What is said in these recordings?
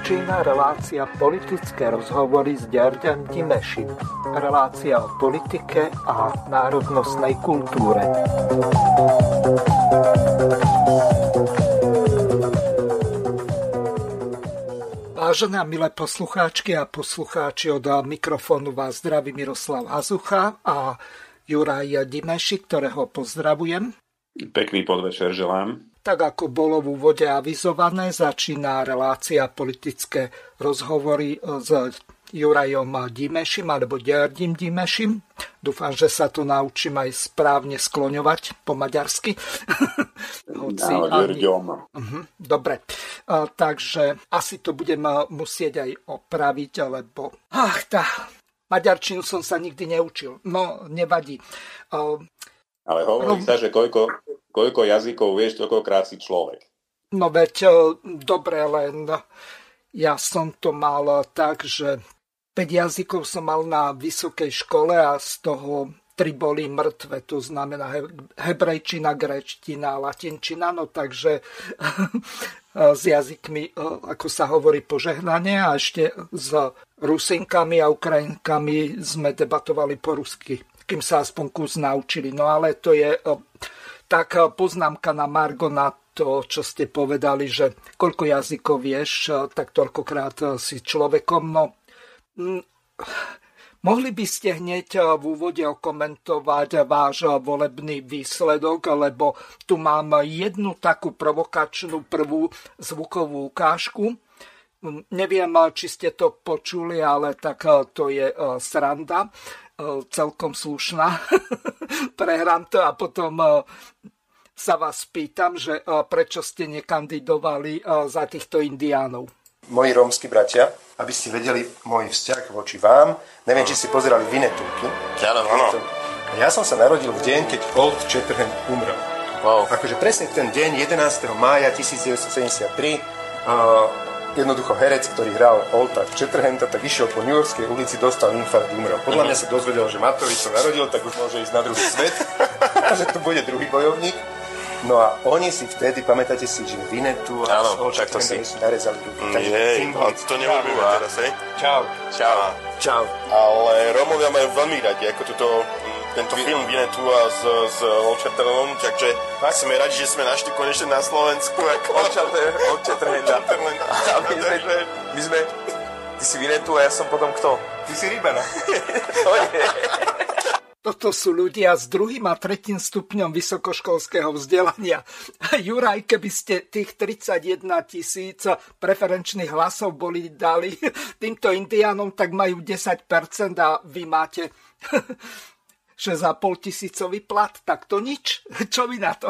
Začína relácia Politické rozhovory s Ďarďom Dimešim. Relácia o politike a národnostnej kultúre. Vážené a milé poslucháčky a poslucháči, od mikrofónu vás zdraví Miroslav Hazucha a Juraj Dimešik, ktorého pozdravujem. Pekný podvečer želám. Tak ako bolo v úvode avizované, začína relácia Politické rozhovory s Jurajom Dimešim alebo Ďarďom Dimešim. Dúfam, že sa to naučím aj správne skloňovať po maďarsky. Dobre, takže asi to budem musieť aj opraviť, lebo maďarčinu som sa nikdy neučil. No, nevadí. Ale hovorí sa, že koľko jazykov vieš, toľkokrát si človek. No veď, dobre, len ja som to mal tak, že 5 jazykov som mal na vysokej škole a z toho 3 boli mŕtve. To znamená hebrejčina, gréčtina, latinčina. No takže s jazykmi, ako sa hovorí, požehnanie, a ešte s Rusinkami a Ukrajinkami sme debatovali po rusky, kým sa aspoň kus naučili. No ale to je tak poznámka na margo na to, čo ste povedali, že koľko jazykov vieš, tak toľkokrát si človekom. No, mohli by ste hneď v úvode okomentovať váš volebný výsledok, lebo tu mám jednu takú provokačnú prvú zvukovú ukážku. Neviem, či ste to počuli, ale tak to je sranda. Celkom slušná. Prehrám to a potom sa vás pýtam, že prečo ste nekandidovali za týchto indiánov. Moji rómski bratia, aby ste vedeli môj vzťah voči vám, neviem, či si pozerali Vinetúky. Áno. Ja som sa narodil v deň, keď Old Shatterhand umrel. Wow. Akože presne v ten deň, 11. mája 1973, jednoducho herec, ktorý hral Olta Shatterhanda, tak išiel po New Yorkskej ulici, dostal infarkt, umrel. Podľa mňa sa dozvedel, že Matovič sa narodil, tak už môže ísť na druhý svet a že to bude druhý bojovník. No a oni si vtedy, pamätáte si, že Vinetu a Olta Shatterhanda si narezali ruky. To neurobíme teraz, hej? Čau. Ale Rómovia majú veľmi radi, ako tento film Vinetu a s Old Shatterhandom, takže sme radi, že sme našli konečne na Slovensku Old Shatterhanda. My sme... Ty si Vinetu a ja som potom kto? Ty si Rybana. Toto sú ľudia s 2. a 3. stupňom vysokoškolského vzdelania. Juraj, keby ste tých 31 000 preferenčných hlasov boli dali týmto indiánom, tak majú 10% a vy máte 6,5 tisícový plat. Tak to nič. Čo vy na to?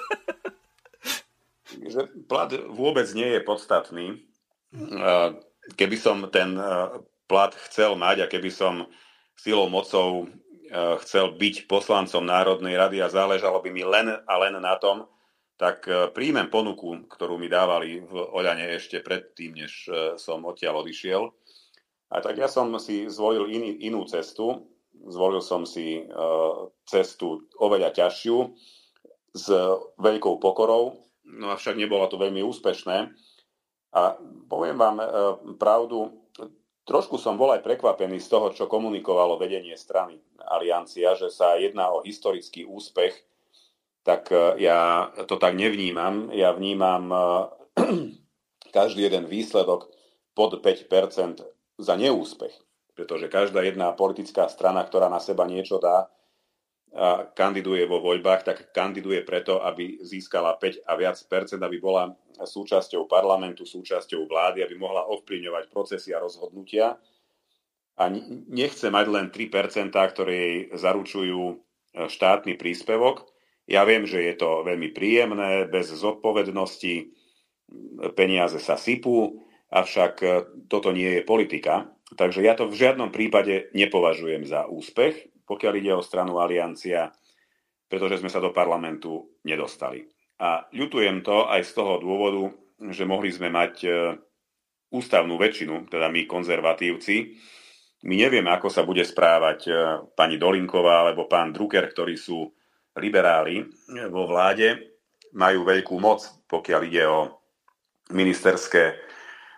Plat vôbec nie je podstatný. Keby som ten plat chcel mať a keby som silou mocou chcel byť poslancom Národnej rady a záležalo by mi len a len na tom, tak príjmem ponuku, ktorú mi dávali v Oľane ešte predtým, než som odtiaľ odišiel. A tak ja som si zvolil inú cestu. Zvolil som si cestu oveľa ťažšiu s veľkou pokorou, no avšak nebolo to veľmi úspešné. A poviem vám pravdu, trošku som bol aj prekvapený z toho, čo komunikovalo vedenie strany Aliancia, že sa jedná o historický úspech, tak ja to tak nevnímam. Ja vnímam každý jeden výsledok pod 5% za neúspech, pretože každá jedna politická strana, ktorá na seba niečo dá a kandiduje vo voľbách, tak kandiduje preto, aby získala 5 a viac percent, aby bola súčasťou parlamentu, súčasťou vlády, aby mohla ovplyvňovať procesy a rozhodnutia. A nechce mať len 3%, ktoré jej zaručujú štátny príspevok. Ja viem, že je to veľmi príjemné, bez zodpovednosti, peniaze sa sypú, avšak toto nie je politika. Takže ja to v žiadnom prípade nepovažujem za úspech, pokiaľ ide o stranu Aliancia, pretože sme sa do parlamentu nedostali. A ľutujem to aj z toho dôvodu, že mohli sme mať ústavnú väčšinu, teda my konzervatívci. My nevieme, ako sa bude správať pani Dolinková alebo pán Drucker, ktorí sú liberáli vo vláde, majú veľkú moc, pokiaľ ide o ministerské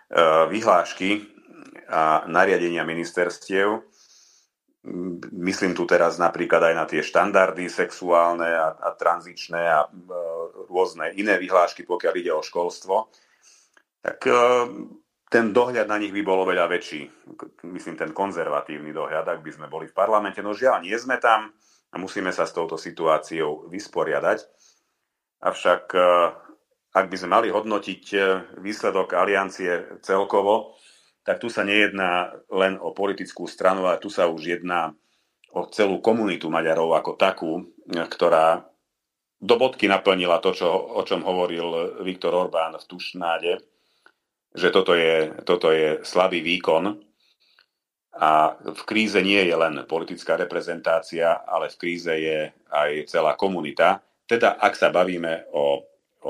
vyhlášky a nariadenia ministerstiev. Myslím tu teraz napríklad aj na tie štandardy sexuálne a tranzičné a rôzne iné vyhlášky, pokiaľ ide o školstvo, tak ten dohľad na nich by bol oveľa väčší. Myslím, ten konzervatívny dohľad, ak by sme boli v parlamente. No žiaľ, nie sme tam a musíme sa s touto situáciou vysporiadať. Avšak ak by sme mali hodnotiť výsledok aliancie celkovo, tak tu sa nejedná len o politickú stranu, ale tu sa už jedná o celú komunitu Maďarov ako takú, ktorá do bodky naplnila to, o čom hovoril Viktor Orbán v Tušnáde, že toto je slabý výkon a v kríze nie je len politická reprezentácia, ale v kríze je aj celá komunita. Teda ak sa bavíme o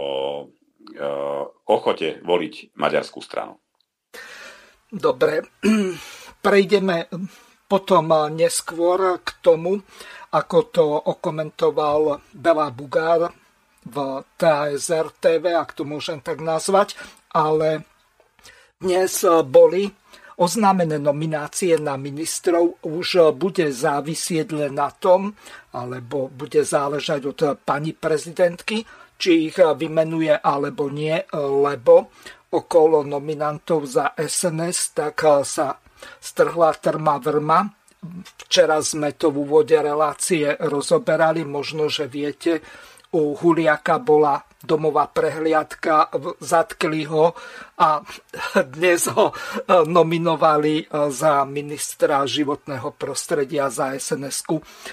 ochote voliť maďarskú stranu. Dobre, prejdeme potom neskôr k tomu, ako to okomentoval Bela Bugár v TASR TV, ak to môžem tak nazvať, ale dnes boli oznámené nominácie na ministrov, už bude závisieť len na tom, alebo bude záležať od pani prezidentky, či ich vymenuje alebo nie, lebo okolo nominantov za SNS tak sa strhla trma vrma. Včera sme to v úvode relácie rozoberali, možno, že viete, u Huliaka bola domová prehliadka, zatkli ho a dnes ho nominovali za ministra životného prostredia za SNS-ku.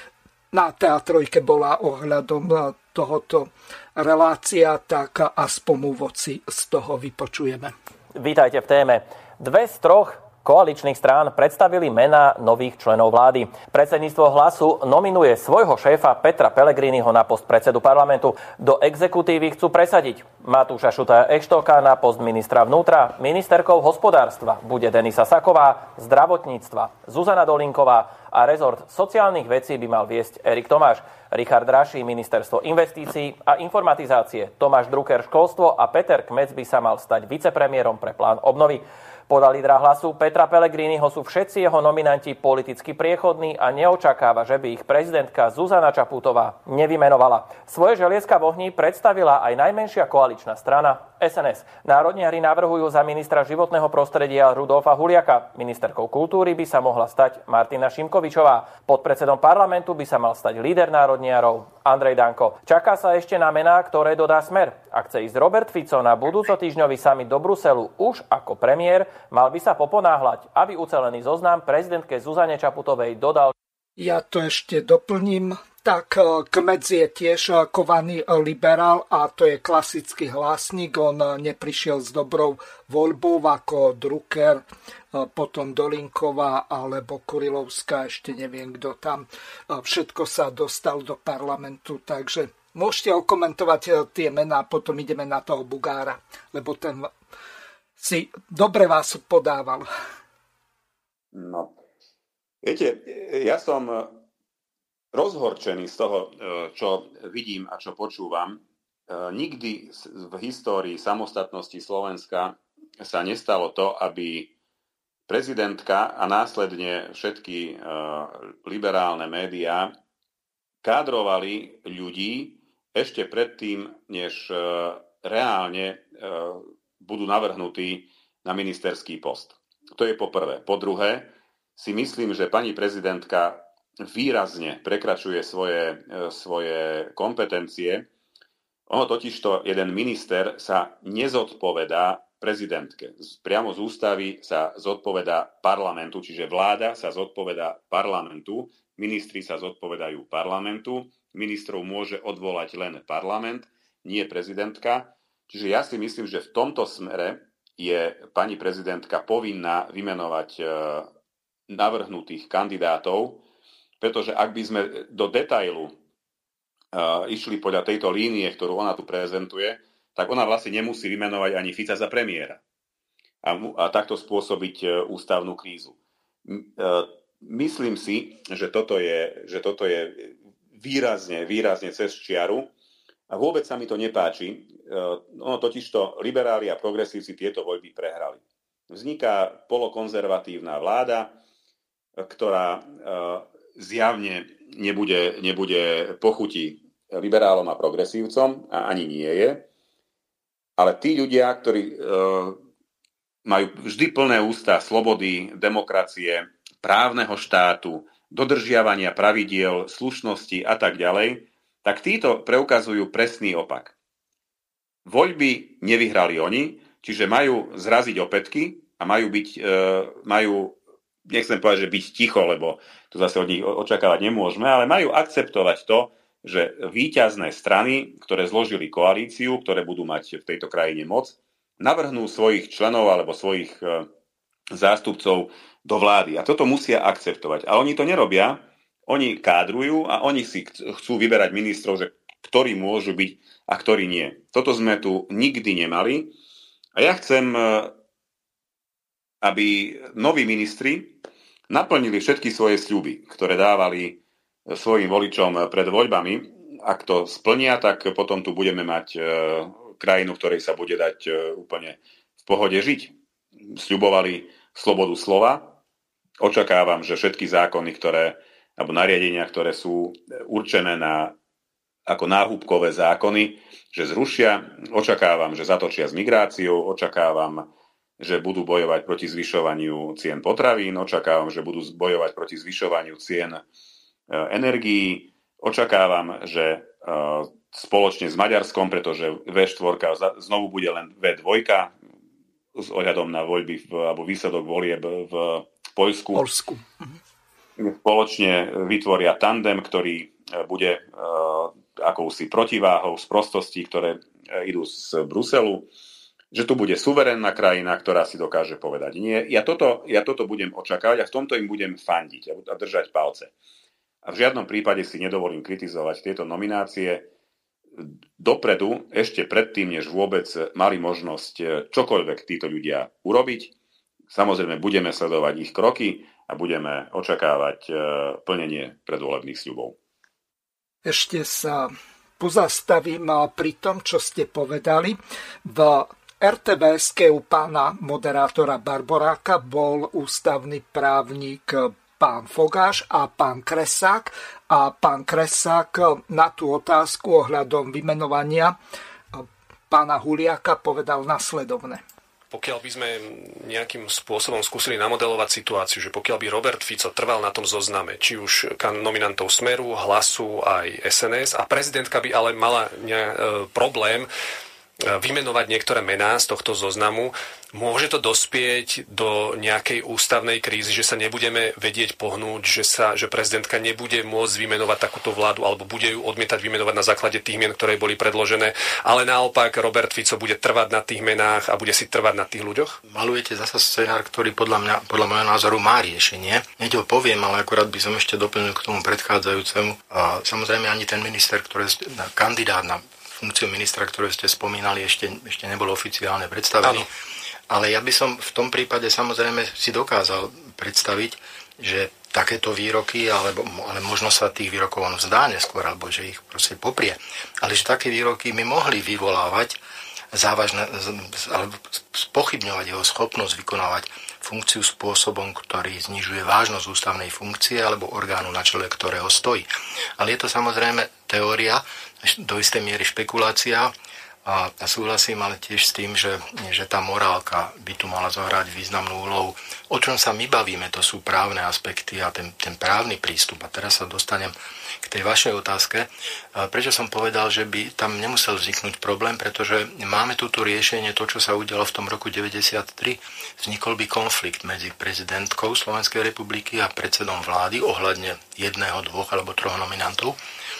Na TA3 bola ohľadom tohoto relácia, tak aspoň úvod si z toho vypočujeme. Vítajte v téme. 2 z 3 koaličných strán predstavili mená nových členov vlády. Predsedníctvo Hlasu nominuje svojho šéfa Petra Pellegriniho na post predsedu parlamentu. Do exekutívy chcú presadiť Matúša Šutaja-Eštoka na post ministra vnútra, ministerkou hospodárstva bude Denisa Saková, zdravotníctva Zuzana Dolinková a rezort sociálnych vecí by mal viesť Erik Tomáš. Richard Raši, ministerstvo investícií a informatizácie, Tomáš Drucker, školstvo a Peter Kmec by sa mal stať vicepremiérom pre plán obnovy. Podľa lídra Hlasu Petra Pellegriniho sú všetci jeho nominanti politicky priechodní a neočakáva, že by ich prezidentka Zuzana Čaputová nevymenovala. Svoje želieska v ohni predstavila aj najmenšia koaličná strana SNS. Národniari navrhujú za ministra životného prostredia Rudolfa Huliaka. Ministerkou kultúry by sa mohla stať Martina Šimkovičová. Podpredsedom parlamentu by sa mal stať líder národniarov Andrej Danko. Čaká sa ešte na mená, ktoré dodá Smer. Ak chce ísť Robert Fico na budúcotýždňový summit do Bruselu už ako premiér, mal by sa poponáhľať, aby ucelený zoznam prezidentke Zuzane Čaputovej dodal. Ja to ešte doplním. Tak Kmec je tiež kovaný liberál a to je klasický hlasník. On neprišiel s dobrou voľbou ako Drucker, potom Dolinková alebo Kurilovská, ešte neviem kto tam. Všetko sa dostal do parlamentu, takže môžete okomentovať tie mená, potom ideme na toho Bugára, lebo ten si dobre vás podával. No, viete, ja som rozhorčený z toho, čo vidím a čo počúvam. Nikdy v histórii samostatnosti Slovenska sa nestalo to, aby prezidentka a následne všetky liberálne médiá kádrovali ľudí ešte predtým, než reálne budú navrhnutí na ministerský post. To je po prvé. Po druhé, si myslím, že pani prezidentka výrazne prekračuje svoje kompetencie. Ono totižto jeden minister sa nezodpovedá prezidentke. Priamo z ústavy sa zodpovedá parlamentu, čiže vláda sa zodpovedá parlamentu, ministri sa zodpovedajú parlamentu, ministrov môže odvolať len parlament, nie prezidentka. Čiže ja si myslím, že v tomto smere je pani prezidentka povinná vymenovať navrhnutých kandidátov, pretože ak by sme do detailu išli podľa tejto línie, ktorú ona tu prezentuje, tak ona vlastne nemusí vymenovať ani Fica za premiéra a takto spôsobiť ústavnú krízu. Myslím si, že toto je výrazne cez čiaru a vôbec sa mi to nepáči. Ono totižto liberáli a progresívci tieto voľby prehrali. Vzniká polokonzervatívna vláda, ktorá zjavne nebude pochutí liberálom a progresívcom, a ani nie je. Ale tí ľudia, ktorí majú vždy plné ústa slobody, demokracie, právneho štátu, dodržiavania pravidiel, slušnosti a tak ďalej, tak títo preukazujú presný opak. Voľby nevyhrali oni, čiže majú zraziť opätky a majú, nechcem povedať, že byť ticho, lebo to zase od nich očakávať nemôžeme, ale majú akceptovať to, že víťazné strany, ktoré zložili koalíciu, ktoré budú mať v tejto krajine moc, navrhnú svojich členov alebo svojich zástupcov do vlády. A toto musia akceptovať. A oni to nerobia, oni kádrujú a oni si chcú vyberať ministrov, že ktorí môžu byť a ktorí nie. Toto sme tu nikdy nemali. A ja chcem, aby noví ministri naplnili všetky svoje sľuby, ktoré dávali svojim voličom pred voľbami. Ak to splnia, tak potom tu budeme mať krajinu, v ktorej sa bude dať úplne v pohode žiť. Sľubovali slobodu slova. Očakávam, že všetky zákony, alebo nariadenia, ktoré sú určené ako náhubkové zákony, že zrušia. Očakávam, že zatočia s migráciou. Očakávam, že budú bojovať proti zvyšovaniu cien potravín. Očakávam, že budú bojovať proti zvyšovaniu cien energií. Očakávam, že spoločne s Maďarskom, pretože V4 znovu bude len V2 s ohľadom na voľby alebo výsledok volieb v Poľsku. Spoločne vytvoria tandem, ktorý bude akousi protiváhou z prostostí, ktoré idú z Bruselu, že tu bude suverénna krajina, ktorá si dokáže povedať nie. Ja toto budem očakávať a v tomto im budem fandiť a držať palce. A v žiadnom prípade si nedovolím kritizovať tieto nominácie dopredu, ešte predtým, než vôbec mali možnosť čokoľvek títo ľudia urobiť. Samozrejme, budeme sledovať ich kroky a budeme očakávať plnenie predvolebných sľubov. Ešte sa pozastavím pri tom, čo ste povedali. V RTVS-ke u pána moderátora Barboráka bol ústavný právnik pán Fogáš a pán Kresák. A pán Kresák na tú otázku ohľadom vymenovania pána Huliaka povedal nasledovne. Pokiaľ by sme nejakým spôsobom skúsili namodelovať situáciu, že pokiaľ by Robert Fico trval na tom zozname, či už nominantov Smeru, Hlasu aj SNS, a prezidentka by ale mala problém vymenovať niektoré mená z tohto zoznamu, môže to dospieť do nejakej ústavnej krízy, že sa nebudeme vedieť pohnúť, že prezidentka nebude môcť vymenovať takúto vládu alebo bude ju odmietať vymenovať na základe tých mien, ktoré boli predložené, ale naopak Robert Fico bude trvať na tých menách a bude si trvať na tých ľuďoch? Malujete zasa scenár, ktorý podľa môjho názoru má riešenie. Hneď ho poviem, ale akorát by som ešte doplnil k tomu predchádzajúcemu. A samozrejme ani ten minister, kandidát na funkciu ministra, ktorú ste spomínali, ešte nebol oficiálne predstavený. Ano. Ale ja by som v tom prípade samozrejme si dokázal predstaviť, že takéto výroky, ale možno sa tých výrokov on vzdá neskôr, alebo že ich proste poprie, ale že také výroky by mohli vyvolávať závažné, alebo spochybňovať jeho schopnosť vykonávať funkciu spôsobom, ktorý znižuje vážnosť ústavnej funkcie alebo orgánu, na čele ktorého stojí. Ale je to samozrejme teória, do istej miery špekulácia, a súhlasím ale tiež s tým, že tá morálka by tu mala zohrať významnú úlohu. O čom sa my bavíme, to sú právne aspekty a ten právny prístup. A teraz sa dostanem k tej vašej otázke. Prečo som povedal, že by tam nemusel vzniknúť problém, pretože máme tu riešenie, to, čo sa udialo v tom roku 1993, vznikol by konflikt medzi prezidentkou Slovenskej republiky a predsedom vlády ohľadne 1, 2 alebo 3 nominantov.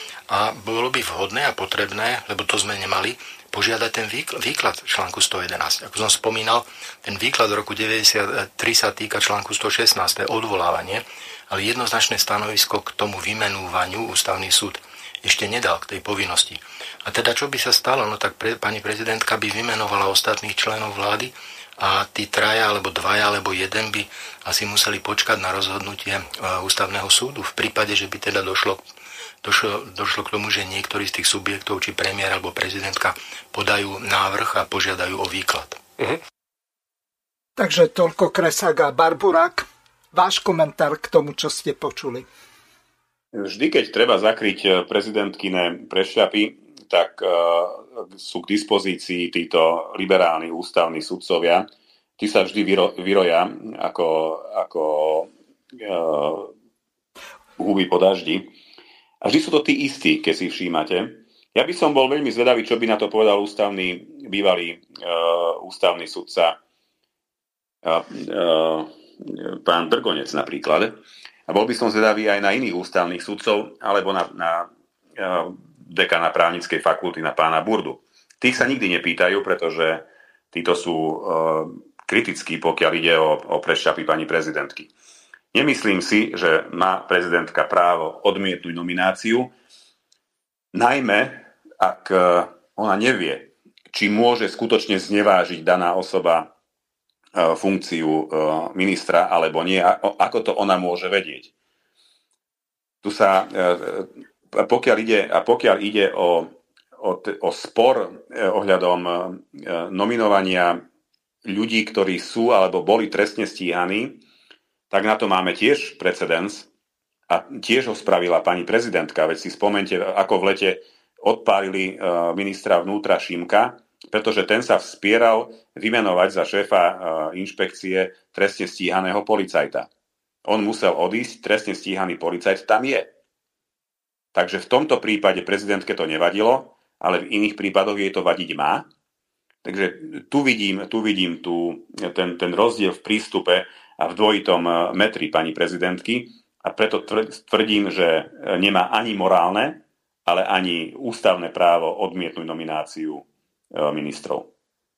A bolo by vhodné a potrebné, lebo to sme nemali, požiadať ten výklad článku 111. Ako som spomínal, ten výklad roku 1993 sa týka článku 116, to je odvolávanie, ale jednoznačné stanovisko k tomu vymenúvaniu ústavný súd ešte nedal k tej povinnosti. A teda čo by sa stalo? No tak pani prezidentka by vymenovala ostatných členov vlády a tí 3, alebo 2, alebo 1 by asi museli počkať na rozhodnutie ústavného súdu v prípade, že by teda došlo k tomu, že niektorý z tých subjektov, či premiér alebo prezidentka, podajú návrh a požiadajú o výklad. Takže toľko Kresák a Barburák. Váš komentár k tomu, čo ste počuli. Vždy, keď treba zakryť prezidentkine prešľapy, tak sú k dispozícii títo liberálni ústavní sudcovia. Tí sa vždy vyroja ako huby po daždi. A vždy sú to tí istí, keď si všímate. Ja by som bol veľmi zvedavý, čo by na to povedal bývalý ústavný sudca pán Drgonec napríklad. A bol by som zvedavý aj na iných ústavných sudcov alebo na dekana právnickej fakulty, na pána Burdu. Tých sa nikdy nepýtajú, pretože títo sú kritickí, pokiaľ ide o prešľapy pani prezidentky. Nemyslím si, že má prezidentka právo odmietnúť nomináciu, najmä ak ona nevie, či môže skutočne znevážiť daná osoba funkciu ministra alebo nie, ako to ona môže vedieť. Tu sa, pokiaľ ide o spor ohľadom nominovania ľudí, ktorí sú alebo boli trestne stíhaní, tak na to máme tiež precedens a tiež ho spravila pani prezidentka. Veď si spomente, ako v lete odpálili ministra vnútra Šimka, pretože ten sa vspieral vymenovať za šéfa inšpekcie trestne stíhaného policajta. On musel odísť, trestne stíhaný policajt tam je. Takže v tomto prípade prezidentke to nevadilo, ale v iných prípadoch jej to vadiť má. Takže tu vidím ten rozdiel v prístupe a v dvojitom metri pani prezidentky a preto tvrdím, že nemá ani morálne, ale ani ústavné právo odmietnúť nomináciu ministrov.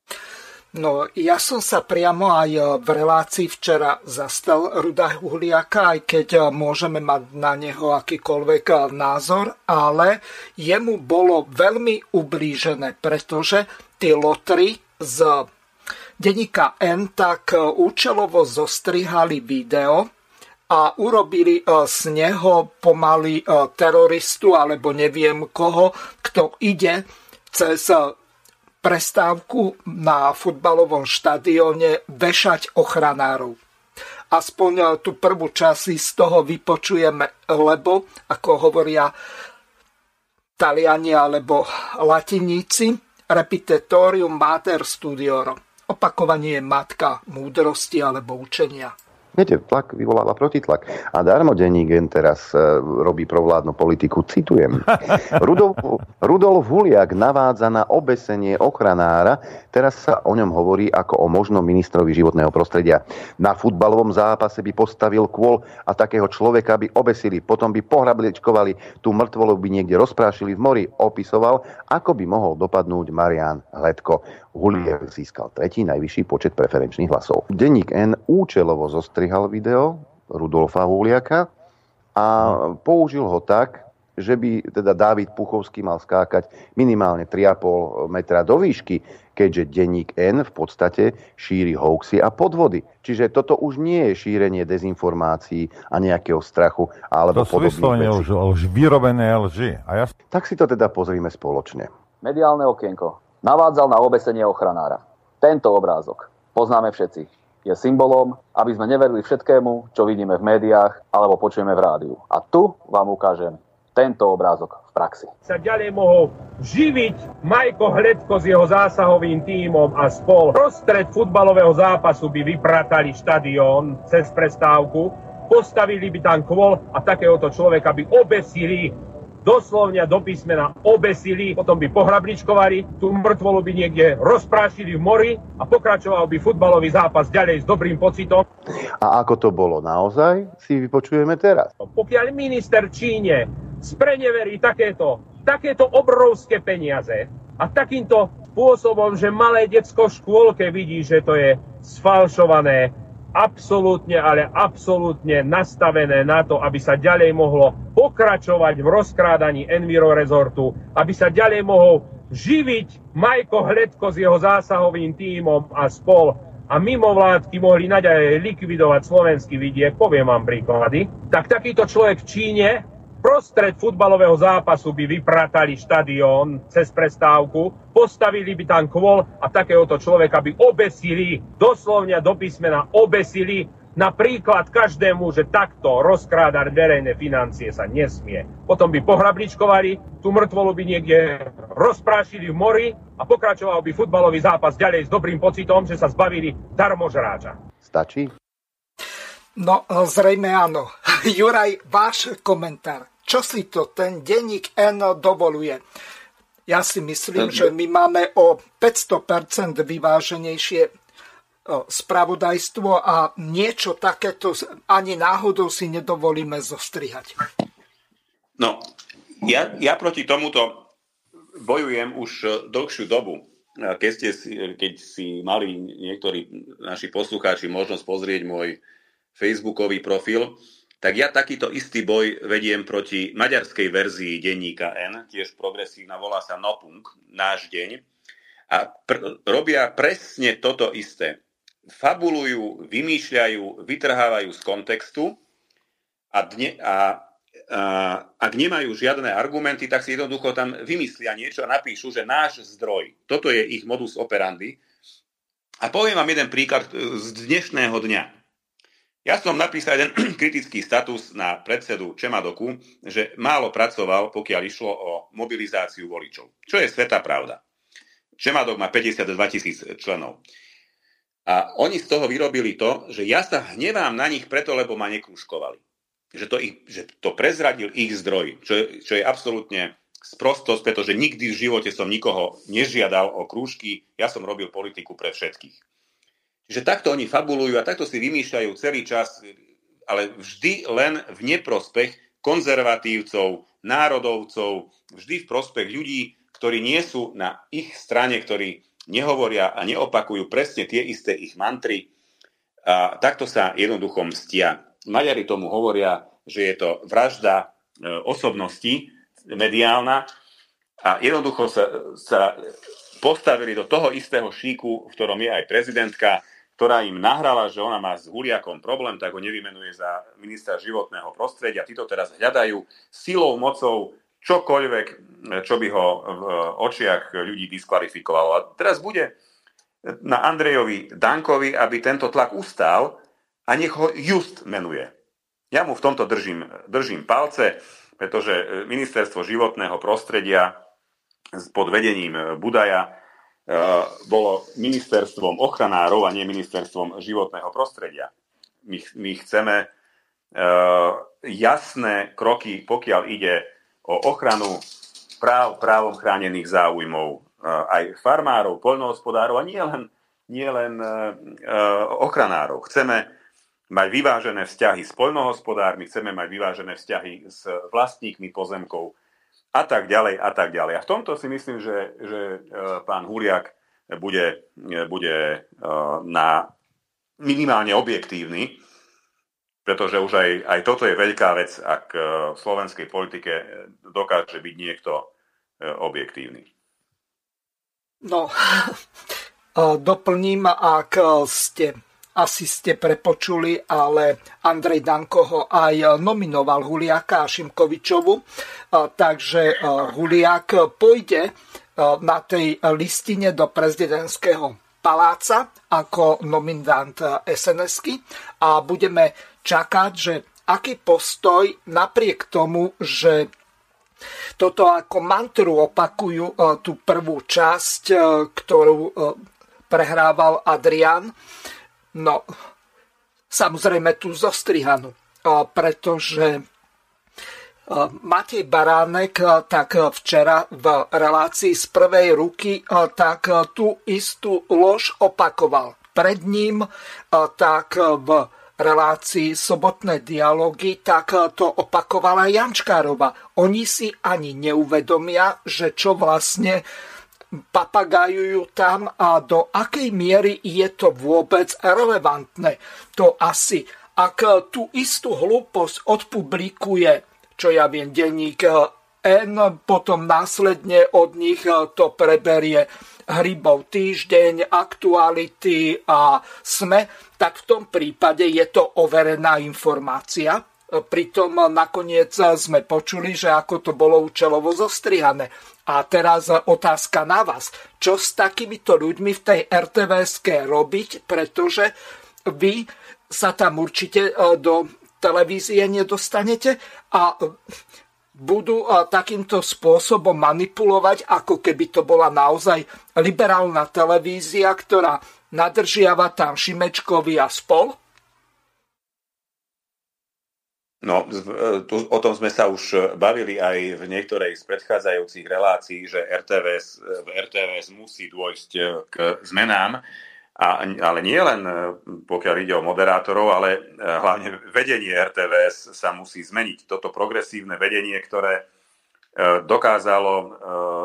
No, ja som sa priamo aj v relácii včera zastal Ruda Huliaka, aj keď môžeme mať na neho akýkoľvek názor, ale jemu bolo veľmi ublížené, pretože tí lotri z denníka N tak účelovo zostrihali video a urobili z neho pomaly teroristu alebo neviem koho, kto ide cez prestávku na futbalovom štadióne vešať ochranárov. Aspoň tú prvú časť z toho vypočujeme, lebo, ako hovoria Taliani alebo latiníci, repetitorium mater studiorum. Opakovanie je matka múdrosti alebo učenia. Viete, tlak vyvoláva protitlak. A darmo denník N teraz robí provládnu politiku. Citujem. Rudolf Huliak navádza na obesenie ochranára. Teraz sa o ňom hovorí ako o možnom ministrovi životného prostredia. Na futbalovom zápase by postavil kôl a takého človeka by obesili. Potom by pohrabličkovali, tú mŕtvolu by niekde rozprášili v mori. Opisoval, ako by mohol dopadnúť Marián Hledko. Huliak získal tretí najvyšší počet preferenčných hlasov. Denník N účelovo zostrihal video Rudolfa Huliaka a použil ho tak, že by teda Dávid Puchovský mal skákať minimálne 3,5 metra do výšky, keďže denník N v podstate šíri hoaxy a podvody. Čiže toto už nie je šírenie dezinformácií a nejakého strachu alebo podobných vecí. To sú vyrobené lži. Tak si to teda pozrime spoločne. Mediálne okienko. Navádzal na obesenie ochranára. Tento obrázok poznáme všetci. Je symbolom, aby sme neverili všetkému, čo vidíme v médiách alebo počujeme v rádiu. A tu vám ukážem tento obrázok v praxi. Sa ďalej mohol živiť Majko Hledko s jeho zásahovým tímom a spol. Prostred futbalového zápasu by vypratali štadión cez prestávku, postavili by tam kvôl a takéhoto človeka by obesili, doslovne do písmena obesili, potom by pohrabličkovali, tú mŕtvolu by niekde rozprášili v mori a pokračoval by futbalový zápas ďalej s dobrým pocitom. A ako to bolo naozaj, si vypočujeme teraz. Pokiaľ minister Číne spreneverí takéto obrovské peniaze a takýmto spôsobom, že malé decko v škôlke vidí, že to je sfalšované, absolútne, ale absolútne nastavené na to, aby sa ďalej mohlo pokračovať v rozkrádaní Enviro Resortu, aby sa ďalej mohol živiť Majko Hledko s jeho zásahovým tímom a spol a mimovládky mohli naďalej likvidovať slovenský vidiek, poviem vám príklady, tak takýto človek v Číne Sprostred futbalového zápasu by vypratali štadión cez prestávku, postavili by tam kvôl a takéhoto človeka by obesili, doslovne do písmena obesili, napríklad každému, že takto rozkrádať verejné financie sa nesmie. Potom by pohrabličkovali, tú mŕtvolu by niekde rozprášili v mori a pokračoval by futbalový zápas ďalej s dobrým pocitom, že sa zbavili darmožráča. Stačí? No, zrejme áno. Juraj, váš komentár. Čo si to ten denník N dovoluje? Ja si myslím, že my máme o 500% vyváženejšie spravodajstvo a niečo takéto ani náhodou si nedovolíme zostrihať. No, ja proti tomuto bojujem už dlhšiu dobu. Keď si mali niektorí naši poslucháči možnosť pozrieť môj facebookový profil, tak ja takýto istý boj vediem proti maďarskej verzii denníka N, tiež progresívna, volá sa Nopunk, Náš deň, a robia presne toto isté. Fabulujú, vymýšľajú, vytrhávajú z kontextu a ak nemajú žiadne argumenty, tak si jednoducho tam vymyslia niečo a napíšu, že náš zdroj. Toto je ich modus operandi. A poviem vám jeden príklad z dnešného dňa. Ja som napísal jeden kritický status na predsedu Čemadoku, že málo pracoval, pokiaľ išlo o mobilizáciu voličov. Čo je svätá pravda. Čemadok má 52 000 členov. A oni z toho vyrobili to, že ja sa hnevám na nich preto, lebo ma nekrúžkovali. Že to prezradil ich zdroj, čo je absolútne sprostosť, pretože nikdy v živote som nikoho nežiadal o krúžky, ja som robil politiku pre všetkých. Že takto oni fabulujú a takto si vymýšľajú celý čas, ale vždy len v neprospech konzervatívcov, národovcov, vždy v prospech ľudí, ktorí nie sú na ich strane, ktorí nehovoria a neopakujú presne tie isté ich mantry. A takto sa jednoducho mstia. Maďari tomu hovoria, že je to vražda osobnosti mediálna a jednoducho sa postavili do toho istého šíku, v ktorom je aj prezidentka, ktorá im nahrala, že ona má s Huliakom problém, tak ho nevymenuje za ministra životného prostredia. Títo teraz hľadajú silou, mocou čokoľvek, čo by ho v očiach ľudí diskvalifikovalo. A teraz bude na Andrejovi Dankovi, aby tento tlak ustál a nech ho just menuje. Ja mu v tomto držím palce, pretože ministerstvo životného prostredia pod vedením Budaja bolo ministerstvom ochranárov a nie ministerstvom životného prostredia. My chceme jasné kroky, pokiaľ ide o ochranu právom chránených záujmov aj farmárov, poľnohospodárov a nie len ochranárov. Chceme mať vyvážené vzťahy s poľnohospodármi, chceme mať vyvážené vzťahy s vlastníkmi pozemkov a tak ďalej a tak ďalej. A v tomto si myslím, že pán Huliak bude na minimálne objektívny, pretože už aj toto je veľká vec, ak v slovenskej politike dokáže byť niekto objektívny. No, doplním, ak ste prepočuli, ale Andrej Danko ho aj nominoval Huliaka a Šimkovičovu, takže Huliak pôjde na tej listine do prezidentského paláca ako nominant SNS-ky a budeme čakať, že aký postoj napriek tomu, že toto ako mantru opakujú tú prvú časť, ktorú prehrával Adrian. No, samozrejme tú zostrihanú, pretože Matej Baránek tak včera v relácii z prvej ruky tak tú istú lož opakoval. Pred ním tak v relácii Sobotné dialógy tak to opakovala Jančkárova. Oni si ani neuvedomia, že čo vlastne papagajujú tam a do akej miery je to vôbec relevantné. To asi, ak tú istú hlúposť odpublikuje, čo ja viem, denník N, potom následne od nich to preberie Hrybov týždeň, Aktuality a SME, tak v tom prípade je to overená informácia. Pritom nakoniec sme počuli, že ako to bolo účelovo zostrihané. A teraz otázka na vás. Čo s takýmito ľuďmi v tej RTVS-ke robiť, pretože vy sa tam určite do televízie nedostanete a budú takýmto spôsobom manipulovať, ako keby to bola naozaj liberálna televízia, ktorá nadržiava tam Šimečkovi a spol? No, o tom sme sa už bavili aj v niektorej z predchádzajúcich relácií, že v RTVS musí dôjsť k zmenám, ale nie len pokiaľ ide o moderátorov, ale hlavne vedenie RTVS sa musí zmeniť. Toto progresívne vedenie, ktoré dokázalo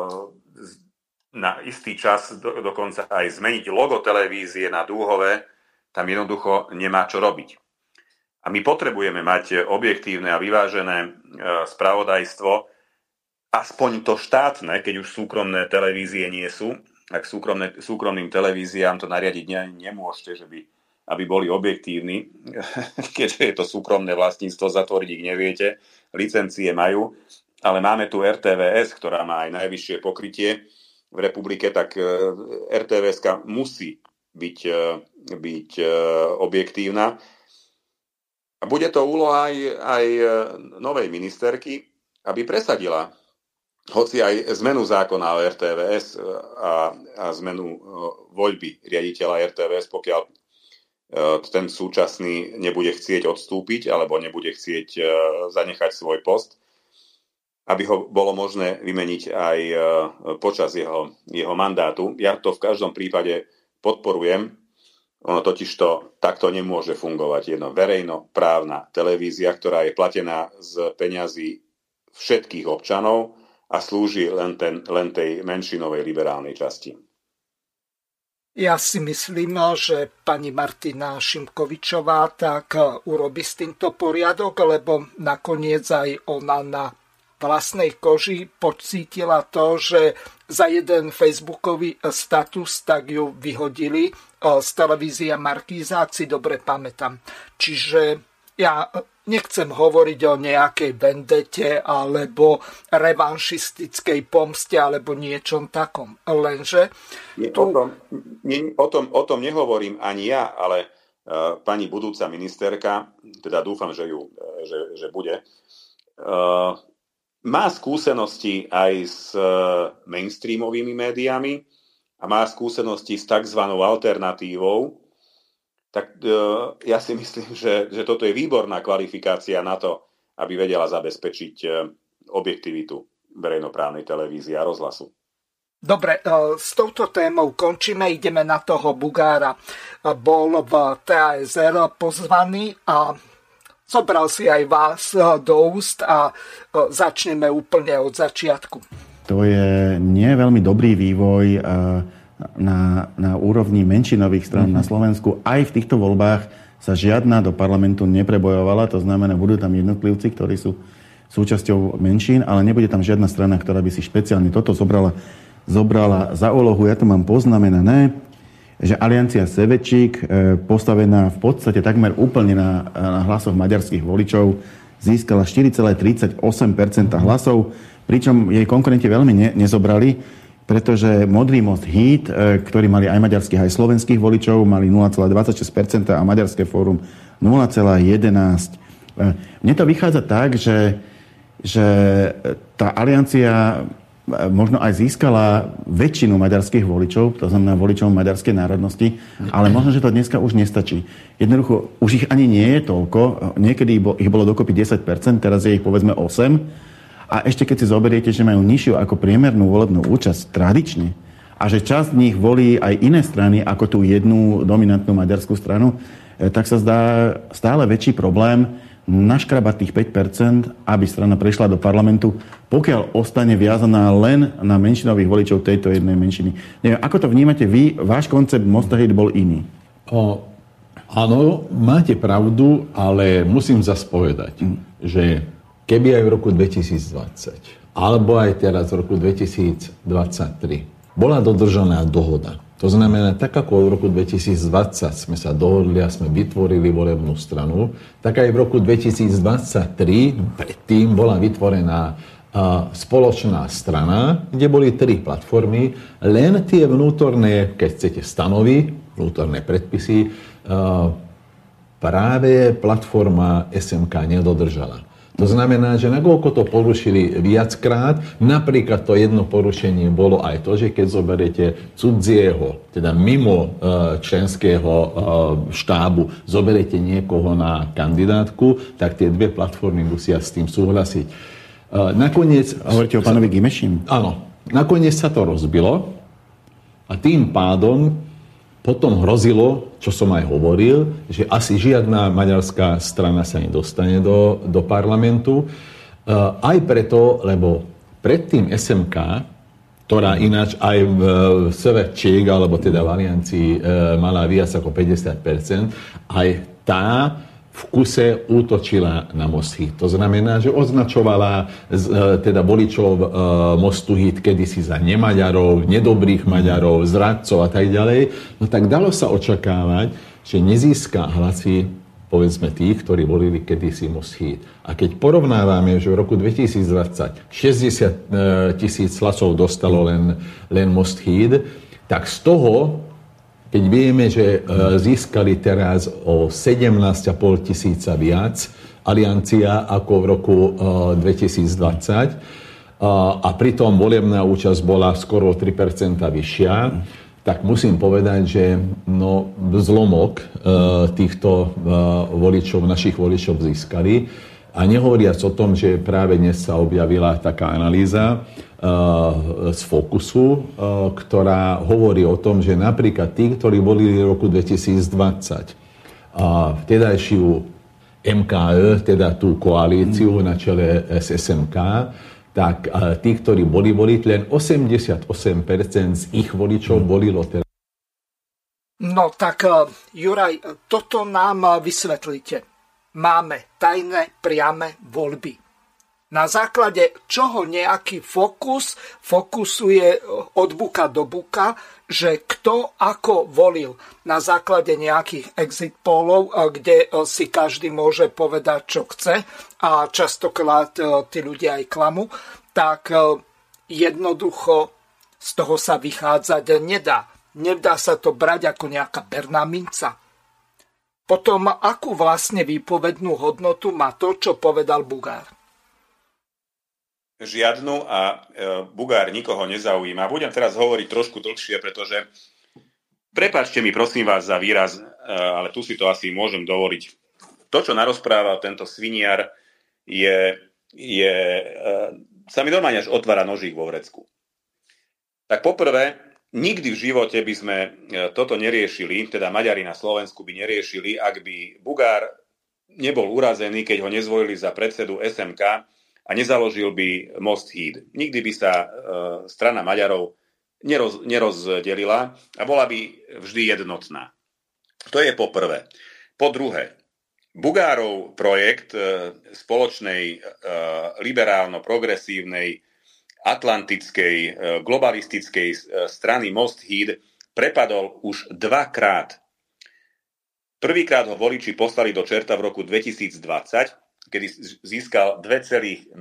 na istý čas dokonca aj zmeniť logo televízie na dúhové, tam jednoducho nemá čo robiť. A my potrebujeme mať objektívne a vyvážené spravodajstvo, aspoň to štátne, keď už súkromné televízie nie sú. Tak súkromným televíziám to nariadiť nemôžete, aby boli objektívni, keďže je to súkromné vlastníctvo, zatvoriť ich neviete, licencie majú, ale máme tu RTVS, ktorá má aj najvyššie pokrytie v republike, tak RTVS musí byť objektívna. A bude to úloha aj novej ministerky, aby presadila hoci aj zmenu zákona o RTVS a zmenu voľby riaditeľa RTVS, pokiaľ ten súčasný nebude chcieť odstúpiť alebo nebude chcieť zanechať svoj post, aby ho bolo možné vymeniť aj počas jeho mandátu. Ja to v každom prípade podporujem. Ono totižto takto nemôže fungovať jedna verejnoprávna televízia, ktorá je platená z peňazí všetkých občanov a slúži len tej menšinovej liberálnej časti. Ja si myslím, že pani Martina Šimkovičová tak urobí s týmto poriadok, lebo nakoniec aj ona na vlastnej koži pocítila to, že za jeden facebookový status tak ju vyhodili z televízie Markíza, ak si dobre pamätám. Čiže ja nechcem hovoriť o nejakej vendete alebo revanšistickej pomste alebo niečom takom. Lenže... O tom nehovorím ani ja, ale pani budúca ministerka, teda dúfam, že bude, má skúsenosti aj s mainstreamovými médiami a má skúsenosti s tzv. Alternatívou, tak ja si myslím, že toto je výborná kvalifikácia na to, aby vedela zabezpečiť objektivitu verejnoprávnej televízie a rozhlasu. Dobre, s touto témou končíme, ideme na toho Bugára. Bol v TASR pozvaný a zobral si aj vás do úst a začneme úplne od začiatku. To je nie veľmi dobrý vývoj na úrovni menšinových strán na Slovensku. Aj v týchto voľbách sa žiadna do parlamentu neprebojovala, to znamená, budú tam jednotlivci, ktorí sú súčasťou menšín, ale nebude tam žiadna strana, ktorá by si špeciálne toto zobrala za úlohu. Ja to mám poznamenané, že Aliancia Sevečík, postavená v podstate takmer úplne na hlasoch maďarských voličov, získala 4,38% hlasov, pričom jej konkurenti veľmi nezobrali, pretože Modrý most Híd, ktorí mali aj maďarských, aj slovenských voličov, mali 0,26% a Maďarské fórum 0,11%. Mne to vychádza tak, že tá aliancia možno aj získala väčšinu maďarských voličov, to znamená voličov maďarskej národnosti, ale možno, že to dneska už nestačí. Jednoducho, už ich ani nie je toľko. Niekedy ich bolo dokopy 10%, teraz je ich povedzme 8%. A ešte keď si zoberiete, že majú nižšiu ako priemernú volebnú účasť tradične a že časť z nich volí aj iné strany ako tú jednu dominantnú maďarskú stranu, tak sa zdá stále väčší problém naškrabať tých 5%, aby strana prešla do parlamentu, pokiaľ ostane viazaná len na menšinových voličov tejto jednej menšiny. Neviem, ako to vnímate vy? Váš koncept Mostahíd bol iný. Áno, máte pravdu, ale musím zase povedať, že keby aj v roku 2020, alebo aj teraz v roku 2023 bola dodržaná dohoda, To znamená, tak ako v roku 2020 sme sa dohodli a sme vytvorili volebnú stranu, tak aj v roku 2023 predtým bola vytvorená spoločná strana, kde boli 3 platformy, len tie vnútorné, keď chcete, stanovy, vnútorné predpisy, práve platforma SMK nedodržala. To znamená, že nakoľko to porušili viackrát, napríklad to jedno porušenie bolo aj to, že keď zoberiete cudzieho, teda mimo členského štábu, zoberiete niekoho na kandidátku, tak tie 2 platformy musia s tým súhlasiť. Nakoniec... Hovoríte o pánovi Gimešim? Áno. Nakoniec sa to rozbilo a tým pádom potom hrozilo, čo som aj hovoril, že asi žiadna maďarská strana sa nedostane do parlamentu. Aj preto, lebo predtým SMK, ktorá ináč aj v Szövetség, alebo teda v Aliancii mala viac ako 50%, aj tá v kuse útočila na Most Híd. To znamená, že označovala teda voličov Mostu Híd kedysi za nemaďarov, nedobrých Maďarov, zradcov a tak ďalej. No tak dalo sa očakávať, že nezíska hlasy, povedzme tých, ktorí volili kedysi Most Híd. A keď porovnávame, že v roku 2020 60 000 hlasov dostalo len Most Híd, tak z toho, keď vieme, že získali teraz o 17 500 viac Aliancia ako v roku 2020 a pritom volebná účasť bola skoro 3% vyššia, tak musím povedať, že zlomok týchto voličov, našich voličov získali. A nehovoriac o tom, že práve dnes sa objavila taká analýza z Fokusu, ktorá hovorí o tom, že napríklad tí, ktorí volili v roku 2020 vtedajšiu MKE, teda tú koalíciu na čele s SMK, tak tí, ktorí boli voliť, len 88% z ich voličov volilo teda. No tak, Juraj, toto nám vysvetlite. Máme tajné, priame voľby. Na základe čoho nejaký fokusuje od buka do buka, že kto ako volil. Na základe nejakých exit pollov, kde si každý môže povedať, čo chce a častokrát tí ľudia aj klamú, tak jednoducho z toho sa vychádzať nedá. Nedá sa to brať ako nejaká perná minca. Potom akú vlastne výpovednú hodnotu má to, čo povedal Bugár? Žiadnu a Bugár nikoho nezaujíma. Budem teraz hovoriť trošku dlhšie, pretože prepáčte mi prosím vás za výraz, ale tu si to asi môžem dovoliť. To, čo narozprával tento sviniar, sa mi normálne až otvára nožík vo vrecku. Tak poprvé, nikdy v živote by sme toto neriešili, teda Maďari na Slovensku by neriešili, ak by Bugár nebol urazený, keď ho nezvolili za predsedu SMK a nezaložil by Most Híd. Nikdy by sa strana Maďarov nerozdelila a bola by vždy jednotná. To je po prvé. Po druhé, Bugárov projekt spoločnej liberálno-progresívnej atlantickej, globalistickej strany Most Híd prepadol už 2-krát. Prvýkrát ho voliči poslali do čerta v roku 2020, kedy získal 2,05%.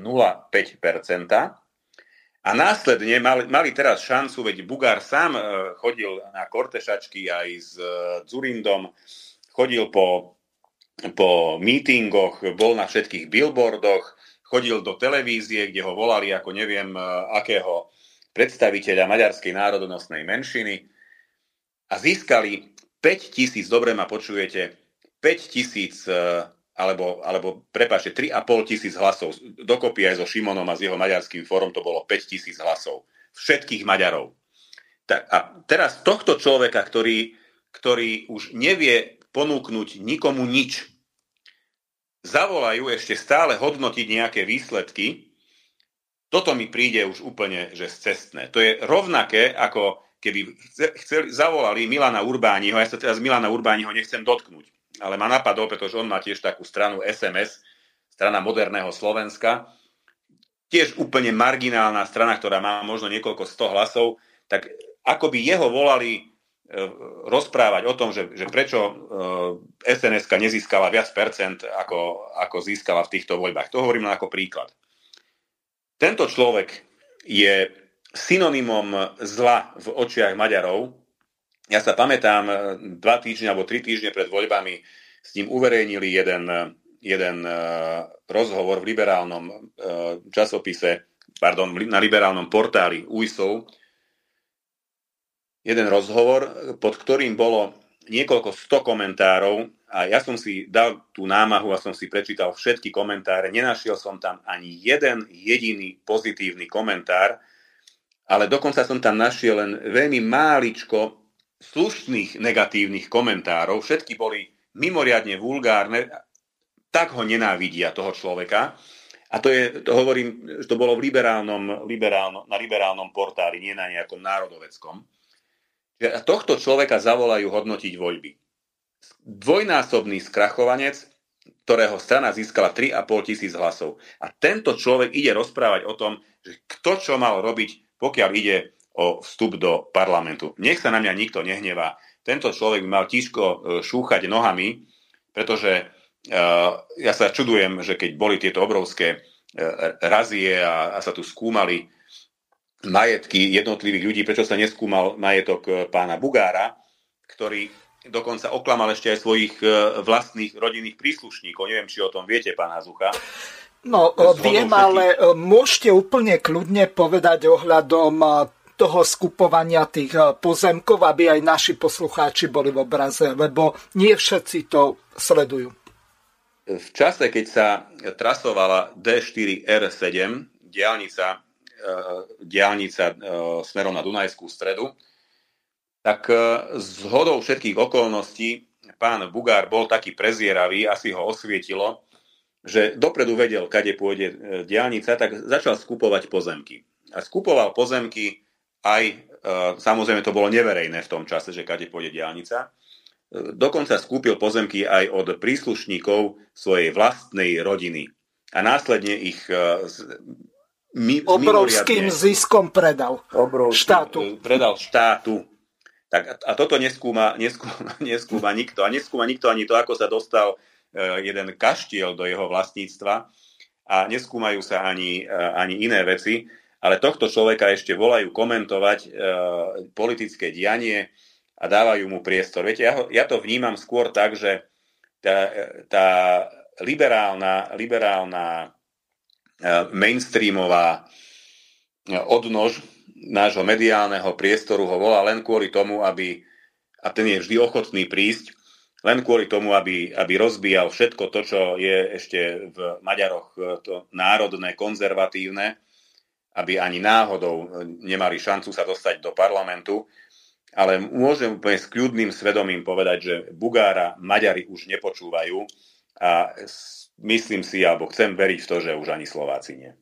A následne mali teraz šancu, veď Bugár sám chodil na kortešačky aj s Dzurindom, chodil po mítingoch, bol na všetkých billboardoch, chodil do televízie, kde ho volali ako neviem akého predstaviteľa maďarskej národnostnej menšiny a získali 5 000, dobre ma počujete, 5 000 alebo prepáčte, 3 500 hlasov. Dokopy aj so Šimonom a s jeho maďarským fórom to bolo 5 000 hlasov. Všetkých Maďarov. A teraz tohto človeka, ktorý už nevie ponúknuť nikomu nič, zavolajú ešte stále hodnotiť nejaké výsledky, toto mi príde už úplne že scestné. To je rovnaké, ako keby zavolali Milana Urbániho, ja sa teraz Milana Urbániho nechcem dotknúť, ale ma napadol, pretože on má tiež takú stranu SMS, strana moderného Slovenska, tiež úplne marginálna strana, ktorá má možno niekoľko 100 hlasov, tak ako by jeho volali rozprávať o tom, že prečo SNS-ka nezískala viac percent, ako získala v týchto voľbách. To hovorím len ako príklad. Tento človek je synonymom zla v očiach Maďarov. Ja sa pamätám, 2 týždne alebo 3 týždne pred voľbami s ním uverejnili jeden rozhovor v liberálnom časopise, na liberálnom portáli UISov. Jeden rozhovor, pod ktorým bolo niekoľko 100 komentárov a ja som si dal tú námahu a som si prečítal všetky komentáre. Nenašiel som tam ani jeden jediný pozitívny komentár, ale dokonca som tam našiel len veľmi máličko slušných negatívnych komentárov. Všetky boli mimoriadne vulgárne, tak ho nenávidia toho človeka. A to hovorím, že to bolo na liberálnom portáli, nie na nejakom národoveckom. A tohto človeka zavolajú hodnotiť voľby. Dvojnásobný skrachovanec, ktorého strana získala 3 500 hlasov. A tento človek ide rozprávať o tom, že kto čo mal robiť, pokiaľ ide o vstup do parlamentu. Nech sa na mňa nikto nehnevá. Tento človek by mal tížko šúchať nohami, pretože ja sa čudujem, že keď boli tieto obrovské razie a sa tu skúmali majetky jednotlivých ľudí, prečo sa neskúmal majetok pána Bugára, ktorý dokonca oklamal ešte aj svojich vlastných rodinných príslušníkov. Neviem, či o tom viete, pán Hazucha. No, viem, ale môžete úplne kľudne povedať ohľadom toho skupovania tých pozemkov, aby aj naši poslucháči boli v obraze, lebo nie všetci to sledujú. V čase, keď sa trasovala D4R7, diaľnica smerom na Dunajskú Stredu, tak zhodou všetkých okolností pán Bugár bol taký prezieravý, asi ho osvietilo, že dopredu vedel, kade pôjde diaľnica, tak začal skupovať pozemky. A skupoval pozemky aj, samozrejme to bolo neverejné v tom čase, že kade pôjde diaľnica, dokonca skúpil pozemky aj od príslušníkov svojej vlastnej rodiny. A následne ich obrovským ziskom predal štátu. Predal štátu. Tak, a toto neskúma nikto. A neskúma nikto ani to, ako sa dostal jeden kaštiel do jeho vlastníctva. A neskúmajú sa ani iné veci. Ale tohto človeka ešte volajú komentovať politické dianie a dávajú mu priestor. Viete, ja to vnímam skôr tak, že tá liberálna mainstreamová odnož nášho mediálneho priestoru ho volá len kvôli tomu, a ten je vždy ochotný prísť, len kvôli tomu, aby rozbíjal všetko to, čo je ešte v Maďaroch to národné, konzervatívne, aby ani náhodou nemali šancu sa dostať do parlamentu. Ale môžem úplne s kľudným svedomím povedať, že Bugára Maďari už nepočúvajú a myslím si, alebo chcem veriť v to, že už ani Slováci nie.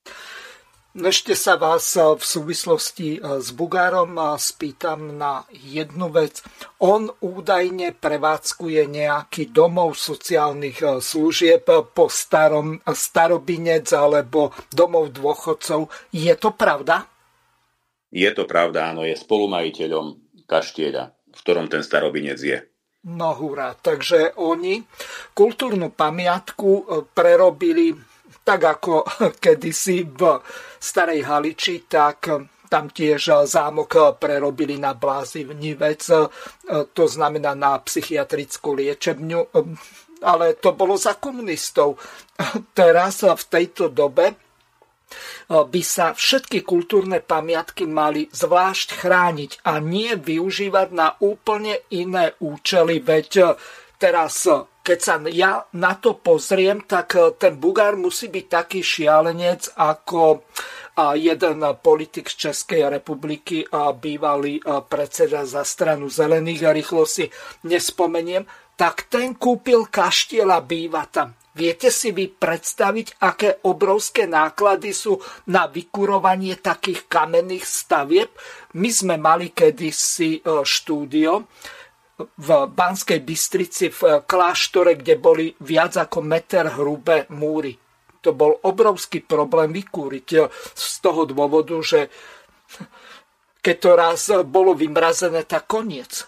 Ešte sa vás v súvislosti s Bugárom spýtam na jednu vec. On údajne prevádzkuje nejaký domov sociálnych služieb po Starobinec alebo domov dôchodcov. Je to pravda? Je to pravda, áno. Je spolumajiteľom kaštieľa, v ktorom ten Starobinec je. No hurá. Takže oni kultúrnu pamiatku prerobili tak ako kedysi v Starej Haliči, tak tam tiež zámok prerobili na bláznivec, to znamená na psychiatrickú liečebňu, ale to bolo za komunistov. Teraz v tejto dobe by sa všetky kultúrne pamiatky mali zvlášť chrániť a nie využívať na úplne iné účely, veď teraz keď sa ja na to pozriem, tak ten Bugár musí byť taký šialenec ako jeden politik z Českej republiky a bývalý predseda za stranu zelených, a rýchlo si nespomeniem, tak ten kúpil kaštiel a býva tam. Viete si vy predstaviť, aké obrovské náklady sú na vykurovanie takých kamenných stavieb? My sme mali kedysi štúdio v Banskej Bystrici v kláštore, kde boli viac ako meter hrubé múry. To bol obrovský problém vykúriť z toho dôvodu, že keď to raz bolo vymrazené, tak koniec.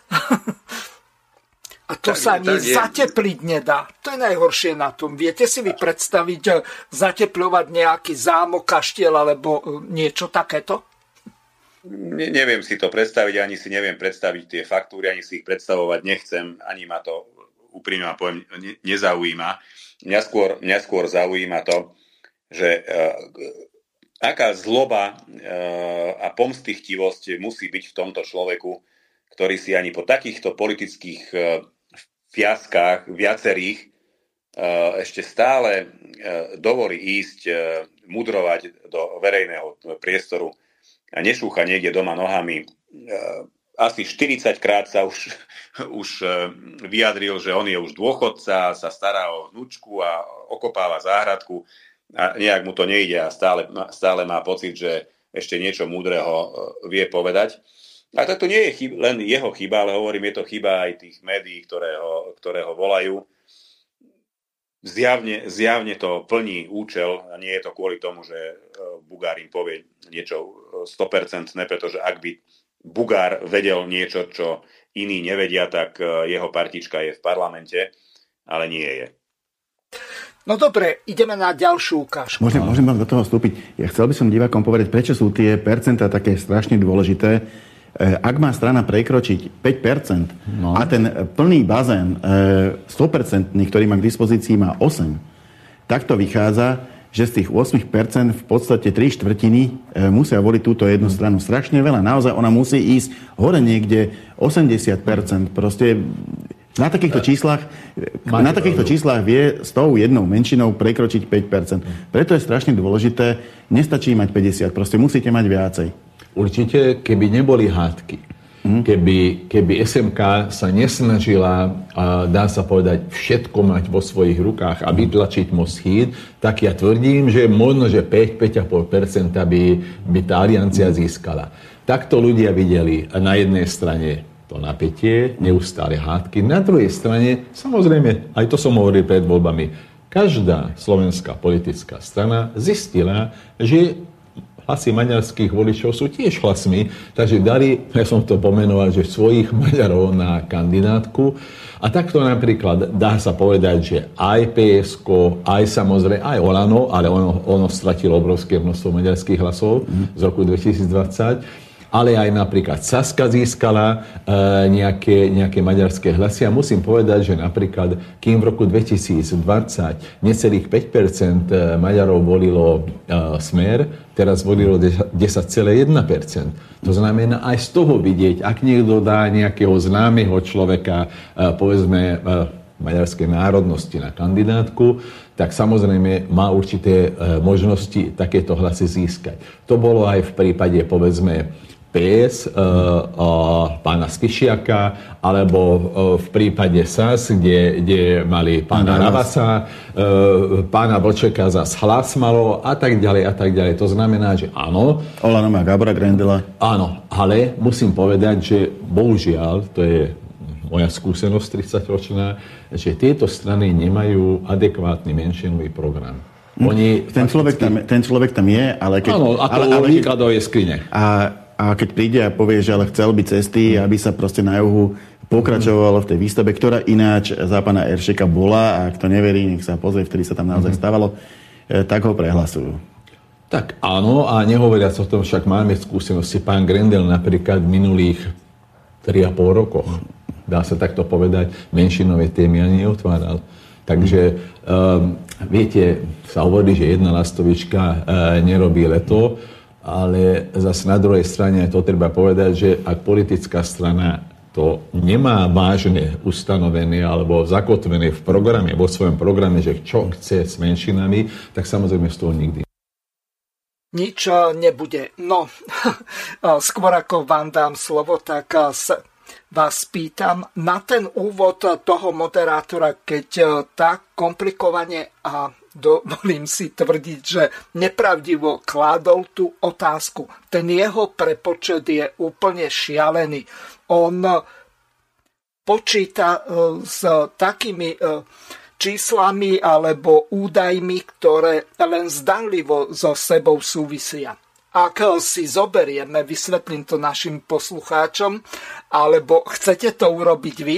A to sa ani zatepliť nedá. To je najhoršie na tom. Viete si vy predstaviť zatepľovať nejaký zámok, kaštiel alebo niečo takéto? Neviem si to predstaviť, ani si neviem predstaviť tie faktúry, ani si ich predstavovať nechcem, ani ma to úprimne poviem, nezaujíma. Mňa skôr zaujíma to, že aká zloba a pomstychtivosť musí byť v tomto človeku, ktorý si ani po takýchto politických fiaskách viacerých ešte stále dovolí ísť mudrovať do verejného priestoru a nešúcha niekde doma nohami. Asi 40 krát sa už vyjadril, že on je už dôchodca, sa stará o vnúčku a okopáva záhradku a nejak mu to nejde a stále má pocit, že ešte niečo múdreho vie povedať. A to nie je len jeho chyba, ale hovorím, je to chyba aj tých médií, ktoré ho volajú. Zjavne to plní účel a nie je to kvôli tomu, že Bugár im povie niečo 100%, pretože ak by Bugár vedel niečo, čo iní nevedia, tak jeho partička je v parlamente, ale nie je. No dobre, ideme na ďalšiu ukážku. Môžem vám do toho vstúpiť. Ja chcel by som divákom povedať, prečo sú tie percentá také strašne dôležité. Ak má strana prekročiť 5% a ten plný bazén 100%, ktorý má k dispozícii, má 8%, tak to vychádza, že z tých 8% v podstate 3/4 musia voliť túto jednu stranu. Strašne veľa. Naozaj ona musí ísť hore niekde 80%. Proste na takýchto číslach vie s tou jednou menšinou prekročiť 5%. Preto je strašne dôležité, nestačí mať 50%, proste musíte mať viacej. Určite, keby neboli hádky, keby SMK sa nesnažila, dá sa povedať, všetko mať vo svojich rukách a vytlačiť Moschíd, tak ja tvrdím, že možno, že 5,5% by tá aliancia získala. Takto ľudia videli na jednej strane to napätie, neustále hádky. Na druhej strane, samozrejme, aj to som hovoril pred voľbami, každá slovenská politická strana zistila, že hlasy maďarských voličov sú tiež hlasmi, takže dali, ja som to pomenoval, že svojich Maďarov na kandidátku. A takto napríklad dá sa povedať, že aj PSK, aj samozrejme, aj Olano, ale ono stratilo obrovské množstvo maďarských hlasov z roku 2020, ale aj napríklad Saska získala nejaké maďarské hlasy. A musím povedať, že napríklad, kým v roku 2020 necelých 5% Maďarov volilo Smer, teraz volilo 10,1%. To znamená aj z toho vidieť, ak niekto dá nejakého známeho človeka, povedzme maďarskej národnosti na kandidátku, tak samozrejme má určité možnosti takéto hlasy získať. To bolo aj v prípade, povedzme, PS, pána Skišiaka, alebo v prípade SAS, kde mali pána Ravasa, pána Vlčeka zas Hlas malo a tak ďalej. To znamená, že áno. Olano má Gábora Grendela. Áno, ale musím povedať, že bohužiaľ, to je moja skúsenosť 30-ročná, že tieto strany nemajú adekvátny menšinový program. Ten človek tam je, ale keď... Áno, ako u výkladovej skrine. A keď príde a povie, že ale chcel by cesty, aby sa proste na juhu pokračovalo v tej výstavbe, ktorá ináč za pána Eršeka bola, a kto neverí, nech sa pozrie, vtedy sa tam naozaj stávalo, tak ho prehlasujú. Tak áno, a nehovoriac o tom, však máme skúsenosti. Pán Grendel napríklad v minulých 3,5 rokoch, dá sa takto povedať, menšinové témy ani neotváral. Takže viete, sa hovorí, že jedna lastovička nerobí leto, ale zase na druhej strane to treba povedať, že ak politická strana to nemá vážne ustanovené alebo zakotvené v programe, vo svojom programe, že čo chce s menšinami, tak samozrejme z toho nikdy. Nič nebude. No, skôr ako vám dám slovo, tak vás pýtam na ten úvod toho moderátora, keď tak komplikovane a dovolím si tvrdiť, že nepravdivo kládol tú otázku. Ten jeho prepočet je úplne šialený. On počíta s takými číslami alebo údajmi, ktoré len zdanlivo so sebou súvisia. ak si zoberieme, vysvetlím to našim poslucháčom, alebo chcete to urobiť vy?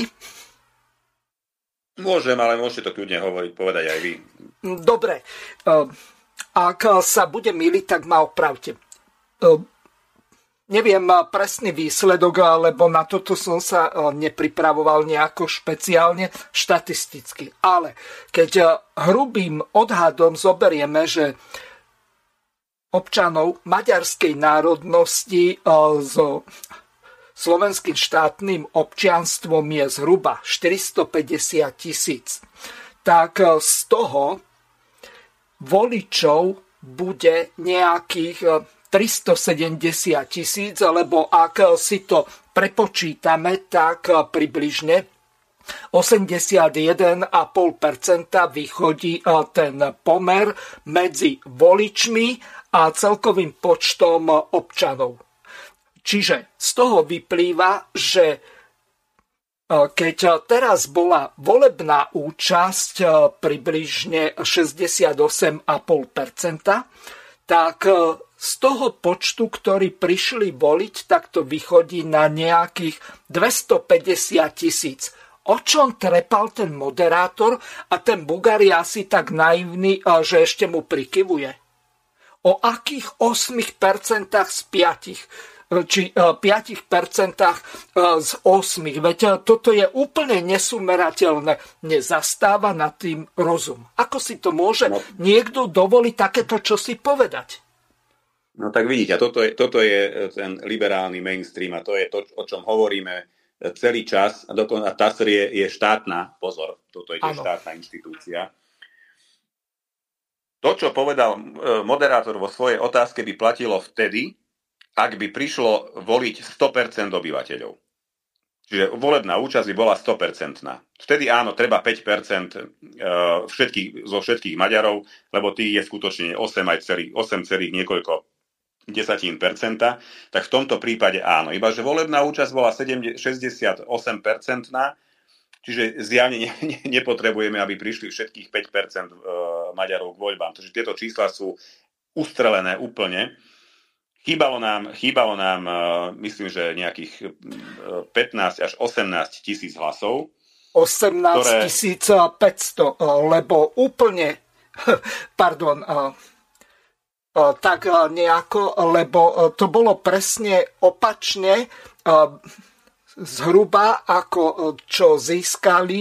Môžem, ale môžete to kľudne hovoriť, povedať aj vy. Dobre. Ak sa bude myliť, tak ma opravte. Neviem presný výsledok, lebo na toto som sa nepripravoval nejako špeciálne štatisticky. Ale keď hrubým odhadom zoberieme, že občanov maďarskej národnosti so slovenským štátnym občianstvom je zhruba 450 000, tak z toho voličov bude nejakých 370 000, lebo ak si to prepočítame, tak približne 81,5% vychodí ten pomer medzi voličmi a celkovým počtom občanov. Čiže z toho vyplýva, že keď teraz bola volebná účasť približne 68,5%, tak z toho počtu, ktorí prišli voliť, tak to vychodí na nejakých 250 000. O čom trepal ten moderátor a ten Bugár je asi tak naivný, že ešte mu prikyvuje? O akých 8% z 5%? Či 5% z 8%. Veď toto je úplne nesumerateľné. Nezastáva nad tým rozum. Ako si to môže niekto dovoliť takéto čosi povedať? No tak vidíte, toto je ten liberálny mainstream a to je to, o čom hovoríme celý čas. A TASR je štátna, pozor, toto je štátna inštitúcia. To, čo povedal moderátor vo svojej otázke, by platilo vtedy, ak by prišlo voliť 100% obyvateľov. Čiže volebná účasť by bola 100%. Vtedy áno, treba 5% zo všetkých Maďarov, lebo tých je skutočne 8 niekoľko desatín%, tak v tomto prípade áno. Iba, že volebná účasť bola 68%, čiže zjavne nepotrebujeme, aby prišli všetkých 5% Maďarov k voľbám. Takže tieto čísla sú ustrelené úplne. Chýbalo nám, myslím, že nejakých 15 až 18 tisíc hlasov. 18 500, lebo úplne, pardon, tak nejako, lebo to bolo presne opačne, zhruba ako čo získali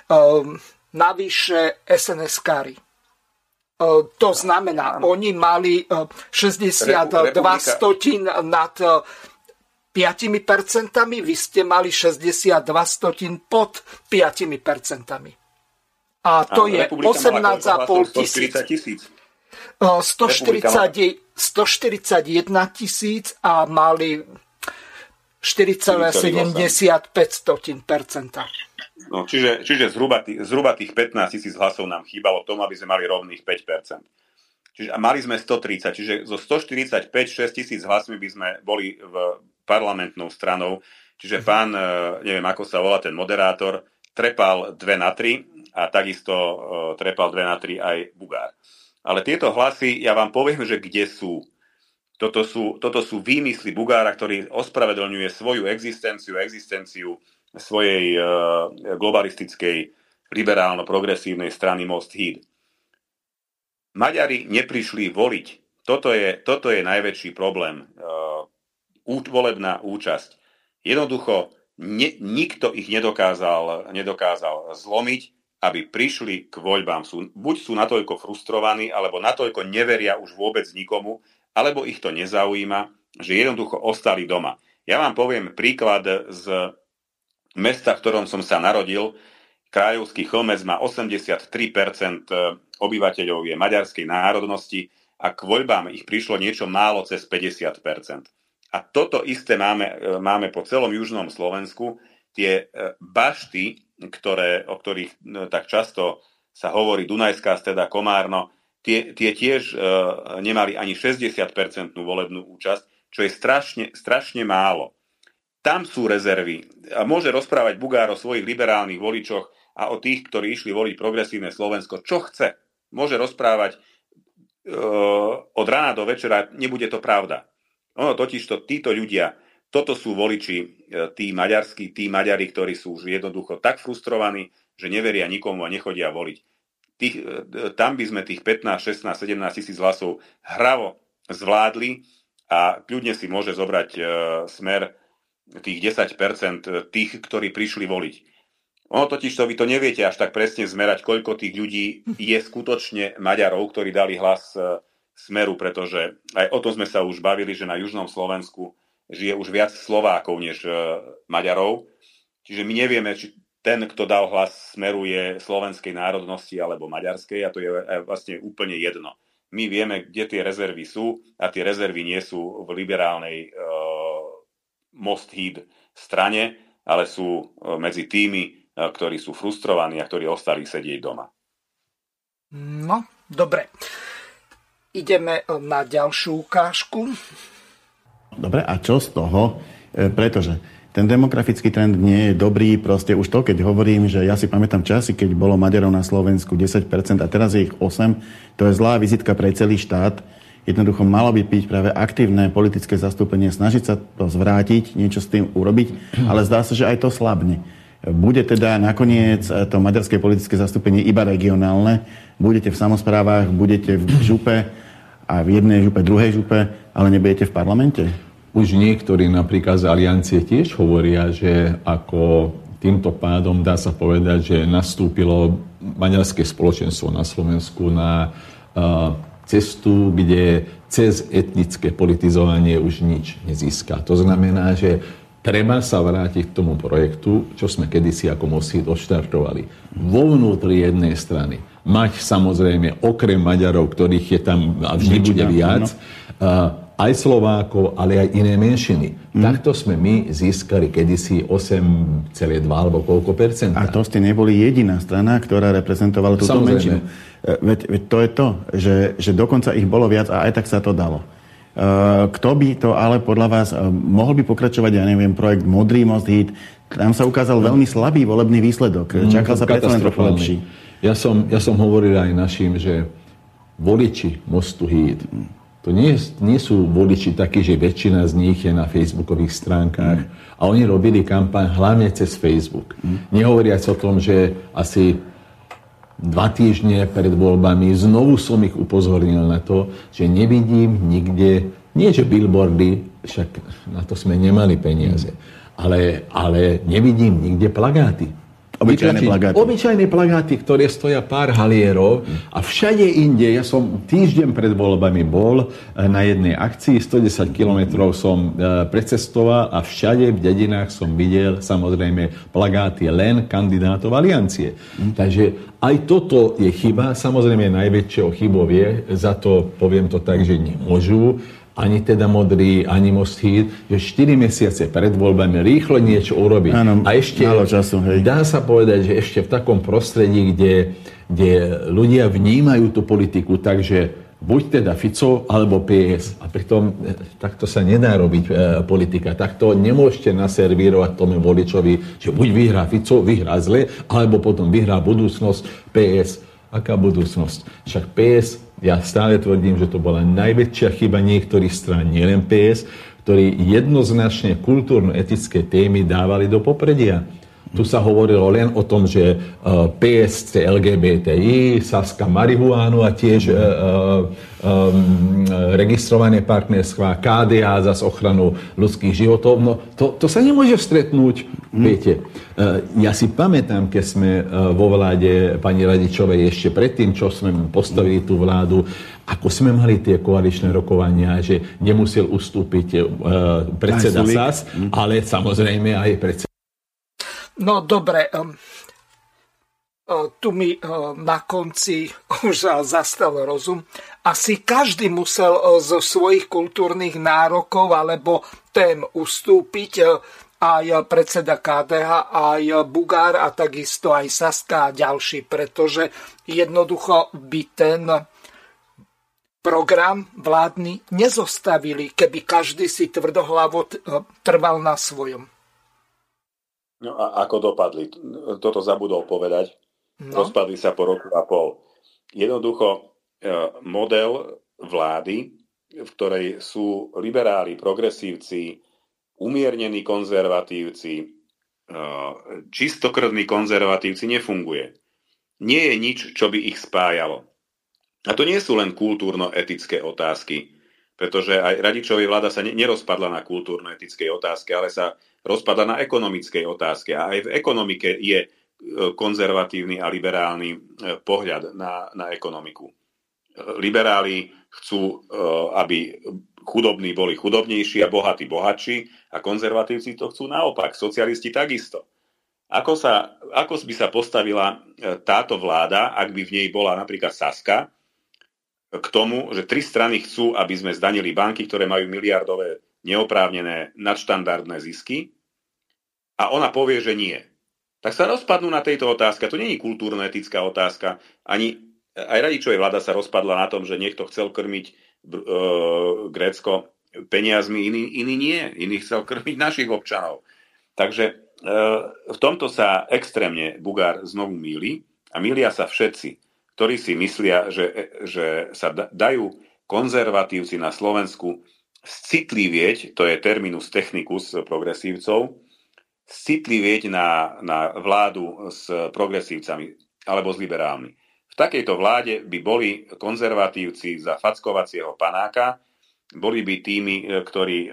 navyše SNS-kári. To znamená, oni mali 62 stotín nad 5%, vy ste mali 62 stotín pod 5%. A to je 18,5 tisíc. 141 000 a mali 4,75%. No, čiže zhruba tých 15 000 hlasov nám chýbalo tomu, aby sme mali rovných 5%. Čiže, a mali sme 130, čiže zo 145-6 000 hlasmi by sme boli v parlamentnou stranou. Čiže pán, neviem ako sa volá ten moderátor, trepal 2-3 a takisto trepal 2-3 aj Bugár. Ale tieto hlasy, ja vám poviem, že kde sú. Toto sú výmysly Bugára, ktorý ospravedlňuje svoju existenciu svojej globalistickej liberálno-progresívnej strany Most Híd. Maďari neprišli voliť. Toto je najväčší problém. Volebná účasť. Jednoducho nikto ich nedokázal zlomiť, aby prišli k voľbám. Buď sú natoľko frustrovaní, alebo natoľko neveria už vôbec nikomu, alebo ich to nezaujíma, že jednoducho ostali doma. Ja vám poviem príklad z mesta, v ktorom som sa narodil. Kráľovský Chlmec má 83% obyvateľov je maďarskej národnosti a k voľbám ich prišlo niečo málo cez 50%. A toto isté máme po celom južnom Slovensku. Tie bašty, o ktorých tak často sa hovorí, Dunajská Streda, Komárno, tie tiež nemali ani 60% volebnú účasť, čo je strašne málo. Tam sú rezervy. A môže rozprávať Bugár o svojich liberálnych voličoch a o tých, ktorí išli voliť progresívne Slovensko, čo chce. Môže rozprávať od rána do večera, nebude to pravda. Ono totižto, títo ľudia, toto sú voliči, tí maďarskí, tí Maďari, ktorí sú už jednoducho tak frustrovaní, že neveria nikomu a nechodia voliť. Tam by sme tých 15, 16, 17 tisíc hlasov hravo zvládli a kľudne si môže zobrať Smer tých 10% tých, ktorí prišli voliť. Ono totižto, vy to neviete až tak presne zmerať, koľko tých ľudí je skutočne Maďarov, ktorí dali hlas Smeru, pretože aj o tom sme sa už bavili, že na južnom Slovensku žije už viac Slovákov než Maďarov. Čiže my nevieme, či ten, kto dal hlas Smeru, je slovenskej národnosti alebo maďarskej, a to je vlastne úplne jedno. My vieme, kde tie rezervy sú, a tie rezervy nie sú v liberálnej Most Híd strane, ale sú medzi tými, ktorí sú frustrovaní a ktorí ostali sedieť doma. No, dobre. Ideme na ďalšiu ukážku. Dobre, a čo z toho? Pretože ten demografický trend nie je dobrý, proste už to, keď hovorím, že ja si pamätám časy, keď bolo Maďarov na Slovensku 10% a teraz je ich 8%, to je zlá vizitka pre celý štát. Jednoducho malo by byť práve aktívne politické zastúpenie, snažiť sa to zvrátiť, niečo s tým urobiť, ale zdá sa, že aj to slabne. Bude teda nakoniec to maďarské politické zastúpenie iba regionálne, budete v samosprávach, budete v župe a v jednej župe, druhej župe, ale nebudete v parlamente? Už niektorí napríklad z Aliancie tiež hovoria, že ako týmto pádom dá sa povedať, že nastúpilo maďarské spoločenstvo na Slovensku na cestu, kde cez etnické politizovanie už nič nezíska. To znamená, že treba sa vrátiť k tomu projektu, čo sme kedysi ako Most Híd odštartovali. Vo vnútri jednej strany mať samozrejme okrem Maďarov, ktorých je tam a vždy bude viac, aj Slovákov, ale aj iné menšiny. Takto sme my získali kedysi 8,2 alebo koľko percenta. A to ste neboli jediná strana, ktorá reprezentovala túto menšinu. Veď to je to, že dokonca ich bolo viac a aj tak sa to dalo. Kto by to ale podľa vás mohol by pokračovať, ja neviem, projekt Modrý Most Híd? Tam sa ukázal veľmi slabý volebný výsledok. Čakal sa predsa len trochu lepší. Ja som hovoril aj našim, že voliči Mostu Híd, to nie sú voliči takí, že väčšina z nich je na facebookových stránkach a oni robili kampaň hlavne cez Facebook. Nehovoriac o tom, že asi 2 týždne pred voľbami znovu som ich upozornil na to, že nevidím nikde, nie že billboardy, však na to sme nemali peniaze, ale nevidím nikde plagáty. Obyčajné plagáty, ktoré stoja pár halierov a všade inde, ja som týždeň pred voľbami bol na jednej akcii, 110 kilometrov som precestoval a všade v dedinách som videl samozrejme plagáty len kandidátov Aliancie. Takže aj toto je chyba, samozrejme najväčšou chybou je, za to poviem to tak, že nemôžu ani teda Modrý, ani Most Híd, že 4 mesiace pred voľbami rýchlo niečo urobiť. Áno, a ešte času, hej. Dá sa povedať, že ešte v takom prostredí, kde ľudia vnímajú tú politiku, takže buď teda Fico, alebo PS. A pritom takto sa nedá robiť politika. Takto nemôžete naservírovať tomu voličovi, že buď vyhrá Fico, vyhrá zle, alebo potom vyhrá budúcnosť PS. Aká budúcnosť? Však PS, ja stále tvrdím, že to bola najväčšia chyba niektorých strán, nielen PS, ktorí jednoznačne kultúrno-etické témy dávali do popredia. Tu sa hovorilo len o tom, že PS chce LGBTI, Saska marihuánu a tiež registrované partnerstvá, KDA za ochranu ľudských životov. No, to sa nemôže stretnúť, viete. Ja si pamätám, keď sme vo vláde pani Radičovej ešte predtým, čo sme postavili tú vládu, ako sme mali tie koaličné rokovania, že nemusel ustúpiť predseda SAS, ale samozrejme aj predseda. No dobre, tu mi na konci už zastal rozum. Asi každý musel zo svojich kultúrnych nárokov alebo tém ustúpiť, aj predseda KDH, aj Bugár a takisto aj Saska a ďalší, pretože jednoducho by ten program vládny nezostavili, keby každý si tvrdohlavo trval na svojom. No a ako dopadli? Toto zabudol povedať. No. Rozpadli sa po roku a pol. Jednoducho, model vlády, v ktorej sú liberáli, progresívci, umiernení konzervatívci, čistokrvní konzervatívci, nefunguje. Nie je nič, čo by ich spájalo. A to nie sú len kultúrno-etické otázky, pretože aj Radičovej vláda sa nerozpadla na kultúrno-etickej otázke, ale sa rozpadla na ekonomickej otázke. A aj v ekonomike je konzervatívny a liberálny pohľad na ekonomiku. Liberáli chcú, aby chudobní boli chudobnejší a bohatí bohatší, a konzervatívci to chcú naopak, socialisti takisto. Ako by sa postavila táto vláda, ak by v nej bola napríklad Saska, k tomu, že 3 strany chcú, aby sme zdanili banky, ktoré majú miliardové, neoprávnené, nadštandardné zisky, a ona povie, že nie. Tak sa rozpadnú na tejto otázke. To nie je kultúrno-etická otázka. Aj Radičovej vláda sa rozpadla na tom, že niekto chcel krmiť Grécko peniazmi, iný nie. Iný chcel krmiť našich občanov. Takže v tomto sa extrémne Bugár znovu mýli, a mýlia sa všetci, ktorí si myslia, že sa dajú konzervatívci na Slovensku citlivieť, to je terminus technicus progresívcov, citlivieť na vládu s progresívcami alebo s liberálmi. V takejto vláde by boli konzervatívci za fackovacieho panáka, boli by tými, ktorí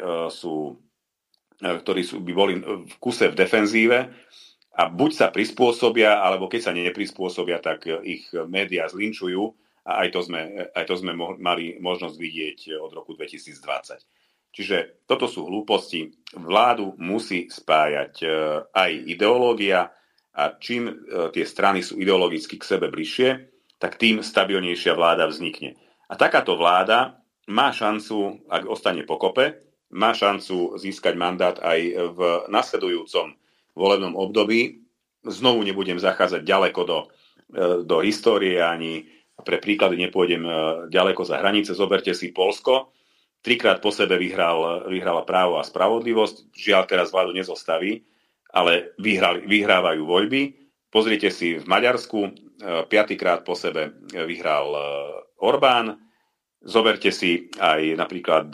by boli v kuse v defenzíve, a buď sa prispôsobia, alebo keď sa neprispôsobia, tak ich médiá zlinčujú, a aj to sme mali možnosť vidieť od roku 2020. Čiže toto sú hlúposti. Vládu musí spájať aj ideológia, a čím tie strany sú ideologicky k sebe bližšie, tak tým stabilnejšia vláda vznikne. A takáto vláda má šancu, ak ostane pokope, má šancu získať mandát aj v nasledujúcom volebnom období. Znovu nebudem zachádzať ďaleko do histórie, ani pre príklady nepôjdem ďaleko za hranice. Zoberte si Poľsko. 3-krát po sebe vyhrala Právo a spravodlivosť. Žiaľ, teraz vládu nezostaví, ale vyhrávajú voľby. Pozrite si v Maďarsku, 5-krát po sebe vyhral Orbán. Zoberte si aj napríklad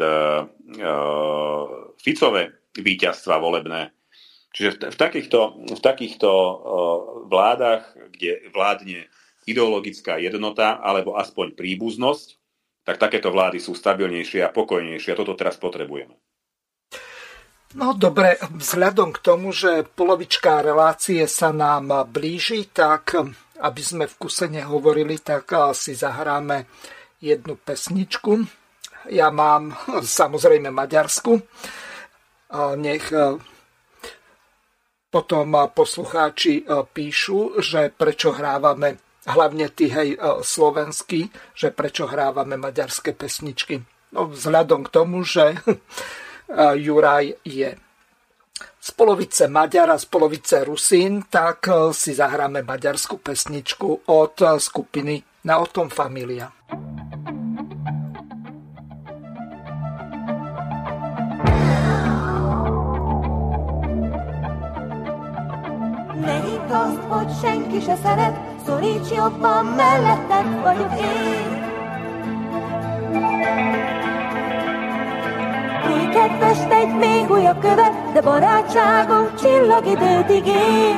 Ficové víťazstva volebné. Čiže v takýchto vládach, kde vládne ideologická jednota alebo aspoň príbuznosť, tak takéto vlády sú stabilnejšie a pokojnejšie. A toto teraz potrebujeme. No dobre, vzhľadom k tomu, že polovička relácie sa nám blíži, tak aby sme v kuse nehovorili, tak si zahráme jednu pesničku. Ja mám samozrejme maďarsku. Nech potom poslucháči píšu, že prečo hrávame, hlavne tí slovenskí, že prečo hrávame maďarské pesničky. No, vzhľadom k tomu, že Juraj je z polovice Maďar a z polovice Rusín, tak si zahráme maďarskú pesničku od skupiny Naotom Familia. Melyik azt, hogy senki se szeret, szoríts jobban, melletted vagyok én. Új kedves, egy még újabb követ, de barátságunk csillagidőt ígér.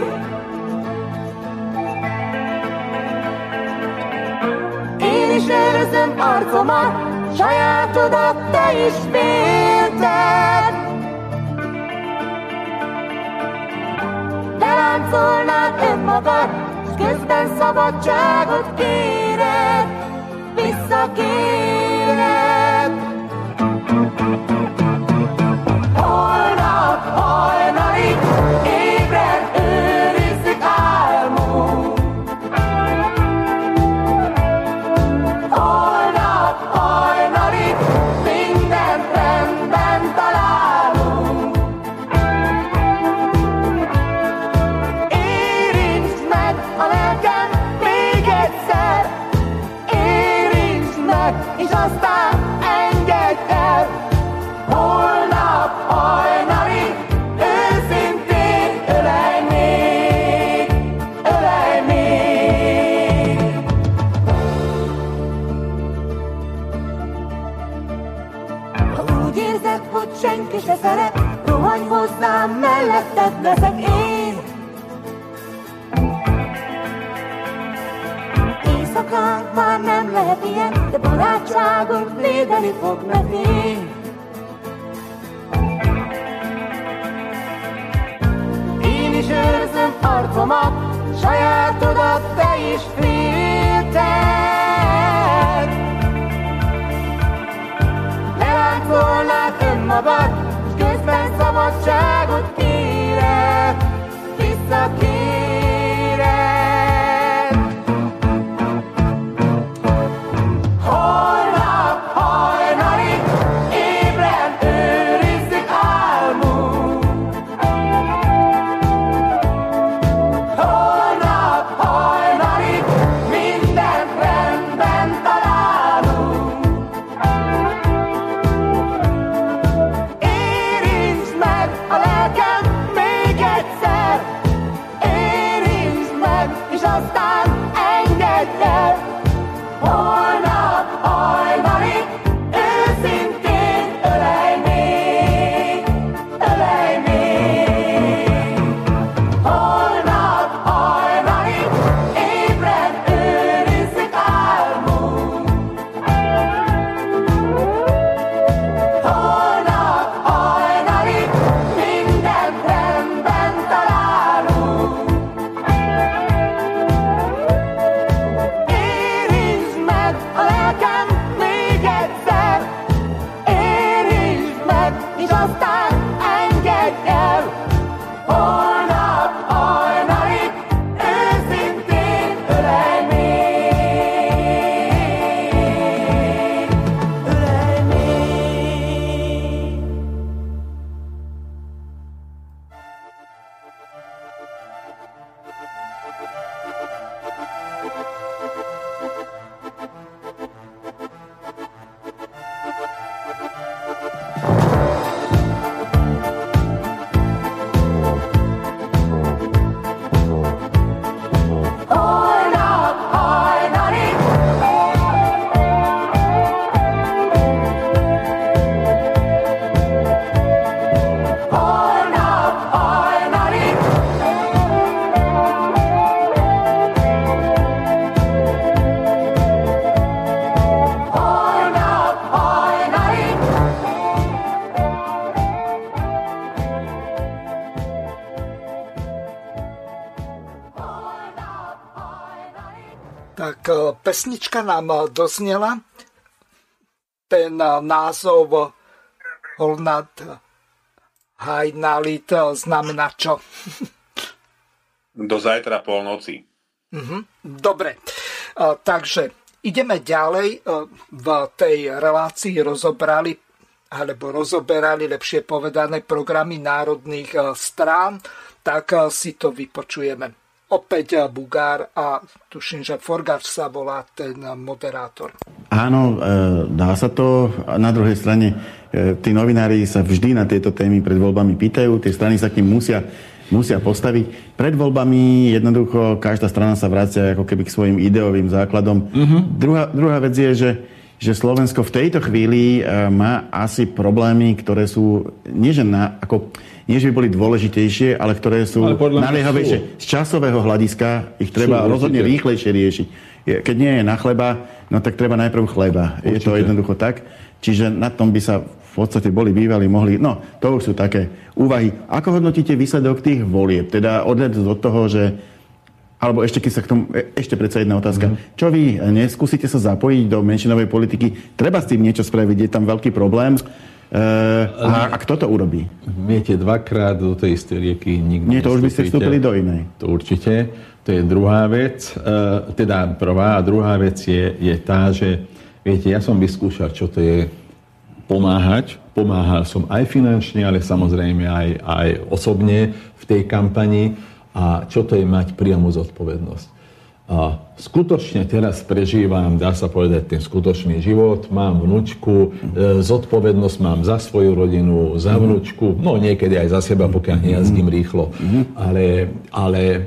Én is őrzöm arcomat, sajátodat te is félted. Te láncolnád önmagad, s közben szabadságot kéred, visszakéred. Holnap hajnalig ébren őrizzük álmunk. Holnap hajnalig mindent rendben találunk. Érintsd meg a lelkem még egyszer, érintsd meg, és aztán engedj el. feletted leszek én. Éjszakánk már nem lehet ilyen, de barátságunk védeni fog nekünk. Én is őrzöm arcomat, sajátodat te is félted. Leláncolnád önmagad, s közben szabadságot kéred, visszakéred. Holnap hajnalig ébren őrizzük álmunk. Holnap hajnalig mindent rendben találunk. Érintsd meg a lelkem még egyszer, érintsd meg, és aztán engedd el. Holnap hajnalig őszintén ölej még, ölej még. Holnap hajnalig ébren őrizzük álmunk. Holnap hajnalig mindent rendben találunk. Érintsd meg a lelkem még egyszer, érintsd meg, és aztán engedj el. Holnap hajnalig őszintén ölej még, ölej még. Holnap hajnalig holnap hajnalig holnap hajnalig Tak pesnička nám doznela. Ten názov Holnap hajnalig znamená čo? Do zajtra polnoci. Dobre, takže ideme ďalej. V tej relácii rozoberali lepšie povedané programy národných strán, tak si to vypočujeme. Opäť Bugár a tuším, že Forgáč sa volá ten moderátor. Áno, dá sa to. Na druhej strane, tí novinári sa vždy na tieto témy pred voľbami pýtajú, tie strany sa k nim musia postaviť. Pred voľbami jednoducho každá strana sa vracia ako keby k svojim ideovým základom. Druhá vec je, že Slovensko v tejto chvíli má asi problémy, ktoré sú nie že by boli dôležitejšie, ale ktoré sú naliehavejšie. Z časového hľadiska ich treba rozhodne rýchlejšie riešiť. Keď nie je na chleba, no tak treba najprv chleba. Určite. Je to jednoducho tak. Čiže na tom by sa v podstate bývali mohli... No, to už sú také úvahy. Ako hodnotíte výsledok tých volieb? Teda odhľadnúť od toho, že... Alebo ešte, keď sa k tomu... Ešte predsa jedna otázka. Čo vy, neskúsite sa zapojiť do menšinovej politiky? Treba s tým niečo spraviť? Je tam veľký problém? A kto to urobí? Viete, dvakrát do tej istej rieky nikdy nie, to už by ste vstúpili do inej. To určite. To je druhá vec. Teda prvá a druhá vec je tá, že viete, ja som vyskúšal, čo to je pomáhať. Pomáhal som aj finančne, ale samozrejme aj osobne v tej kampani. A čo to je mať priamu zodpovednosť. A skutočne teraz prežívam, dá sa povedať, ten skutočný život. Mám vnučku, zodpovednosť mám za svoju rodinu, za vnučku, no niekedy aj za seba, pokiaľ nejazdím rýchlo. Ale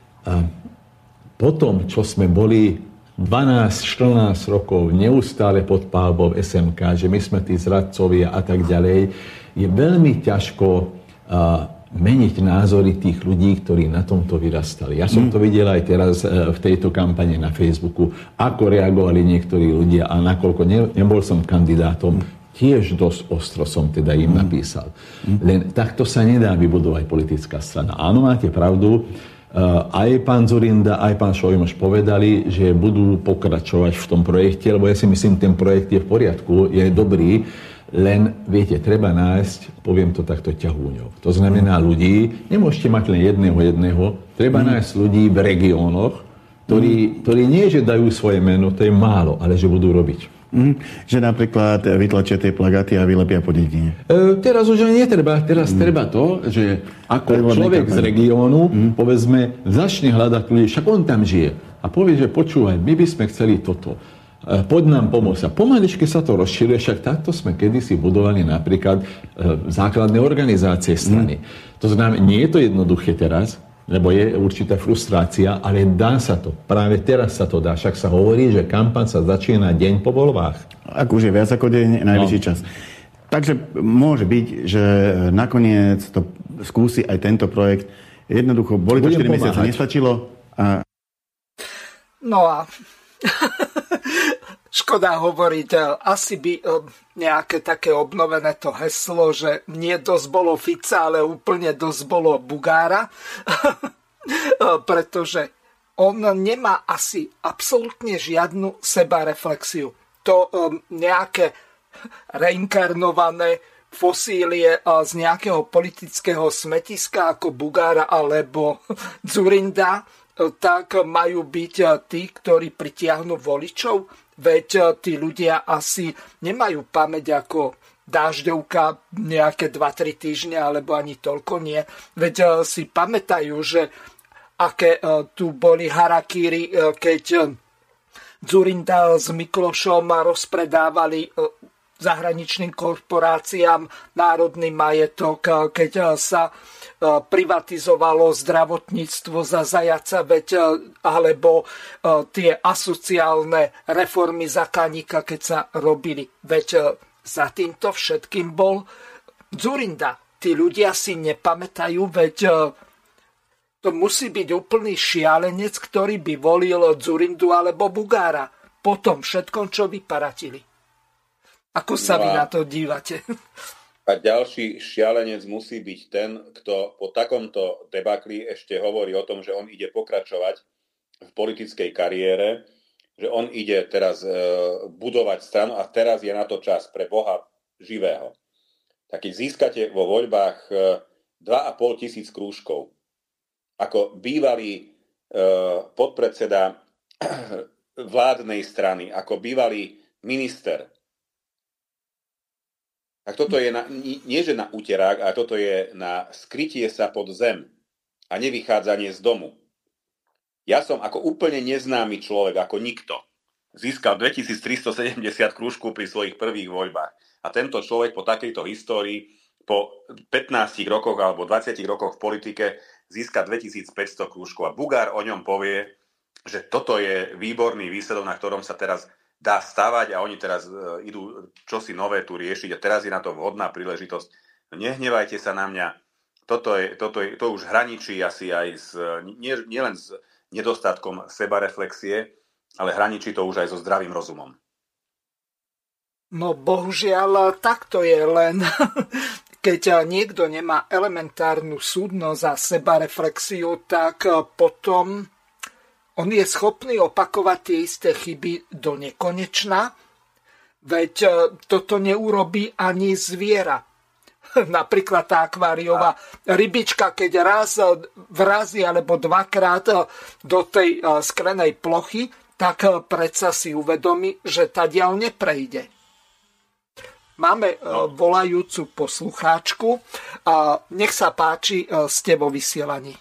potom, čo sme boli 12-14 rokov neustále pod palbou SMK, že my sme tí zradcovia a tak ďalej, je veľmi ťažko meniť názory tých ľudí, ktorí na tomto vyrastali. Ja som to videl aj teraz v tejto kampane na Facebooku, ako reagovali niektorí ľudia a nakoľko nebol som kandidátom, tiež dosť ostro som teda im napísal. Len takto sa nedá vybudovať politická strana. Áno, máte pravdu, aj pán Dzurinda, aj pán Šojmoš povedali, že budú pokračovať v tom projekte, lebo ja si myslím, ten projekt je v poriadku, je dobrý, len, viete, treba nájsť, poviem to takto, ťahúňov. To znamená ľudí, nemôžete mať len jedného, treba nájsť ľudí v regiónoch, ktorí nie, že dajú svoje meno, to je málo, ale že budú robiť. Že napríklad vytlačia tie plagáty a vylepia po dedine. Teraz už ani netreba. Teraz treba to, že ako človek z regiónu, povedzme, začne hľadať ľudí, však on tam žije. A povie, že počúvaj, my by sme chceli toto. Poď nám pomôcť. A pomaličke sa to rozširuje, však takto sme kedysi budovali napríklad základné organizácie strany. To znamená, nie je to jednoduché teraz, lebo je určitá frustrácia, ale dá sa to. Práve teraz sa to dá. Však sa hovorí, že kampaň sa začína deň po voľbách. Ak už je viac ako deň, najvyšší čas. Takže môže byť, že nakoniec to skúsi aj tento projekt. Jednoducho, boli to 4 mesiace, nestačilo. No a škoda hovoriť, asi by nejaké také obnovené to heslo, že nie dosť bolo Fica, ale úplne dosť bolo Bugára, pretože on nemá asi absolútne žiadnu sebareflexiu. To nejaké reinkarnované fosílie z nejakého politického smetiska ako Bugára alebo Dzurinda, tak majú byť tí, ktorí pritiahnu voličov. Veď tí ľudia asi nemajú pamäť ako dážďovka nejaké 2-3 týždne, alebo ani toľko nie. Veď si pamätajú, že aké tu boli harakíry, keď Dzurinda s Miklošom rozpredávali zahraničným korporáciám národný majetok, keď sa privatizovalo zdravotníctvo za zajaca, alebo tie asociálne reformy za Kaníka, keď sa robili. Veď za týmto všetkým bol Dzurinda. Tí ľudia si nepamätajú, veď to musí byť úplný šialenec, ktorý by volil Dzurindu alebo Bugára po tom všetkom, čo vyparatili. Ako sa vy na to dívate? A ďalší šialenec musí byť ten, kto po takomto debakli ešte hovorí o tom, že on ide pokračovať v politickej kariére, že on ide teraz budovať stranu a teraz je na to čas pre Boha živého. Tak keď získate vo voľbách 2,5 tisíc krúžkov, ako bývalý podpredseda vládnej strany, ako bývalý minister, tak toto je nie že na uterák, ale toto je na skrytie sa pod zem a nevychádzanie z domu. Ja som ako úplne neznámy človek, ako nikto, získal 2370 krúžkov pri svojich prvých voľbách. A tento človek po takejto histórii, po 15 rokoch alebo 20 rokoch v politike, získa 2500 krúžkov. A Bugár o ňom povie, že toto je výborný výsledok, na ktorom sa teraz dá stavať a oni teraz idú čosi nové tu riešiť a teraz je na to vhodná príležitosť. Nehnevajte sa na mňa. To už hraničí asi aj nielen s nedostatkom sebareflexie, ale hraničí to už aj so zdravým rozumom. No bohužiaľ, tak to je, len keď niekto nemá elementárnu súdnosť a sebareflexiu, tak potom on je schopný opakovať tie isté chyby do nekonečna, veď toto neurobí ani zviera. Napríklad tá akváriová rybička, keď raz vrazí alebo dvakrát do tej sklenej plochy, tak predsa si uvedomí, že tadiaľ neprejde. Máme volajúcu poslucháčku. Nech sa páči, ste vo vysielaní.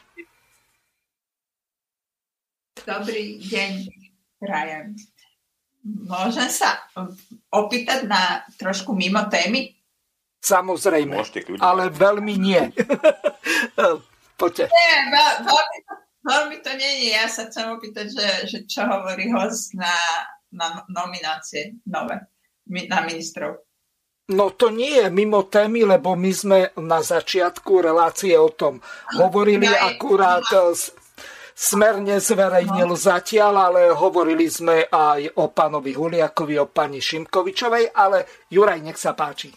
Dobrý deň, prajem. Môžem sa opýtať na trošku mimo témy? Samozrejme, ale veľmi nie. Poďte. Nie, veľmi to nie je. Ja sa chcem opýtať, že čo hovorí host na nominácie nové, na ministrov. No to nie je mimo témy, lebo my sme na začiatku relácie o tom hovorili, akurát Smer nezverejnil zatiaľ, ale hovorili sme aj o pánovi Huliakovi, o pani Šimkovičovej, ale Juraj, nech sa páči.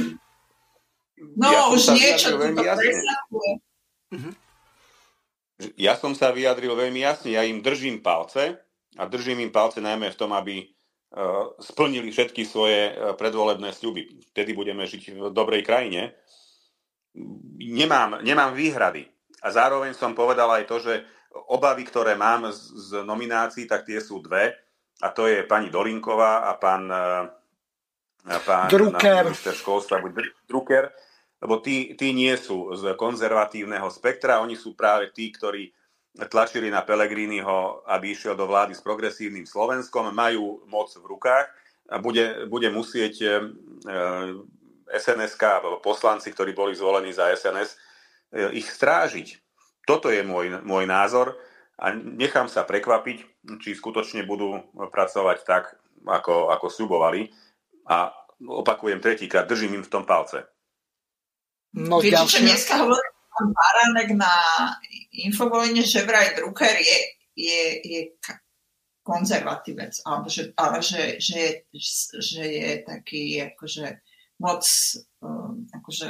No, už niečo to presahuje. Ja som sa vyjadril veľmi jasne, ja im držím palce a držím im palce najmä v tom, aby splnili všetky svoje predvolebné sľuby. Vtedy budeme žiť v dobrej krajine. Nemám výhrady. A zároveň som povedal aj to, že obavy, ktoré mám z nominácií, tak tie sú dve. A to je pani Dolinková a pán minister školstva Drucker. Lebo tí nie sú z konzervatívneho spektra. Oni sú práve tí, ktorí tlačili na Pellegriniho, aby išiel do vlády s progresívnym Slovenskom, majú moc v rukách a bude musieť SNS-ka alebo poslanci, ktorí boli zvolení za SNS, ich strážiť. Toto je môj názor a nechám sa prekvapiť, či skutočne budú pracovať tak, ako sľubovali. A opakujem tretíkrát, držím im v tom palce. No, viete, čo dneska hovorí pán Baránek na Infovojne, že vraj Drucker je konzervatívec, ale že je taký akože moc akože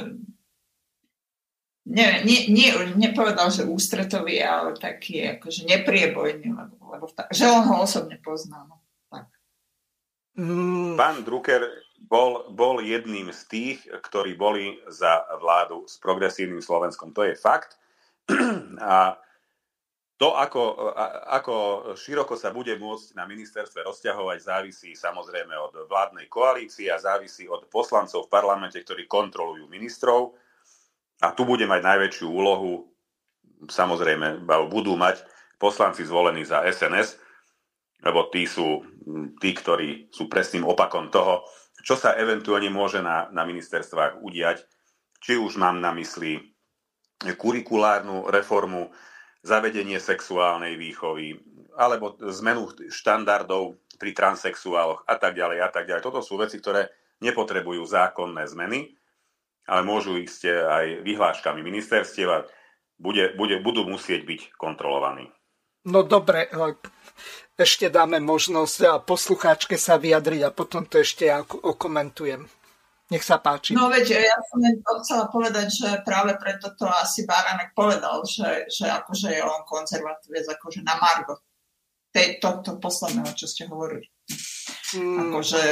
nepovedal, že ústretový, ale taký akože nepriebojný, lebo že on ho osobne pozná. No. Tak. Pán Drucker bol jedným z tých, ktorí boli za vládu s progresívnym Slovenskom. To je fakt. A to, ako široko sa bude môcť na ministerstve rozťahovať, závisí samozrejme od vládnej koalície a závisí od poslancov v parlamente, ktorí kontrolujú ministrov. A tu bude mať najväčšiu úlohu, samozrejme, budú mať poslanci zvolení za SNS, lebo tí sú tí, ktorí sú presným opakom toho, čo sa eventuálne môže na ministerstvách udiať. Či už mám na mysli kurikulárnu reformu, zavedenie sexuálnej výchovy, alebo zmenu štandardov pri transsexuáloch a tak ďalej a tak ďalej. Toto sú veci, ktoré nepotrebujú zákonné zmeny, ale môžu ísť aj vyhláškami ministerstiev a budú musieť byť kontrolovaní. No dobre, ešte dáme možnosť poslucháčke sa vyjadriť a potom to ešte ja okomentujem. Nech sa páči. No veď, ja som chcela povedať, že práve preto to asi Baránek povedal, že akože je on konzervatívec, akože na margo tohto posledného, čo ste hovorili. Akože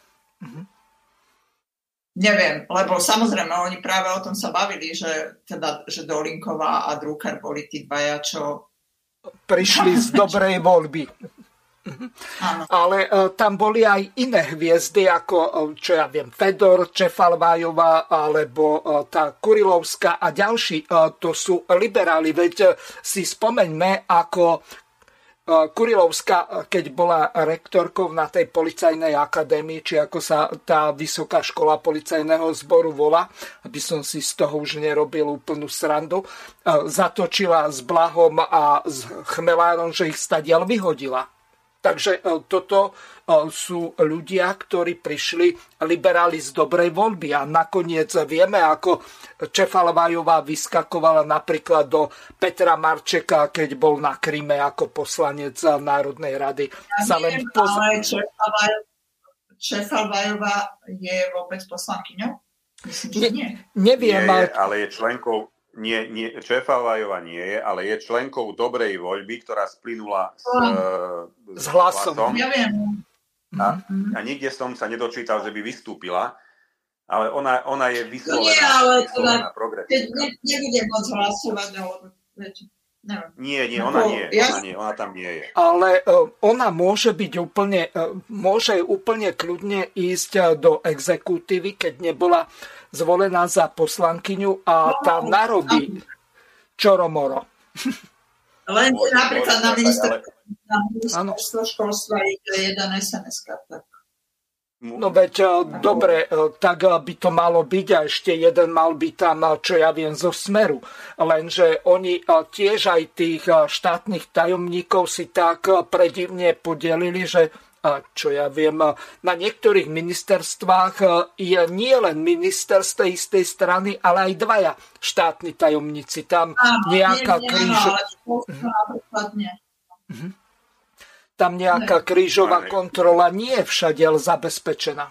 neviem, lebo samozrejme oni práve o tom sa bavili, že Dolinková a Drucker boli tí dvaja, čo prišli z dobrej voľby. Ale tam boli aj iné hviezdy, ako, čo ja viem, Fedor, Čefalvájová, alebo tá Kurilovská a ďalší. To sú liberáli, veď si spomeňme, ako Kurilovská, keď bola rektorkou na tej policajnej akadémii, či ako sa tá vysoká škola policajného zboru volá, aby som si z toho už nerobil úplnú srandu, zatočila s Blahom a s Chmelárom, že ich stadiaľ vyhodila. Takže toto sú ľudia, ktorí prišli liberáli z dobrej voľby a nakoniec vieme, ako Čefalvájová vyskakovala napríklad do Petra Marčeka, keď bol na Kryme ako poslanec Národnej rady. Ale Čefalvájová je vôbec poslankyňou? Myslím, že nie. Neviem, ale je členkou. Nie, Čefalvájová nie je, ale je členkou dobrej voľby, ktorá splynula s hlasom. Ja viem. A nikde som sa nedočítal, že by vystúpila, ale ona je vyslovená. Nie, ale keď nebude môcť hlasovať, Nie, ona tam nie je. Ale ona môže byť môže úplne kľudne ísť do exekutívy, keď nebola zvolená za poslankyňu a tam narobí čoromoro. Len napríklad na ministerstvo školstva je jeden SNS-ka, tak. No veď, dobre, tak by to malo byť a ešte jeden mal byť tam, čo ja viem, zo Smeru. Lenže oni tiež aj tých štátnych tajomníkov si tak predivne podelili, že čo ja viem, na niektorých ministerstvách je nie len minister z tej istej strany, ale aj dvaja štátni tajomníci. Tam nejaká Tam nejaká krížová kontrola nie je všade zabezpečená.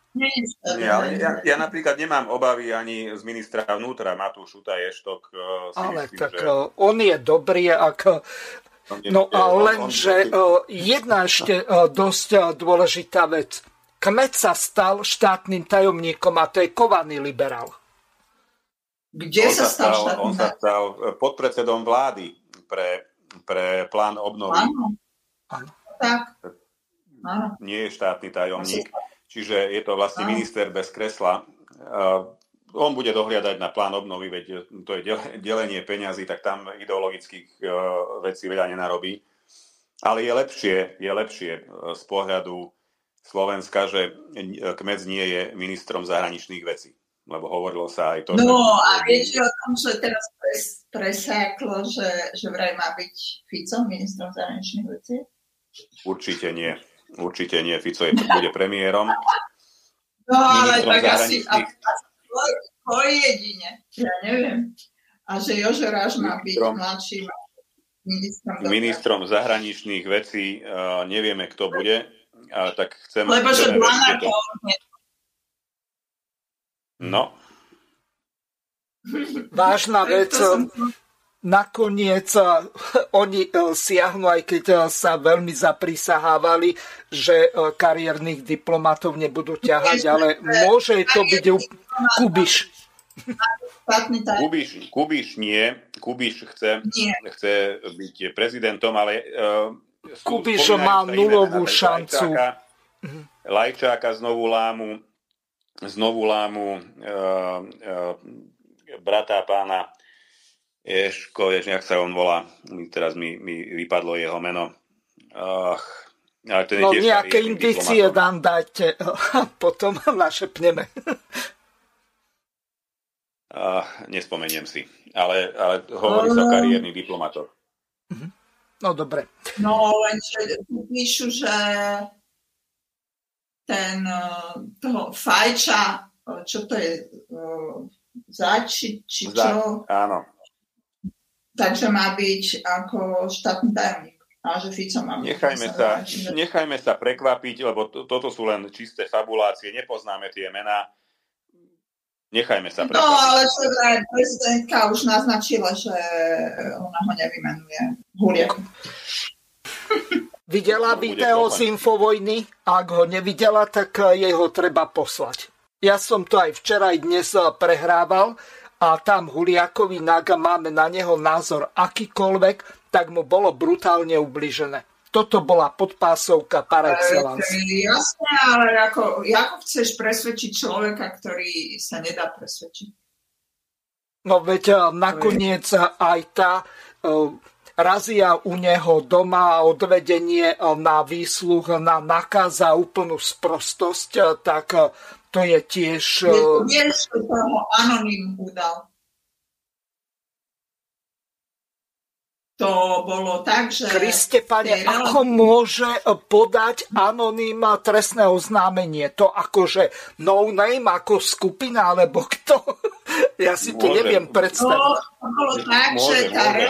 Ja napríklad nemám obavy ani z ministra vnútra, Matúš Utaještok. Ale myslím, tak že... on je dobrý, ak... No a lenže jedna ešte dosť dôležitá vec. Kmet sa stal štátnym tajomníkom a to je kovaný liberál. Kde sa stal štátnym tajomníkom? On sa stal podpredsedom vlády pre plán obnovy. Áno. Tak. Nie je štátny tajomník. Čiže je to vlastne minister bez kresla. On bude dohliadať na plán obnovy, veď to je delenie peňazí, tak tam ideologických vecí veľa nenarobí. Ale je lepšie z pohľadu Slovenska, že Kmec nie je ministrom zahraničných vecí. Lebo hovorilo sa aj to... No a viete o tom, že teraz presáklo, že vraj má byť Fico ministrom zahraničných vecí? Určite nie. Fico bude premiérom. No ale tak asi jedine. Ja neviem. A že Jožo Ráš má byť mladším ministrom zahraničných vecí. Nevieme, kto bude. Ale tak chcem... Lebo že Blana to... No. Vážna vec... Nakoniec oni siahnu, aj keď sa veľmi zaprisahávali, že kariérnych diplomatov nebudú ťahať, ale môže to byť Kubiš. Kubiš nie. Kubiš chce byť prezidentom, ale Kubiš má nulovú šancu. Lajčáka znovu lámu brata pána Ješko, nejak sa on volá. Teraz mi vypadlo jeho meno. Ale ten je tiež nejaké indície nám dajte a potom našepneme. Nespomeniem si. Ale hovorí sa kariérny diplomator. No dobre. No lenže tu píšu, že ten toho Fajča, čo to je? Zači, či čo? Áno. Takže má byť ako štátny tajomník. A že Fico má byť. Nechajme sa prekvapiť, lebo toto sú len čisté fabulácie, nepoznáme tie mená. Nechajme sa prekvapiť. No, ale čo prezidentka už naznačila, že ona ho nevymenuje. Huliak. Videla video z Infovojny? Ak ho nevidela, tak jej ho treba poslať. Ja som to aj včera aj dnes prehrával, a tam Huliakovi máme na neho názor akýkoľvek, tak mu bolo brutálne ubližené. Toto bola podpásovka par excellence. Jasné, ale ako chceš presvedčiť človeka, ktorý sa nedá presvedčiť? No veď nakoniec aj tá razia u neho doma a odvedenie na výsluh na nakaz a úplnú sprostosť, tak... To je tiež... Vieš, že toho anonym udal. To bolo tak, že... Kriste, pane, ako môže podať anonym trestné oznámenie? To akože no name, ako skupina, alebo kto? Ja si to neviem predstaviť. To bolo tak, že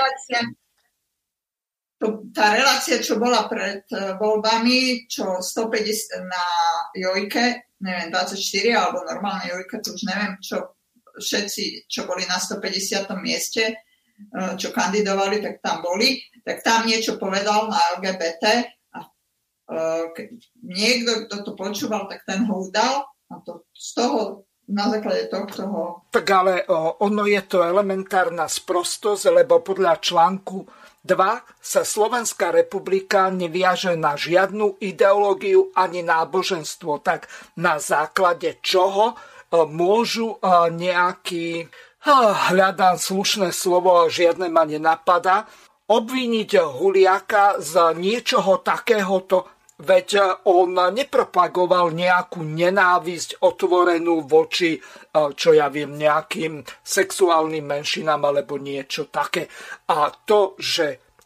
tá relácia, čo bola pred voľbami, čo 150 na Jojke, neviem, 24, alebo normálne Jojka, to už neviem, čo všetci, čo boli na 150. mieste, čo kandidovali, tak tam boli, tak tam niečo povedal na LGBT a niekto, kto to počúval, tak ten ho udal a to z toho, na základe toho... Tak ale ono je to elementárna sprostosť, lebo podľa článku 2 sa Slovenská republika neviaže na žiadnu ideológiu ani náboženstvo, tak na základe čoho môžu nejaký, hľadám slušné slovo, žiadne ma nenapadá, obviniť Huliaka z niečoho takéhoto, veď on nepropagoval nejakú nenávisť otvorenú voči, čo ja viem, nejakým sexuálnym menšinám alebo niečo také. A to, že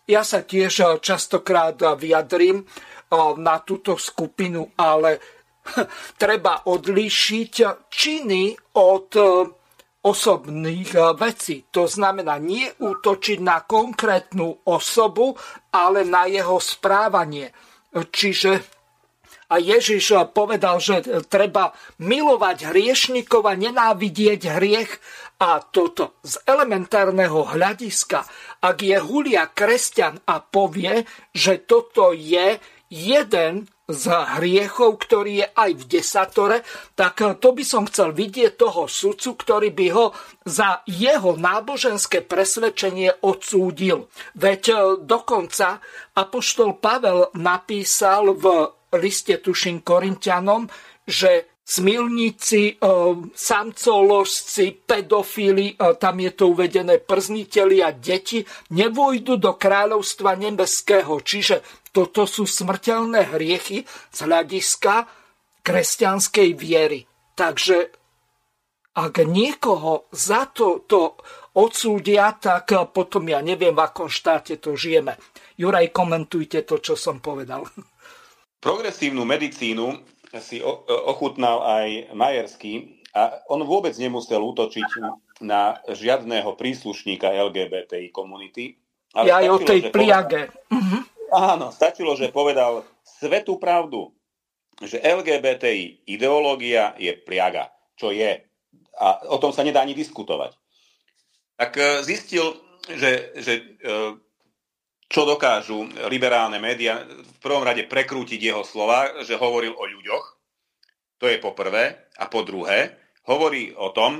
Ja sa tiež častokrát vyjadrím na túto skupinu, ale treba odlíšiť činy od osobných vecí. To znamená nie útočiť na konkrétnu osobu, ale na jeho správanie. Čiže a Ježiš povedal, že treba milovať hriešnikov a nenávidieť hriech. A toto z elementárneho hľadiska, ak je Hulia kresťan a povie, že toto je jeden z hriechov, ktorý je aj v desatore, tak to by som chcel vidieť toho sudcu, ktorý by ho za jeho náboženské presvedčenie odsúdil. Veď dokonca apoštol Pavel napísal v liste, tuším, Korinťanom, že smilníci, samcoložci, pedofíli, tam je to uvedené, przniteli a deti, nevojdu do kráľovstva nebeského. Čiže toto sú smrteľné hriechy z hľadiska kresťanskej viery. Takže ak niekoho za to odsúdia, tak potom ja neviem, v akom štáte to žijeme. Juraj, komentujte to, čo som povedal. Progresívnu medicínu si ochutnal aj Majerský a on vôbec nemusel útočiť na žiadného príslušníka LGBTI komunity. Ale aj o tej pliage. Áno, stačilo, že povedal svetú pravdu, že LGBTI ideológia je pliaga, čo je. A o tom sa nedá ani diskutovať. Tak zistil, že čo dokážu liberálne médiá, v prvom rade prekrútiť jeho slova, že hovoril o ľuďoch, to je po prvé, a po druhé, hovorili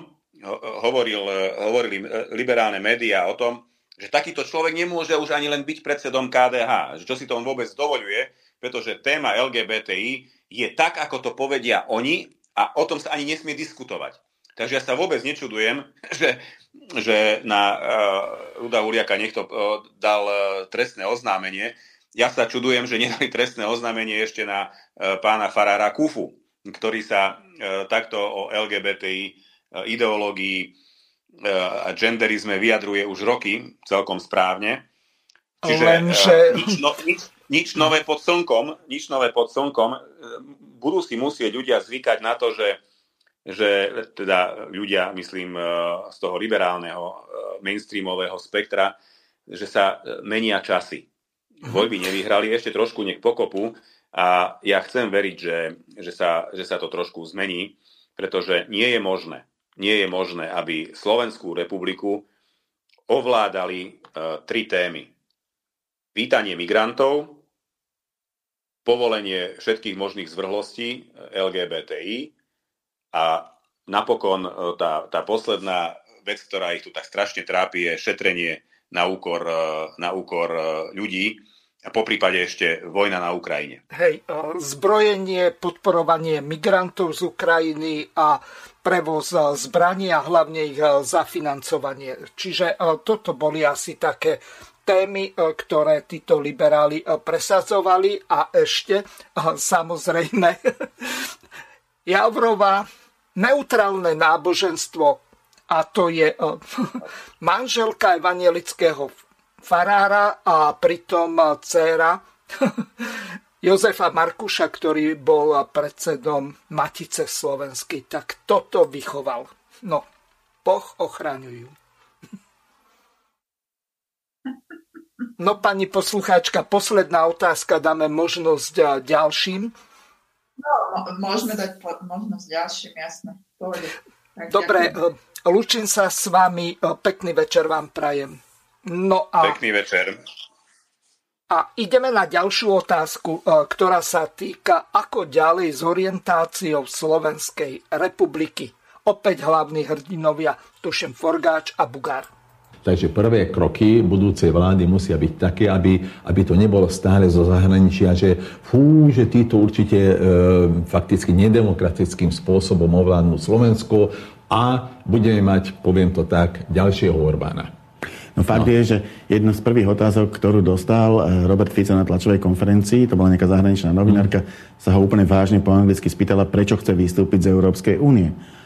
liberálne médiá o tom, že takýto človek nemôže už ani len byť predsedom KDH, že čo si to on vôbec dovoľuje, pretože téma LGBTI je tak, ako to povedia oni a o tom sa ani nesmie diskutovať. Takže ja sa vôbec nečudujem, že na Ruda Huliaka niekto dal trestné oznámenie. Ja sa čudujem, že nedali trestné oznámenie ešte na pána farára Kufu, ktorý sa takto o LGBTI ideológii a genderizme vyjadruje už roky celkom správne. Čiže nič nové pod slnkom. Budú si musieť ľudia zvykať na to, že teda ľudia, myslím, z toho liberálneho mainstreamového spektra, že sa menia časy. Voľby nevyhrali, ešte trošku nech pokopu a ja chcem veriť, že sa to trošku zmení, pretože nie je možné, aby Slovenskú republiku ovládali 3 témy. Vítanie migrantov, povolenie všetkých možných zvrhlostí LGBTI a napokon tá posledná vec, ktorá ich tu tak strašne trápi, je šetrenie na úkor ľudí a poprípade ešte vojna na Ukrajine. Hej, zbrojenie, podporovanie migrantov z Ukrajiny a prevoz zbraní a hlavne ich zafinancovanie. Čiže toto boli asi také témy, ktoré títo liberáli presadzovali a ešte samozrejme Javrova neutrálne náboženstvo, a to je manželka evangelického farára a pritom dcéra Jozefa Markuša, ktorý bol predsedom Matice slovenskej. Tak toto vychoval. No, Boh ochraňujú. No, pani poslucháčka, posledná otázka, dáme možnosť ďalším. No, môžeme dať možnosť ďalším, jasné. Dobre, lúčim sa s vami, pekný večer vám prajem. No a pekný večer. A ideme na ďalšiu otázku, ktorá sa týka, ako ďalej s orientáciou Slovenskej republiky. Opäť hlavní hrdinovia, tuším Forgáč a Bugár. Takže prvé kroky budúcej vlády musia byť také, aby to nebolo stále zo zahraničia, že títo určite fakticky nedemokratickým spôsobom ovládnu Slovensko a budeme mať, poviem to tak, ďalšieho Orbána. No fakt je, že jedna z prvých otázok, ktorú dostal Robert Fico na tlačovej konferencii, to bola nejaká zahraničná novinárka, sa ho úplne vážne po anglicky spýtala, prečo chce vystúpiť z Európskej únie.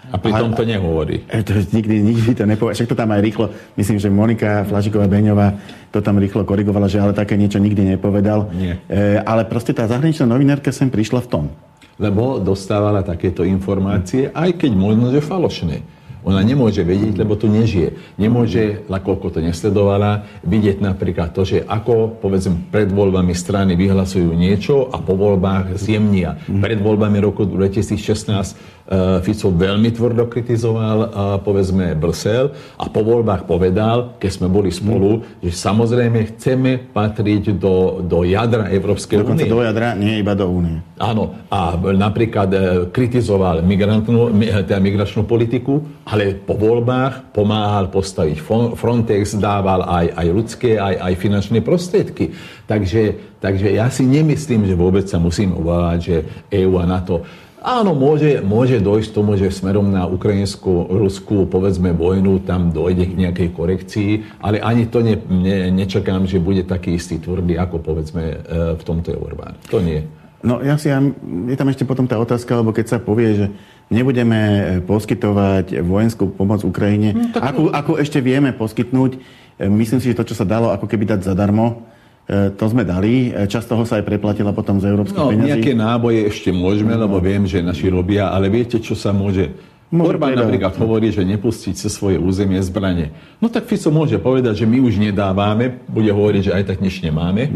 A pritom to nehovorí. Nikdy to nepovie. Však to tam aj rýchlo, myslím, že Monika Flašíková-Beňová to tam rýchlo korigovala, že ale také niečo nikdy nepovedal. Nie. Ale proste tá zahraničná novinárka sem prišla v tom. Lebo dostávala takéto informácie, aj keď možno, že falošné. Ona nemôže vedieť, lebo tu nežije. Nemôže, nakoľko to nesledovala, vidieť napríklad to, že ako, povedzme, pred voľbami strany vyhlasujú niečo a po voľbách zjemnia. Pred voľbami roku 2016 Fico veľmi tvrdo kritizoval, povedzme, Brusel a po voľbách povedal, keď sme boli spolu, že samozrejme chceme patriť do jadra Európskej únie. Dokonca do jadra, nie iba do únie. Áno, a napríklad kritizoval migračnú politiku, ale po voľbách pomáhal postaviť Frontex, dával aj ľudské, aj finančné prostriedky. Takže ja si nemyslím, že vôbec sa musím obávať, že EÚ a NATO. Áno, môže dojsť tomu, že smerom na ukrajinsko-ruskú, povedzme, vojnu tam dojde k nejakej korekcii, ale ani to nečakám, že bude taký istý tvrdý, ako povedzme v tomto je Orbán. To nie. No je tam ešte potom tá otázka, lebo keď sa povie, že nebudeme poskytovať vojenskú pomoc Ukrajine, ako ešte vieme poskytnúť, myslím si, že to, čo sa dalo ako keby dať zadarmo, to sme dali. Časť toho sa aj preplatila potom z európskych peňazí. Nejaké náboje ešte môžeme, lebo viem, že naši robia, ale viete, čo sa môže... Orbán napríklad hovorí, že nepustiť sa svoje územie zbrane. No tak Fico môže povedať, že my už nedávame, bude hovoriť, že aj tak nič nemáme,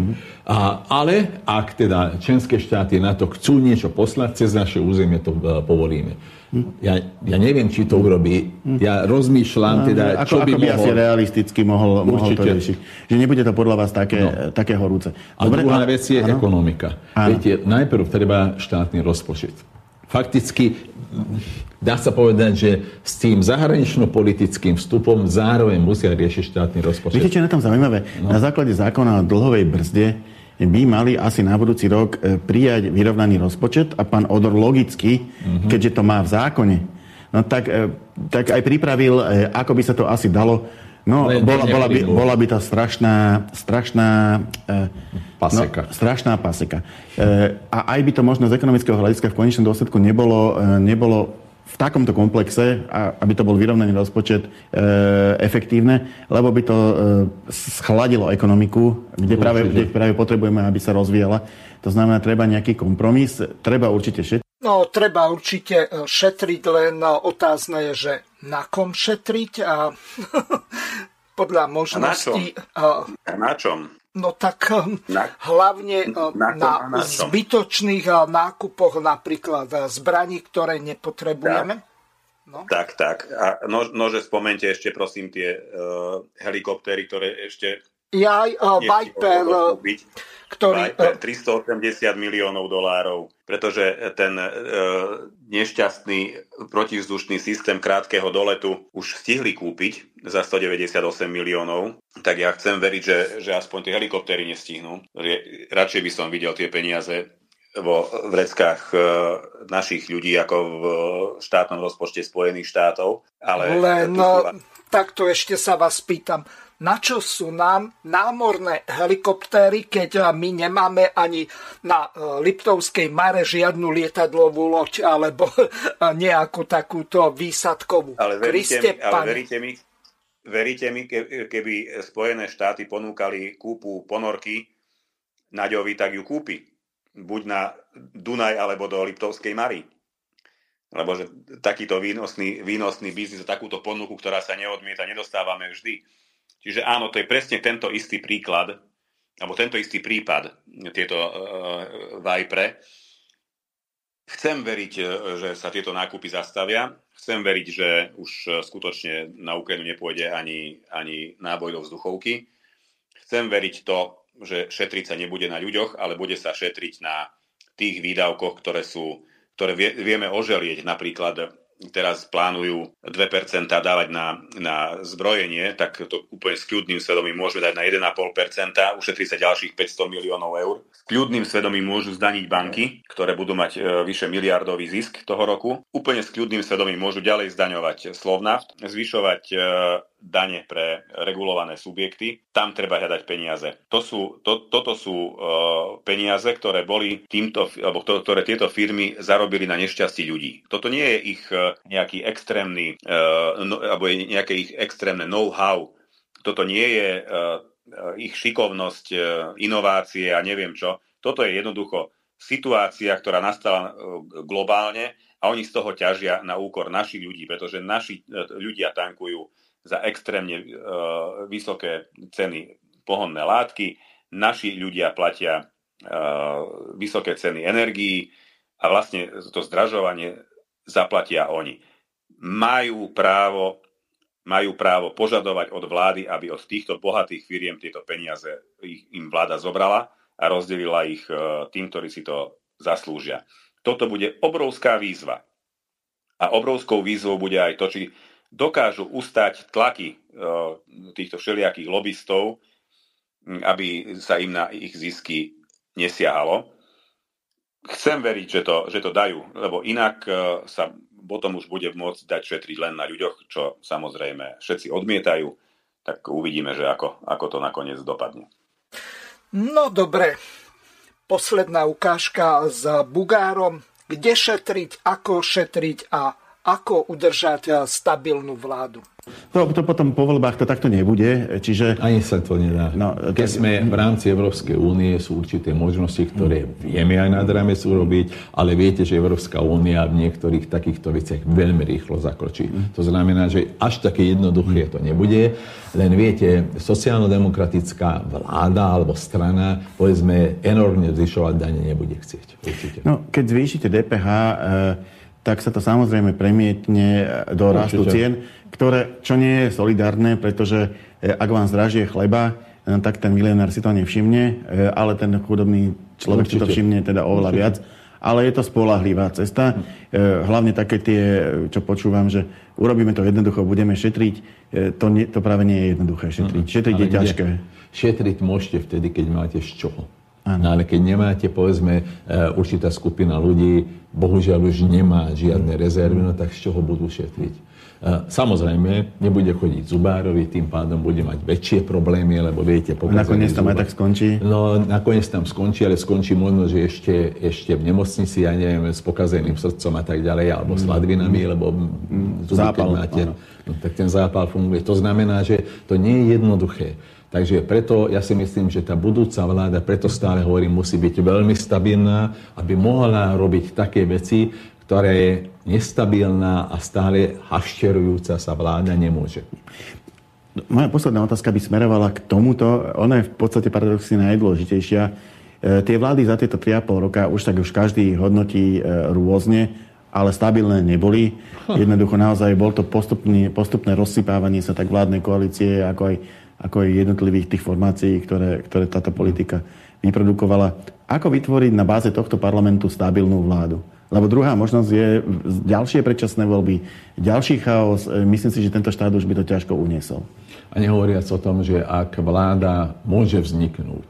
ale ak teda členské štáty na to chcú niečo poslať, cez naše územie to povolíme. Ja neviem, či to urobí. Ja rozmýšľam, čo by mohol... asi realisticky mohol to riešiť. Že nebude to podľa vás také horúce. A druhá vec je ekonomika. Viete, najprv treba štátny rozpočet. Fakticky dá sa povedať, že s tým zahranično-politickým vstupom zároveň musia riešiť štátny rozpočet. Viete, čo je na tom zaujímavé? Na základe zákona o dlhovej brzde by mali asi na budúci rok prijať vyrovnaný rozpočet a pán Odor logicky, keďže to má v zákone, no tak aj pripravil, ako by sa to asi dalo. No, bola by to strašná paseka. Strašná paseka. A aj by to možno z ekonomického hľadiska v konečnom dôsledku nebolo v takomto komplexe, aby to bol vyrovnaný rozpočet efektívne, lebo by to schladilo ekonomiku, kde práve potrebujeme, aby sa rozvíjala. To znamená, treba nejaký kompromis, treba určite šetriť. No, treba určite šetriť, len otázne je, že na kom šetriť a podľa možností... Na čom? No tak hlavne na zbytočných nákupoch napríklad zbraní, ktoré nepotrebujeme. No. Tak. A nože spomente ešte prosím tie helikoptéry, ktoré ešte... Viper, ktorý... Viper, $380 miliónov, pretože ten nešťastný protivzdušný systém krátkeho doletu už stihli kúpiť za 198 miliónov, tak ja chcem veriť, že aspoň tie helikoptéry nestihnú. Radšej by som videl tie peniaze vo vreckách našich ľudí ako v štátnom rozpočte Spojených štátov. Ale takto ešte sa vás pýtam, na čo sú nám námorné helikoptéry, keď my nemáme ani na Liptovskej Mare žiadnu lietadlovú loď alebo nejakú takúto výsadkovú. Ale veríte mi, keby Spojené štáty ponúkali kúpu ponorky Naďovi, tak ju kúpi. Buď na Dunaj alebo do Liptovskej Mary. Lebo že takýto výnosný biznis, takúto ponuku, ktorá sa neodmieta, nedostávame vždy. Čiže áno, to je presne tento istý príklad, alebo tento istý prípad, tieto Vipre. Chcem veriť, že sa tieto nákupy zastavia. Chcem veriť, že už skutočne na Ukrajinu nepôjde ani náboj do vzduchovky. Chcem veriť to, že šetriť sa nebude na ľuďoch, ale bude sa šetriť na tých výdavkoch, ktoré vieme oželieť. Napríklad teraz plánujú 2% dávať na zbrojenie, tak to úplne s kľudným svedomím môžeme dať na 1,5%, ušetrí sa ďalších 500 miliónov eur. S kľudným svedomím môžu zdaniť banky, ktoré budú mať vyše miliardový zisk toho roku. Úplne s kľudným svedomím môžu ďalej zdaňovať Slovnaft, zvyšovať dane pre regulované subjekty. Tam treba hľadať peniaze. Toto sú peniaze, ktoré boli ktoré tieto firmy zarobili na nešťastí ľudí. Toto nie je ich nejaký extrémny alebo nejaké ich extrémne know-how. Toto nie je ich šikovnosť, inovácie a neviem čo. Toto je jednoducho situácia, ktorá nastala globálne a oni z toho ťažia na úkor našich ľudí, pretože naši ľudia tankujú za extrémne vysoké ceny pohonné látky, naši ľudia platia vysoké ceny energií a vlastne to zdražovanie zaplatia oni. Majú právo požadovať od vlády, aby od týchto bohatých firiem tieto peniaze im vláda zobrala a rozdelila ich tým, ktorí si to zaslúžia. Toto bude obrovská výzva. A obrovskou výzvou bude aj to, či dokážu ustať tlaky týchto všelijakých lobistov, aby sa im na ich zisky nesiahalo. Chcem veriť, že to dajú, lebo inak sa potom už bude môcť dať šetriť len na ľuďoch, čo samozrejme všetci odmietajú, tak uvidíme, že ako to nakoniec dopadne. No dobre, posledná ukážka s Bugárom. Kde šetriť, ako šetriť a ako udržať stabilnú vládu? To potom po voľbách to takto nebude, čiže... Ani sa to nedá. Keď sme v rámci Európskej únie, sú určité možnosti, ktoré vieme aj nad rámec urobiť, ale viete, že Európska únia v niektorých takýchto veciach veľmi rýchlo zakročí. To znamená, že až také jednoduché to nebude, len viete, sociálno-demokratická vláda alebo strana, povedzme, enormne zvyšovať dane nebude chcieť. Určite. No, keď zvýšite DPH, tak sa to samozrejme premietne do rastu cien, čo nie je solidárne, pretože ak vám zdražie chleba, tak ten milionár si to nevšimne, ale ten chudobný človek si to všimne teda oveľa viac. Ale je to spoľahlivá cesta. Hlavne také tie, čo počúvam, že urobíme to jednoducho, budeme šetriť. To práve nie je jednoduché šetriť. Šetriť je ťažké. Šetriť môžete vtedy, keď máte z čoho. No, ale keď nemáte, povedzme, určitá skupina ľudí, bohužiaľ už nemá žiadne rezervy, no tak z čoho budú šetriť? Samozrejme, nebude chodiť zubárovi, tým pádom bude mať väčšie problémy, lebo viete... Nakoniec tam aj tak skončí? No, nakoniec tam skončí, ale skončí možno, že ešte v nemocnici, ja neviem, s pokazeným srdcom a tak ďalej, alebo s ladvinami, lebo zápal, máte, no, tak ten zápal funguje. To znamená, že to nie je jednoduché. Takže preto ja si myslím, že tá budúca vláda, preto stále hovorím, musí byť veľmi stabilná, aby mohla robiť také veci, ktoré nestabilná a stále hašterujúca sa vláda nemôže. Moja posledná otázka by smerovala k tomuto. Ona je v podstate paradoxne najdôležitejšia. Tie vlády za tieto 3,5 roka už každý hodnotí rôzne, ale stabilné neboli. Jednoducho naozaj bol to postupné rozsypávanie sa tak vládnej koalície, ako aj jednotlivých tých formácií, ktoré táto politika vyprodukovala. Ako vytvoriť na báze tohto parlamentu stabilnú vládu? Lebo druhá možnosť je ďalšie predčasné voľby, ďalší chaos. Myslím si, že tento štát už by to ťažko uniesol. A nehovoriac o tom, že ak vláda môže vzniknúť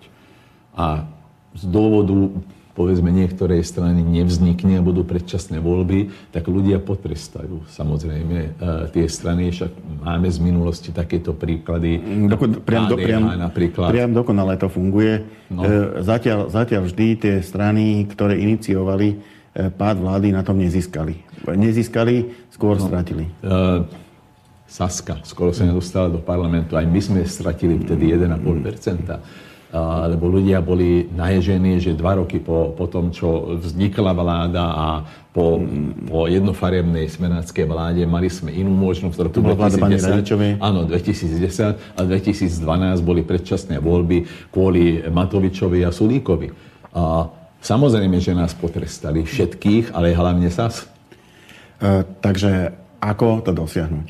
a z dôvodu, povedzme, niektorej strany nevznikne a budú predčasné voľby, tak ľudia potrestajú. Samozrejme, tie strany, však máme z minulosti takéto príklady. Priam dokonale to funguje. No. Zatiaľ vždy tie strany, ktoré iniciovali pád vlády, na tom nezískali. Skôr stratili. Saska skoro sa nedostala do parlamentu. Aj my sme stratili vtedy 1,5%. Lebo ľudia boli naježení, že 2 roky po tom, čo vznikla vláda a po jednofarebnej smeráckej vláde mali sme inú možnosť. V roku 2010, áno, 2010 a 2012 boli predčasné voľby kvôli Matovičovi a Sulíkovi. Samozrejme, že nás potrestali všetkých, ale hlavne SAS. Takže ako to dosiahnuť?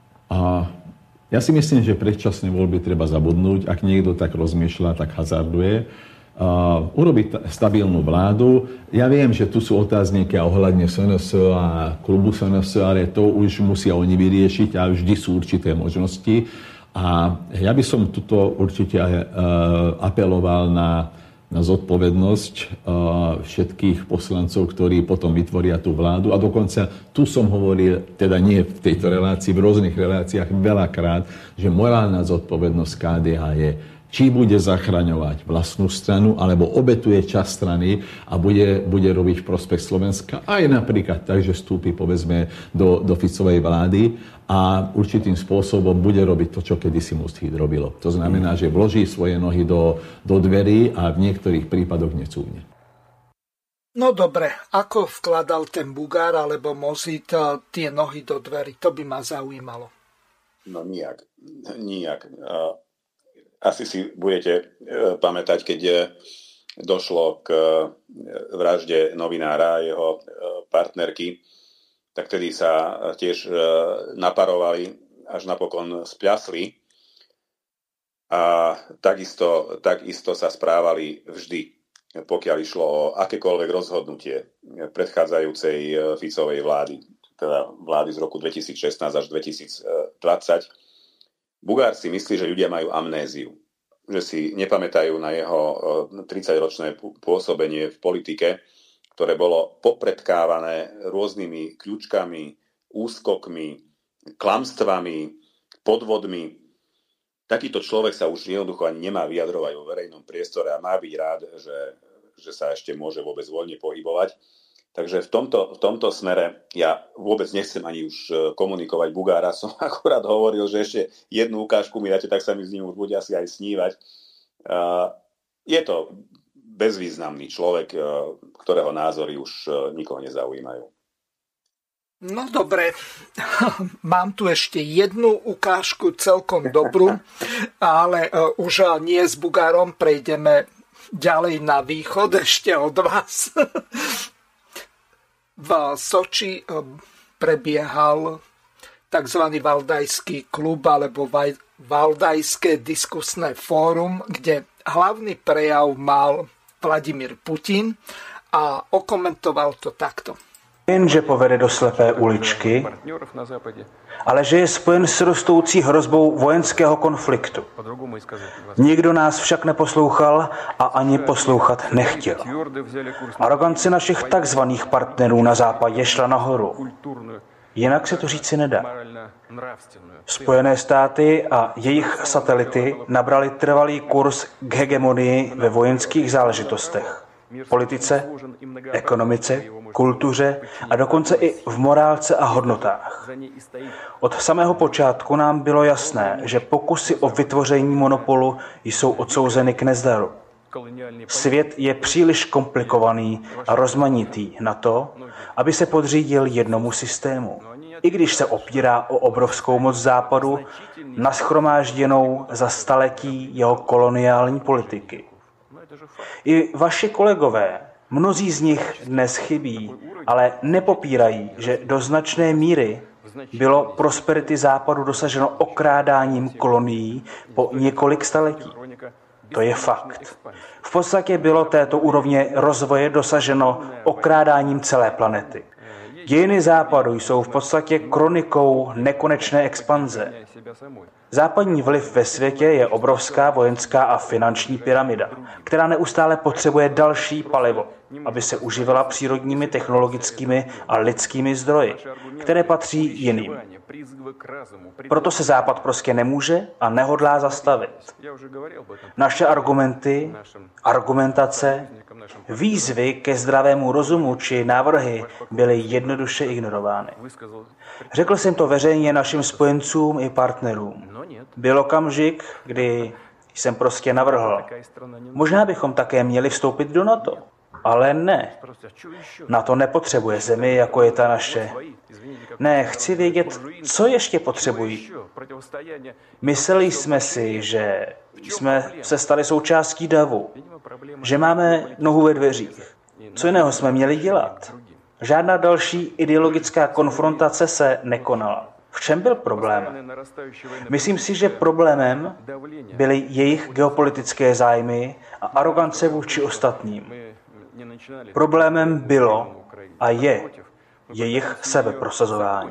Ja si myslím, že predčasné voľby treba zabudnúť. Ak niekto tak rozmýšľa, tak hazarduje. Urobiť stabilnú vládu. Ja viem, že tu sú otázniky ohľadne SNS a klubu SNS, ale to už musia oni vyriešiť a vždy sú určité možnosti. A ja by som tuto určite apeloval na na zodpovednosť všetkých poslancov, ktorí potom vytvoria tú vládu. A dokonca tu som hovoril, teda nie v tejto relácii, v rôznych reláciách veľakrát, že morálna zodpovednosť KDH je, či bude zachraňovať vlastnú stranu, alebo obetuje časť strany a bude robiť v prospech Slovenska. Aj napríklad tak, že vstúpi, povedzme, do Ficovej vlády a určitým spôsobom bude robiť to, čo kedysi Most Híd robilo. To znamená, že vloží svoje nohy do dverí a v niektorých prípadoch necúvne. No dobre, ako vkladal ten Bugár alebo Most tie nohy do dverí? To by ma zaujímalo. No nijak. Asi si budete pamätať, keď došlo k vražde novinára a jeho partnerky, tak tedy sa tiež naparovali, až napokon spľasli. A takisto sa správali vždy, pokiaľ išlo o akékoľvek rozhodnutie predchádzajúcej Ficovej vlády, teda vlády z roku 2016 až 2020. Bugár si myslí, že ľudia majú amnéziu, že si nepamätajú na jeho 30-ročné pôsobenie v politike, ktoré bolo popredkávané rôznymi kľúčkami, úskokmi, klamstvami, podvodmi. Takýto človek sa už jednoducho ani nemá vyjadrovať vo verejnom priestore a má byť rád, že sa ešte môže vôbec voľne pohybovať. Takže v tomto smere ja vôbec nechcem ani už komunikovať Bugára. Som akurát hovoril, že ešte jednu ukážku mi dáte, tak sa mi z ním už bude asi aj snívať. Je to bezvýznamný človek, ktorého názory už nikoho nezaujímajú. No dobre, mám tu ešte jednu ukážku celkom dobrú, ale už nie s Bugárom, prejdeme ďalej na východ ešte od vás. V Soči prebiehal tzv. Valdajský klub alebo Valdajské diskusné fórum, kde hlavný prejav mal Vladimír Putin a okomentoval to takto. Jenže povede do slepé uličky, ale že je spojen s rostoucí hrozbou vojenského konfliktu. Nikdo nás však neposlouchal a ani poslouchat nechtěl. Arogance našich takzvaných partnerů na západě šla nahoru. Jinak se to říci nedá. Spojené státy a jejich satelity nabrali trvalý kurz k hegemonii ve vojenských záležitostech. Politice, ekonomice, kultuře a dokonce i v morálce a hodnotách. Od samého počátku nám bylo jasné, že pokusy o vytvoření monopolu jsou odsouzeny k nezdaru. Svět je příliš komplikovaný a rozmanitý na to, aby se podřídil jednomu systému. I když se opírá o obrovskou moc západu, nashromážděnou za staletí jeho koloniální politiky. I vaši kolegové, mnozí z nich dnes chybí, ale nepopírají, že do značné míry bylo prosperity západu dosaženo okrádáním kolonií po několik staletí. To je fakt. V podstatě bylo této úrovně rozvoje dosaženo okrádáním celé planety. Dějiny západu jsou v podstatě kronikou nekonečné expanze. Západní vliv ve světě je obrovská vojenská a finanční pyramida, která neustále potřebuje další palivo, aby se uživila přírodními, technologickými a lidskými zdroji, které patří jiným. Proto se Západ prostě nemůže a nehodlá zastavit. Naše argumenty, argumentace, výzvy ke zdravému rozumu či návrhy byly jednoduše ignorovány. Řekl jsem to veřejně našim spojencům i partnerům. Byl okamžik, kdy jsem prostě navrhl. Možná bychom také měli vstoupit do NATO. Ale ne. NATO nepotřebuje zemi, jako je ta naše. Ne, chci vědět, co ještě potřebují. Mysleli jsme si, že jsme se stali součástí davu, že máme nohu ve dveřích. Co jiného jsme měli dělat? Žádná další ideologická konfrontace se nekonala. V čem byl problém? Myslím si, že problémem byly jejich geopolitické zájmy a arogance vůči ostatním. Problémem bylo a je jejich sebeprosazování.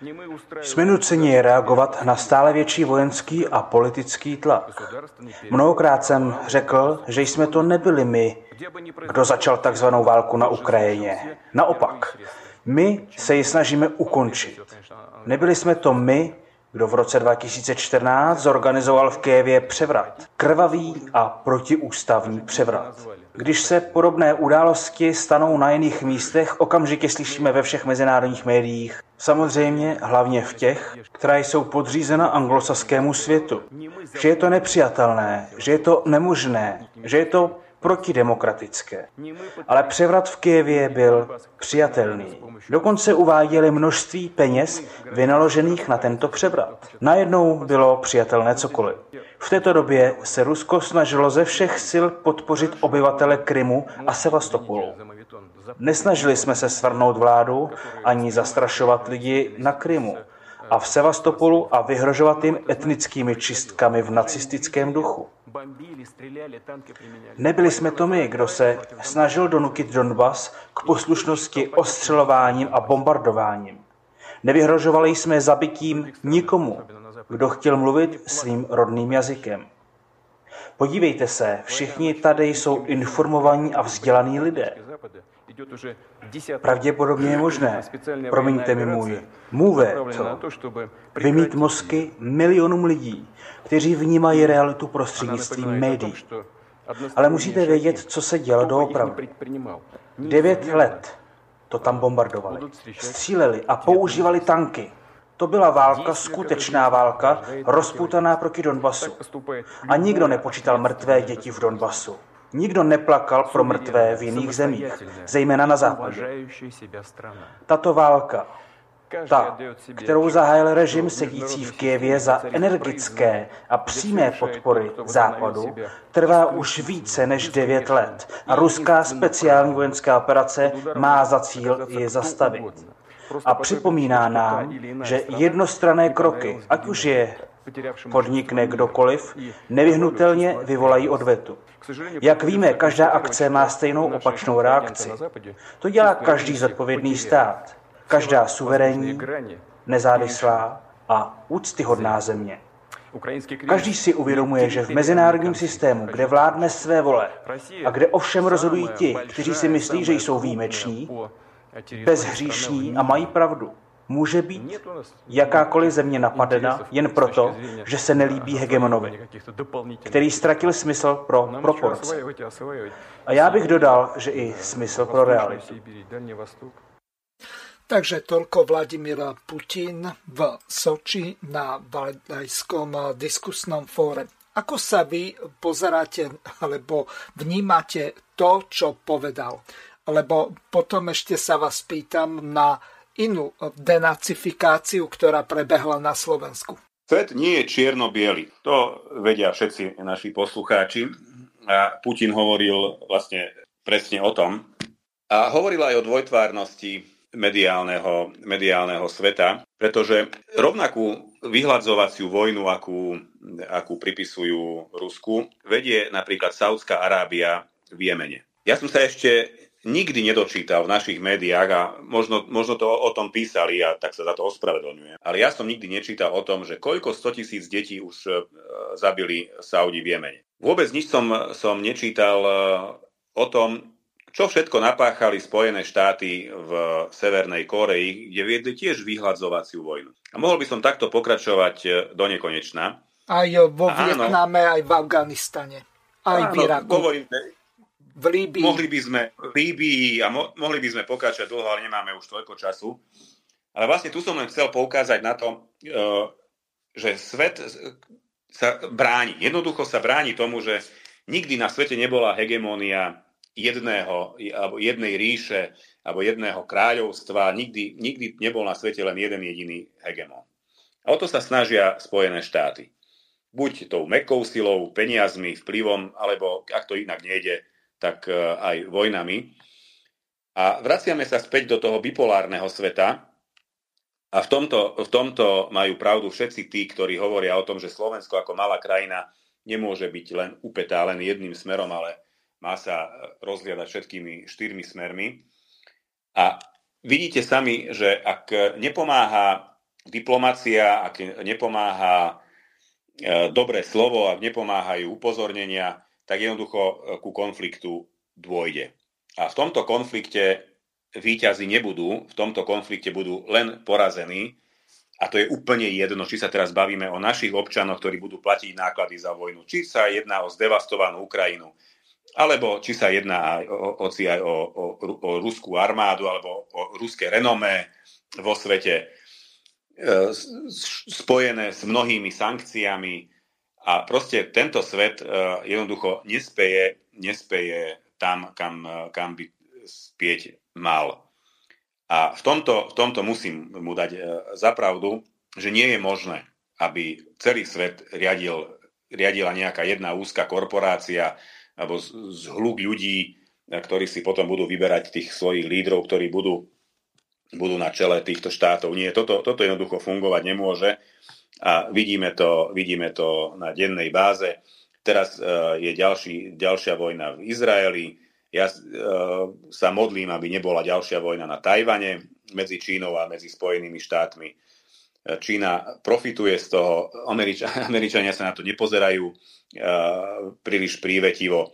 Jsme nuceni reagovat na stále větší vojenský a politický tlak. Mnohokrát jsem řekl, že jsme to nebyli my, kdo začal takzvanou válku na Ukrajině. Naopak, my se ji snažíme ukončit. Nebyli jsme to my, kdo v roce 2014 zorganizoval v Kyjevě převrat. Krvavý a protiústavní převrat. Když se podobné události stanou na jiných místech, okamžitě slyšíme ve všech mezinárodních médiích, samozřejmě hlavně v těch, která jsou podřízena anglosaskému světu, že je to nepřijatelné, že je to nemožné, že je to protidemokratické. Ale převrat v Kyjevě byl přijatelný. Dokonce uváděli množství peněz vynaložených na tento převrat. Najednou bylo přijatelné cokoliv. V této době se Rusko snažilo ze všech sil podpořit obyvatele Krymu a Sevastopolu. Nesnažili jsme se svrhnout vládu ani zastrašovat lidi na Krymu a v Sevastopolu a vyhrožovat jim etnickými čistkami v nacistickém duchu. Nebyli jsme to my, kdo se snažil donutit Donbas k poslušnosti ostřelováním a bombardováním. Nevyhrožovali jsme zabitím nikomu, kdo chtěl mluvit svým rodným jazykem. Podívejte se, všichni tady jsou informovaní a vzdělaní lidé. Pravděpodobně je možné, promiňte mi můj vymít mozky milionům lidí, kteří vnímají realitu prostřednictvím médií. Ale musíte vědět, co se dělo doopravdy. 9 let to tam bombardovali, stříleli a používali tanky. To byla válka, skutečná válka, rozpoutaná proti Donbasu. A nikdo nepočítal mrtvé děti v Donbasu. Nikdo neplakal pro mrtvé v jiných zemích, zejména na západě. Tato válka, ta, kterou zahájil režim sedící v Kyjevě za energické a přímé podpory západu, trvá už více než 9 let a ruská speciální vojenská operace má za cíl ji zastavit. A připomíná nám, že jednostranné kroky, ať už je podnikne kdokoliv, nevyhnutelně vyvolají odvetu. Jak víme, každá akce má stejnou opačnou reakci. To dělá každý zodpovědný stát, každá suverénní, nezávislá a úctyhodná země. Každý si uvědomuje, že v mezinárodním systému, kde vládne své vole a kde ovšem rozhodují ti, kteří si myslí, že jsou výjimeční, bezhříšní a mají pravdu, může být jakákoliv země napadena jen proto, že se nelíbí hegemonovi, který ztratil smysl pro proporce. A já bych dodal, že i smysl pro realitu. Takže toľko Vladimír Putin v Soči na Valdajskom diskusnom fóre. Ako sa vy pozeráte alebo vnímate to, čo povedal? Lebo potom ešte sa vás pýtam na inú denacifikáciu, ktorá prebehla na Slovensku. Svet nie je čierno-biely. To vedia všetci naši poslucháči. A Putin hovoril vlastne presne o tom. A hovoril aj o dvojtvárnosti mediálneho sveta, pretože rovnakú vyhladzovaciu vojnu, akú pripisujú Rusku, vedie napríklad Saudská Arábia v Jemene. Ja som sa ešte nikdy nedočítal v našich médiách a možno to o tom písali a tak sa za to ospravedlňujem. Ale ja som nikdy nečítal o tom, že koľko 100 000 detí už zabili Saudi v Jemene. Vôbec nič som nečítal o tom, čo všetko napáchali Spojené štáty v Severnej Kórei, kde viedli tiež vyhladzovaciu vojnu. A mohol by som takto pokračovať do nekonečna. Aj vo Vietname, aj v Afganistane, aj v Iraku. V Líbii. Mohli by sme v Líbii a mohli by sme pokračovať dlho, ale nemáme už toľko času. Ale vlastne tu som len chcel poukázať na to, že svet sa bráni. Jednoducho sa bráni tomu, že nikdy na svete nebola hegemónia jednej ríše alebo jedného kráľovstva. Nikdy nebol na svete len jeden jediný hegemón. A o to sa snažia Spojené štáty. Buď tou mäkkou silou, peniazmi, vplyvom, alebo ak to inak nejde, tak aj vojnami. A vraciame sa späť do toho bipolárneho sveta. A v tomto majú pravdu všetci tí, ktorí hovoria o tom, že Slovensko ako malá krajina nemôže byť len upätá len jedným smerom, ale má sa rozhliadať všetkými 4 smermi. A vidíte sami, že ak nepomáha diplomacia, ak nepomáha dobré slovo, ak nepomáhajú upozornenia, tak jednoducho ku konfliktu dôjde. A v tomto konflikte víťazi nebudú, v tomto konflikte budú len porazení. A to je úplne jedno, či sa teraz bavíme o našich občanoch, ktorí budú platiť náklady za vojnu, či sa jedná o zdevastovanú Ukrajinu, alebo či sa jedná aj o ruskú armádu, alebo o ruské renomé vo svete, spojené s mnohými sankciami. A proste tento svet jednoducho nespeje tam, kam by spieť mal. A v tomto musím mu dať za pravdu, že nie je možné, aby celý svet riadila nejaká jedna úzka korporácia alebo zhluk ľudí, ktorí si potom budú vyberať tých svojich lídrov, ktorí budú na čele týchto štátov. Nie, toto jednoducho fungovať nemôže a vidíme to na dennej báze. Teraz je ďalšia vojna v Izraeli. Ja sa modlím, aby nebola ďalšia vojna na Tajvane medzi Čínou a medzi Spojenými štátmi. Čína profituje z toho, Američania sa na to nepozerajú príliš prívetivo.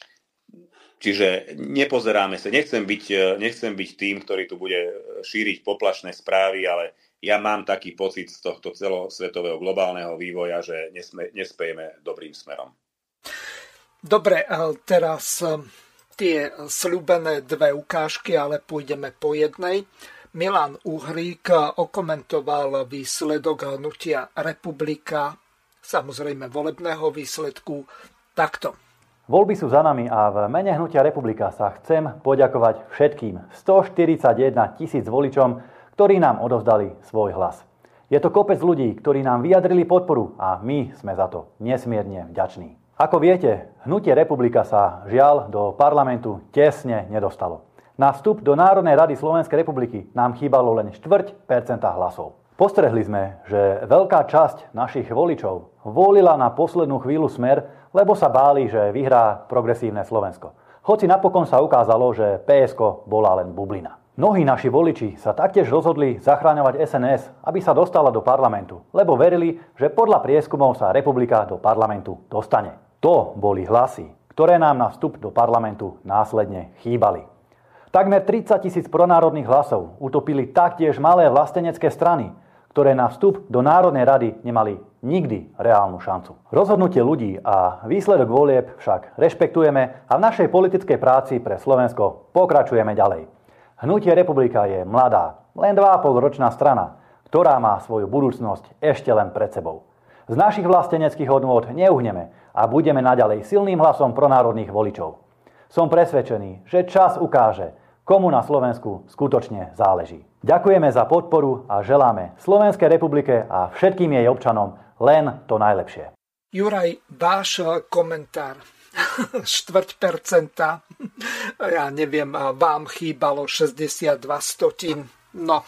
Čiže nepozeráme sa. Nechcem byť tým, ktorý tu bude šíriť poplašné správy, ale ja mám taký pocit z tohto celosvetového globálneho vývoja, že nespejeme dobrým smerom. Dobre, teraz tie sľúbené dve ukážky, ale pôjdeme po jednej. Milan Uhrík okomentoval výsledok hnutia Republika, samozrejme volebného výsledku, takto. Voľby sú za nami a v mene hnutia Republika sa chcem poďakovať všetkým 141 000 voličom, ktorí nám odovzdali svoj hlas. Je to kopec ľudí, ktorí nám vyjadrili podporu a my sme za to nesmierne vďační. Ako viete, hnutie Republika sa žiaľ do parlamentu tesne nedostalo. Na vstup do Národnej rady Slovenskej republiky nám chýbalo len 0,4% hlasov. Postrehli sme, že veľká časť našich voličov volila na poslednú chvíľu Smer, lebo sa báli, že vyhrá progresívne Slovensko. Hoci napokon sa ukázalo, že PSK bola len bublina. Mnohí naši voliči sa taktiež rozhodli zachraňovať SNS, aby sa dostala do parlamentu, lebo verili, že podľa prieskumov sa Republika do parlamentu dostane. To boli hlasy, ktoré nám na vstup do parlamentu následne chýbali. Takmer 30 000 pronárodných hlasov utopili taktiež malé vlastenecké strany, ktoré na vstup do Národnej rady nemali nikdy reálnu šancu. Rozhodnutie ľudí a výsledok volieb však rešpektujeme a v našej politickej práci pre Slovensko pokračujeme ďalej. Hnutie Republika je mladá, len 2,5-ročná strana, ktorá má svoju budúcnosť ešte len pred sebou. Z našich vlasteneckých hodnôt neuhneme a budeme naďalej silným hlasom pronárodných voličov. Som presvedčený, že čas ukáže, komu na Slovensku skutočne záleží. Ďakujeme za podporu a želáme Slovenskej republike a všetkým jej občanom len to najlepšie. Juraj, váš komentár. 4%. Ja neviem, vám chýbalo 62 stotín. No,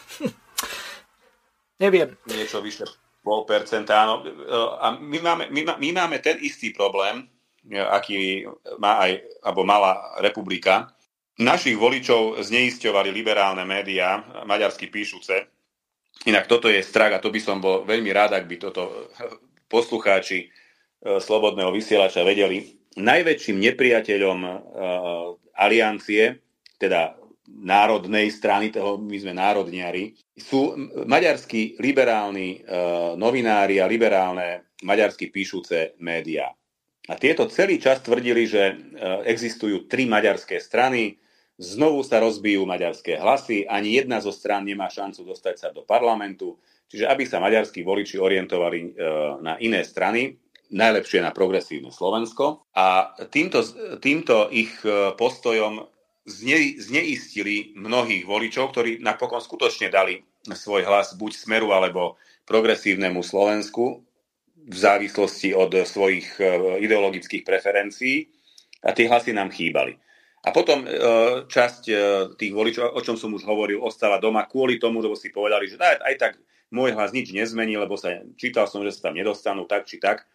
neviem. Niečo vyše 0,5%, áno. A my máme ten istý problém, aký má aj, alebo mala Republika. Našich voličov zneisťovali liberálne médiá, maďarsky píšuce. Inak toto je strach a to by som bol veľmi rád, ak by toto poslucháči Slobodného vysielača vedeli. Najväčším nepriateľom aliancie, teda národnej strany, toho my sme národniari, sú maďarskí liberálni novinári a liberálne maďarsky píšuce médiá. A tieto celý čas tvrdili, že existujú 3 maďarské strany, znovu sa rozbijú maďarské hlasy, ani jedna zo strán nemá šancu dostať sa do parlamentu, čiže aby sa maďarskí voliči orientovali na iné strany, najlepšie na progresívne Slovensko. A týmto ich postojom zneistili mnohých voličov, ktorí napokon skutočne dali svoj hlas buď Smeru alebo progresívnemu Slovensku v závislosti od svojich ideologických preferencií a tie hlasy nám chýbali. A potom časť tých voličov, o čom som už hovoril, ostala doma kvôli tomu, že si povedali, že aj tak môj hlas nič nezmení, lebo čítal som, že sa tam nedostanú tak či tak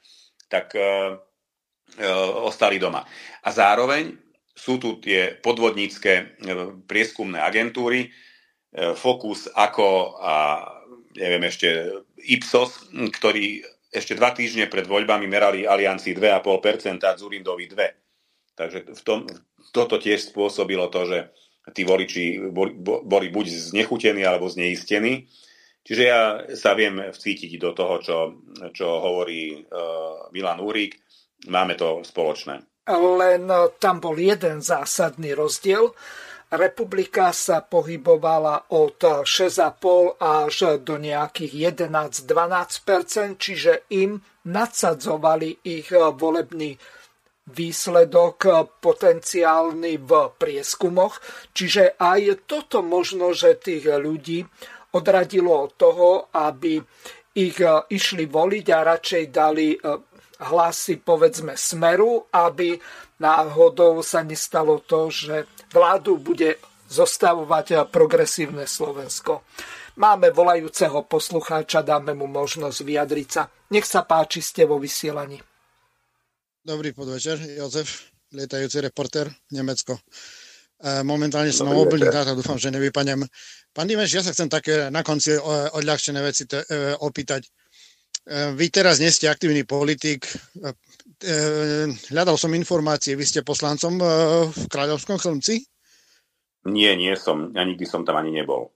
ostali doma. A zároveň sú tu tie podvodnícke prieskumné agentúry, Focus, Ako a neviem ešte, Ipsos, ktorí ešte 2 týždne pred voľbami merali Aliancii 2,5% a Dzurindovi 2%. Takže toto tiež spôsobilo to, že tí voliči boli buď znechutení alebo zneistení. Čiže ja sa viem vcítiť do toho, čo hovorí Milan Uhrík. Máme to spoločné. Len tam bol jeden zásadný rozdiel. Republika sa pohybovala od 6,5 až do nejakých 11-12%, čiže im nadsadzovali ich volebný výsledok potenciálny v prieskumoch. Čiže aj toto možno, že tých ľudí odradilo od toho, aby ich išli voliť a radšej dali hlasy, povedzme, Smeru, aby náhodou sa nestalo to, že vládu bude zostavovať Progresívne Slovensko. Máme volajúceho poslucháča, dáme mu možnosť vyjadriť sa. Nech sa páči, ste vo vysielaní. Dobrý podvečer, Jozef, lietajúci reportér, Nemecko. Momentálne som na mobilných dátach, dúfam, že nevypadnem. Pán Dimeš, ja sa chcem také na konci odľahčené veci opýtať. Vy teraz nie ste aktívny politik. Hľadal som informácie, vy ste poslancom v Kráľovskom Chlmci? Nie som. Ja nikdy som tam ani nebol.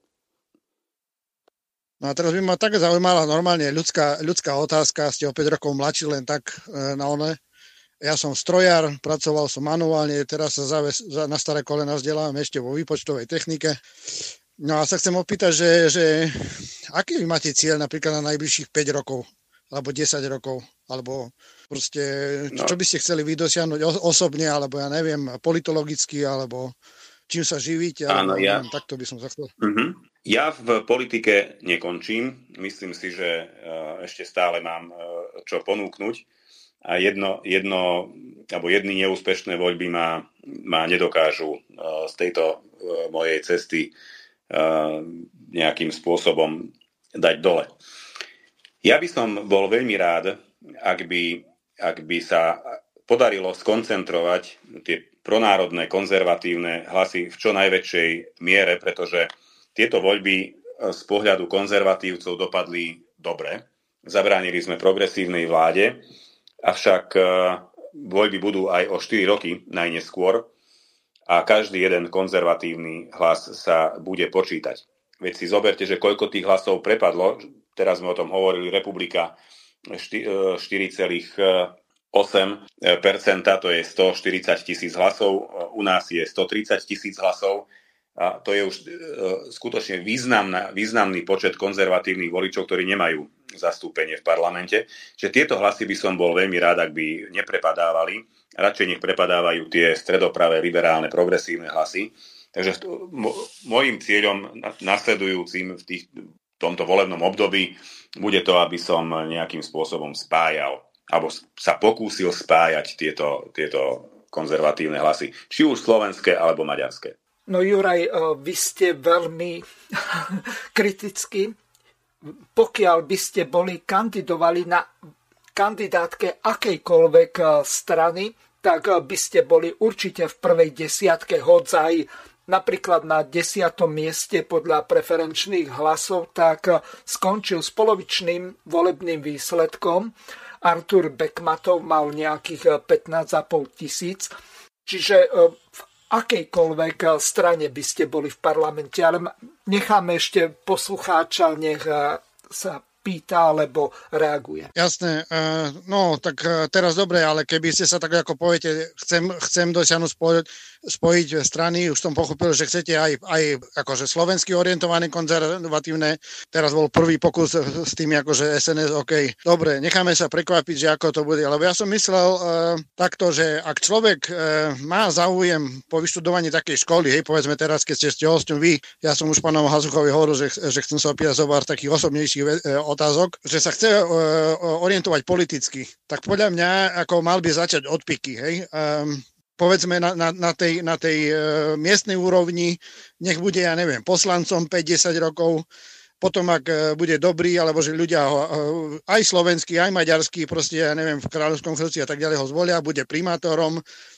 No a teraz by ma tak zaujímala normálne ľudská otázka. Ste o 5 rokov mladší, len tak na one. Ja som strojár, pracoval som manuálne, teraz sa na staré kolena vzdelávam ešte vo výpočtovej technike. No a sa chcem opýtať, že aký vy máte cieľ napríklad na najbližších 5 rokov, alebo 10 rokov, alebo proste, čo by ste chceli vy dosiahnuť osobne, alebo ja neviem, politologicky, alebo čím sa živíte, alebo neviem, takto by som sa chcel. Ja v politike nekončím. Myslím si, že ešte stále mám čo ponúknuť. A jedny neúspešné voľby ma nedokážu z tejto mojej cesty nejakým spôsobom dať dole. Ja by som bol veľmi rád, ak by sa podarilo skoncentrovať tie pronárodné, konzervatívne hlasy v čo najväčšej miere, pretože tieto voľby z pohľadu konzervatívcov dopadli dobre. Zabránili sme progresívnej vláde, avšak voľby budú aj o 4 roky najneskôr a každý jeden konzervatívny hlas sa bude počítať. Veď si zoberte, že koľko tých hlasov prepadlo, teraz sme o tom hovorili, Republika 4,8%, to je 140 000 hlasov, u nás je 130 000 hlasov, a to je už skutočne významný počet konzervatívnych voličov, ktorí nemajú zastúpenie v parlamente. Čiže tieto hlasy by som bol veľmi rád, ak by neprepadávali. Radšej nech prepadávajú tie stredopravé, liberálne, progresívne hlasy. Takže môjim cieľom nasledujúcim v tomto volebnom období bude to, aby som nejakým spôsobom spájal alebo sa pokúsil spájať tieto konzervatívne hlasy. Či už slovenské alebo maďarské. No Juraj, vy ste veľmi kritickí. Pokiaľ by ste boli kandidovali na kandidátke akejkoľvek strany, tak by ste boli určite v prvej desiatke, hoď aj napríklad na 10. mieste podľa preferenčných hlasov, tak skončil s polovičným volebným výsledkom. Artur Bekmatov mal nejakých 15 500. Čiže v akejkoľvek strane by ste boli v parlamente, ale necháme ešte poslucháča, nech sa pýta alebo reaguje. Jasné, no tak teraz dobre, ale keby ste sa tak ako poviete, chcem dosiahnuť spojiť strany, už som pochopil, že chcete aj akože slovensky orientované konzervatívne, teraz bol prvý pokus s tým akože SNS, OK, dobre, necháme sa prekvapiť, že ako to bude, lebo ja som myslel takto, že ak človek má záujem po vyštudovaní takej školy, hej, povedzme teraz, keď ste hosťom vy, ja som už pánom Hazuchovi hovoril, že chcem sa opýtať zo takých osobnejších otázok, že sa chce orientovať politicky, tak podľa mňa ako mal by začať od piky, hej. Povedzme na tej miestnej úrovni, nech bude, ja neviem, poslancom 5-10 rokov, potom ak bude dobrý, alebo že ľudia aj slovenský, aj maďarský, proste, ja neviem, v Kráľovskom Chlmci a tak ďalej ho zvolia, bude primátorom,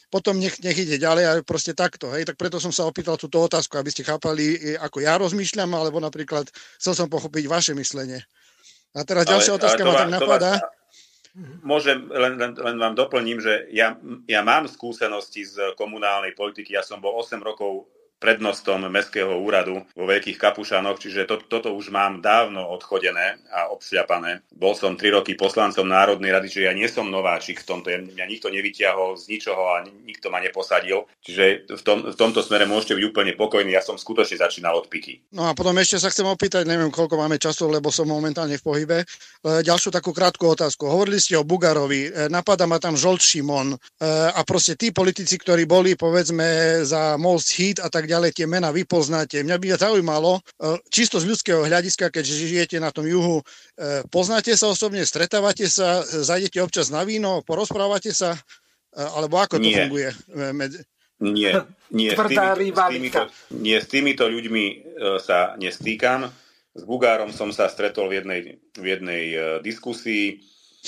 potom nech ide ďalej, ale proste takto. Hej. Tak preto som sa opýtal túto otázku, aby ste chápali, ako ja rozmýšľam, alebo napríklad chcel som pochopiť vaše myslenie. A teraz ďalšia otázka ma tak napadá. Môžem, len vám doplním, že ja mám skúsenosti z komunálnej politiky. Ja som bol 8 rokov prednostom mestského úradu vo Veľkých Kapušanoch, čiže toto už mám dávno odchodené a obšľapané. Bol som 3 roky poslancom Národnej rady, čiže ja nie som nováčik v tomto. Mňa nikto nevyťahol z ničoho a nikto ma neposadil. Čiže v tomto smere môžete byť úplne pokojní. Ja som skutočne začínal od piky. No a potom ešte sa chcem opýtať, neviem, koľko máme času, lebo som momentálne v pohybe. Ďalšiu takú krátku otázku. Hovorili ste o Bugarovi, napadá ma tam Žolt Šimon a proste tí politici, ktorí boli, povedzme, za Most Hit a tak ďalej, tie mená vy poznáte. Mňa by zaujímalo, čisto z ľudského hľadiska, keď žijete na tom juhu, poznáte sa osobne, stretávate sa, zajdete občas na víno, porozprávate sa, alebo ako to funguje? Nie. S týmito ľuďmi sa nestýkam. S Bugárom som sa stretol v jednej diskusii.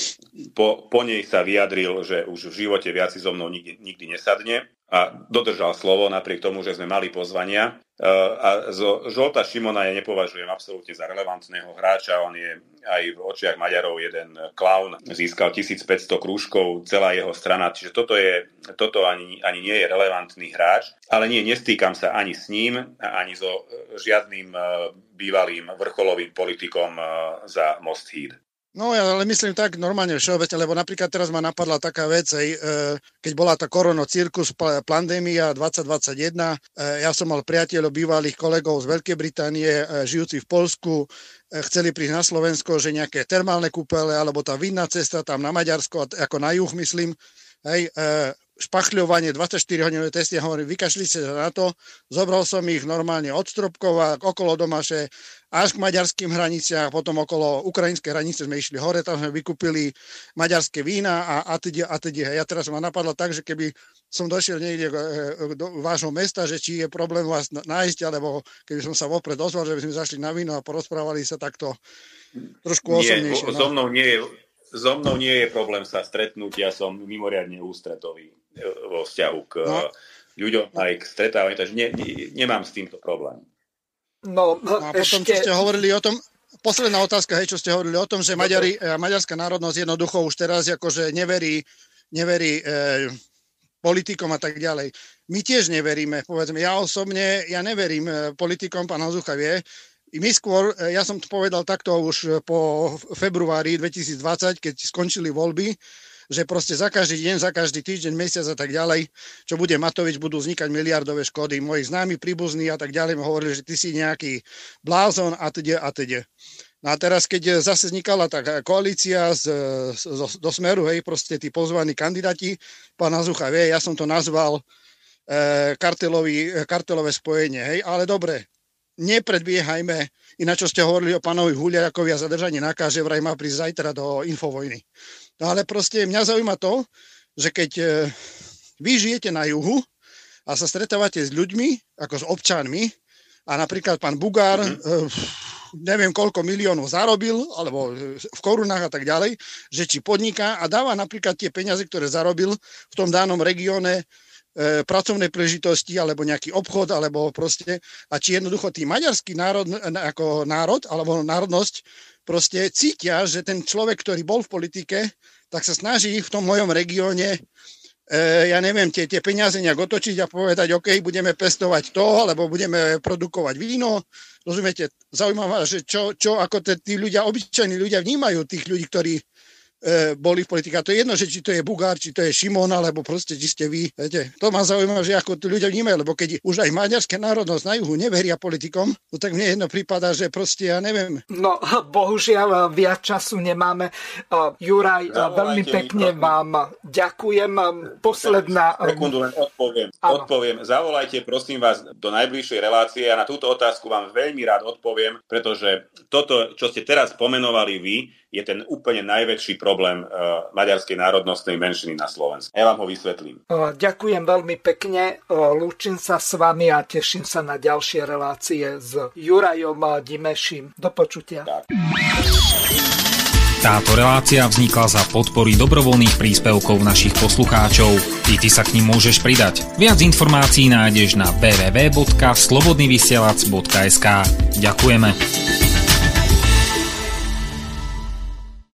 Po nej sa vyjadril, že už v živote viac si so mnou nikdy nesadne a dodržal slovo napriek tomu, že sme mali pozvania. A zo Žolta Šimona ja nepovažujem absolútne za relevantného hráča. On je aj v očiach Maďarov jeden klaun. Získal 1500 krúžkov, celá jeho strana. Čiže toto ani nie je relevantný hráč. Ale nestýkam sa ani s ním, ani so žiadnym bývalým vrcholovým politikom za Most Híd. No ja ale myslím tak normálne všeobecne, lebo napríklad teraz ma napadla taká vec, keď bola tá koronocirkus, pandémia 2021, ja som mal priateľov, bývalých kolegov z Veľkej Británie, žijúci v Poľsku, chceli prísť na Slovensko, že nejaké termálne kúpele, alebo tá vinná cesta tam na Maďarsko, ako na juh, myslím, hej, špachľovanie, 24-hodinové testy, ja hovorím, vykašli sa na to, zobral som ich normálne od Stropkova, okolo Domaše, až k maďarským hraniciach, potom okolo ukrajinskej hranice sme išli hore, tam sme vykúpili maďarské vína a teda. Ja teraz ma napadlo tak, že keby som došiel niekde do vášho mesta, že či je problém vás nájsť, alebo keby som sa vopred ozval, že by sme zašli na víno a porozprávali sa takto trošku osobnejšie. So mnou nie je problém sa stretnúť, ja som mimoriadne ústretový vo vzťahu k ľuďom aj k stretávaniu, takže nemám s týmto problém. No a potom, čo ste hovorili o tom, posledná otázka, čo ste hovorili o tom, že maďarská národnosť jednoducho už teraz akože neverí politikom a tak ďalej. My tiež neveríme, povedzme, ja osobne, neverím politikom, pán Hazucha vie. My skôr, ja som to povedal takto už po februári 2020, keď skončili voľby, že proste za každý deň, za každý týždeň, mesiac a tak ďalej, čo bude Matovič, budú vznikať miliardové škody. Moji známi, príbuzní a tak ďalej mi hovorili, že ty si nejaký blázon a teda. No a teraz, keď zase vznikala tá koalícia do Smeru, hej, proste tí pozvaní kandidáti, pán Hazucha vie, ja som to nazval kartelové spojenie, hej, ale dobre, nepredbiehajme, ináč čo ste hovorili o pánovi Huliakovi a zadržanie nakáže, vraj má prísť zajtra do Infovojny. No ale proste mňa zaujíma to, že keď vy žijete na juhu a sa stretávate s ľuďmi, ako s občanmi, a napríklad pán Bugár, neviem koľko miliónov zarobil, alebo v korunách a tak ďalej, že či podniká a dáva napríklad tie peniaze, ktoré zarobil v tom danom regióne, pracovné príležitosti alebo nejaký obchod alebo proste a či jednoducho tý maďarský národ ako národ alebo národnosť proste cítia, že ten človek, ktorý bol v politike, tak sa snaží v tom mojom regióne ja neviem, tie peniaze nejak otočiť a povedať, OK, budeme pestovať to, alebo budeme produkovať víno. Rozumiete, zaujímavé, že čo ako tí ľudia, obyčajní ľudia vnímajú tých ľudí, ktorí boli v politike. A to je jedno, že či to je Bugár, či to je Šimon, alebo proste, či ste vy. Viete, to ma zaujíma, že ako tí ľudia vnímajú, lebo keď už aj maďarská národnosť na juhu neveria politikom, no tak mne jedno prípada, že proste ja neviem. No, bohužiaľ, viac času nemáme. Juraj, veľmi pekne vám ďakujem. Posledná... Sekundu, len odpoviem. Zavolajte, prosím vás, do najbližšej relácie a na túto otázku vám veľmi rád odpoviem, pretože toto, čo ste teraz pomenovali vy, je ten úplne najväčší problém maďarskej národnostnej menšiny na Slovensku. Ja vám ho vysvetlím. Ďakujem veľmi pekne. Lúčim sa s vami a teším sa na ďalšie relácie s Jurajom Dimešim. Do počutia. Tak. Táto relácia vznikla za podpory dobrovoľných príspevkov našich poslucháčov. Ty sa k nim môžeš pridať. Viac informácií nájdeš na www.slobodnyvysielac.sk. Ďakujeme.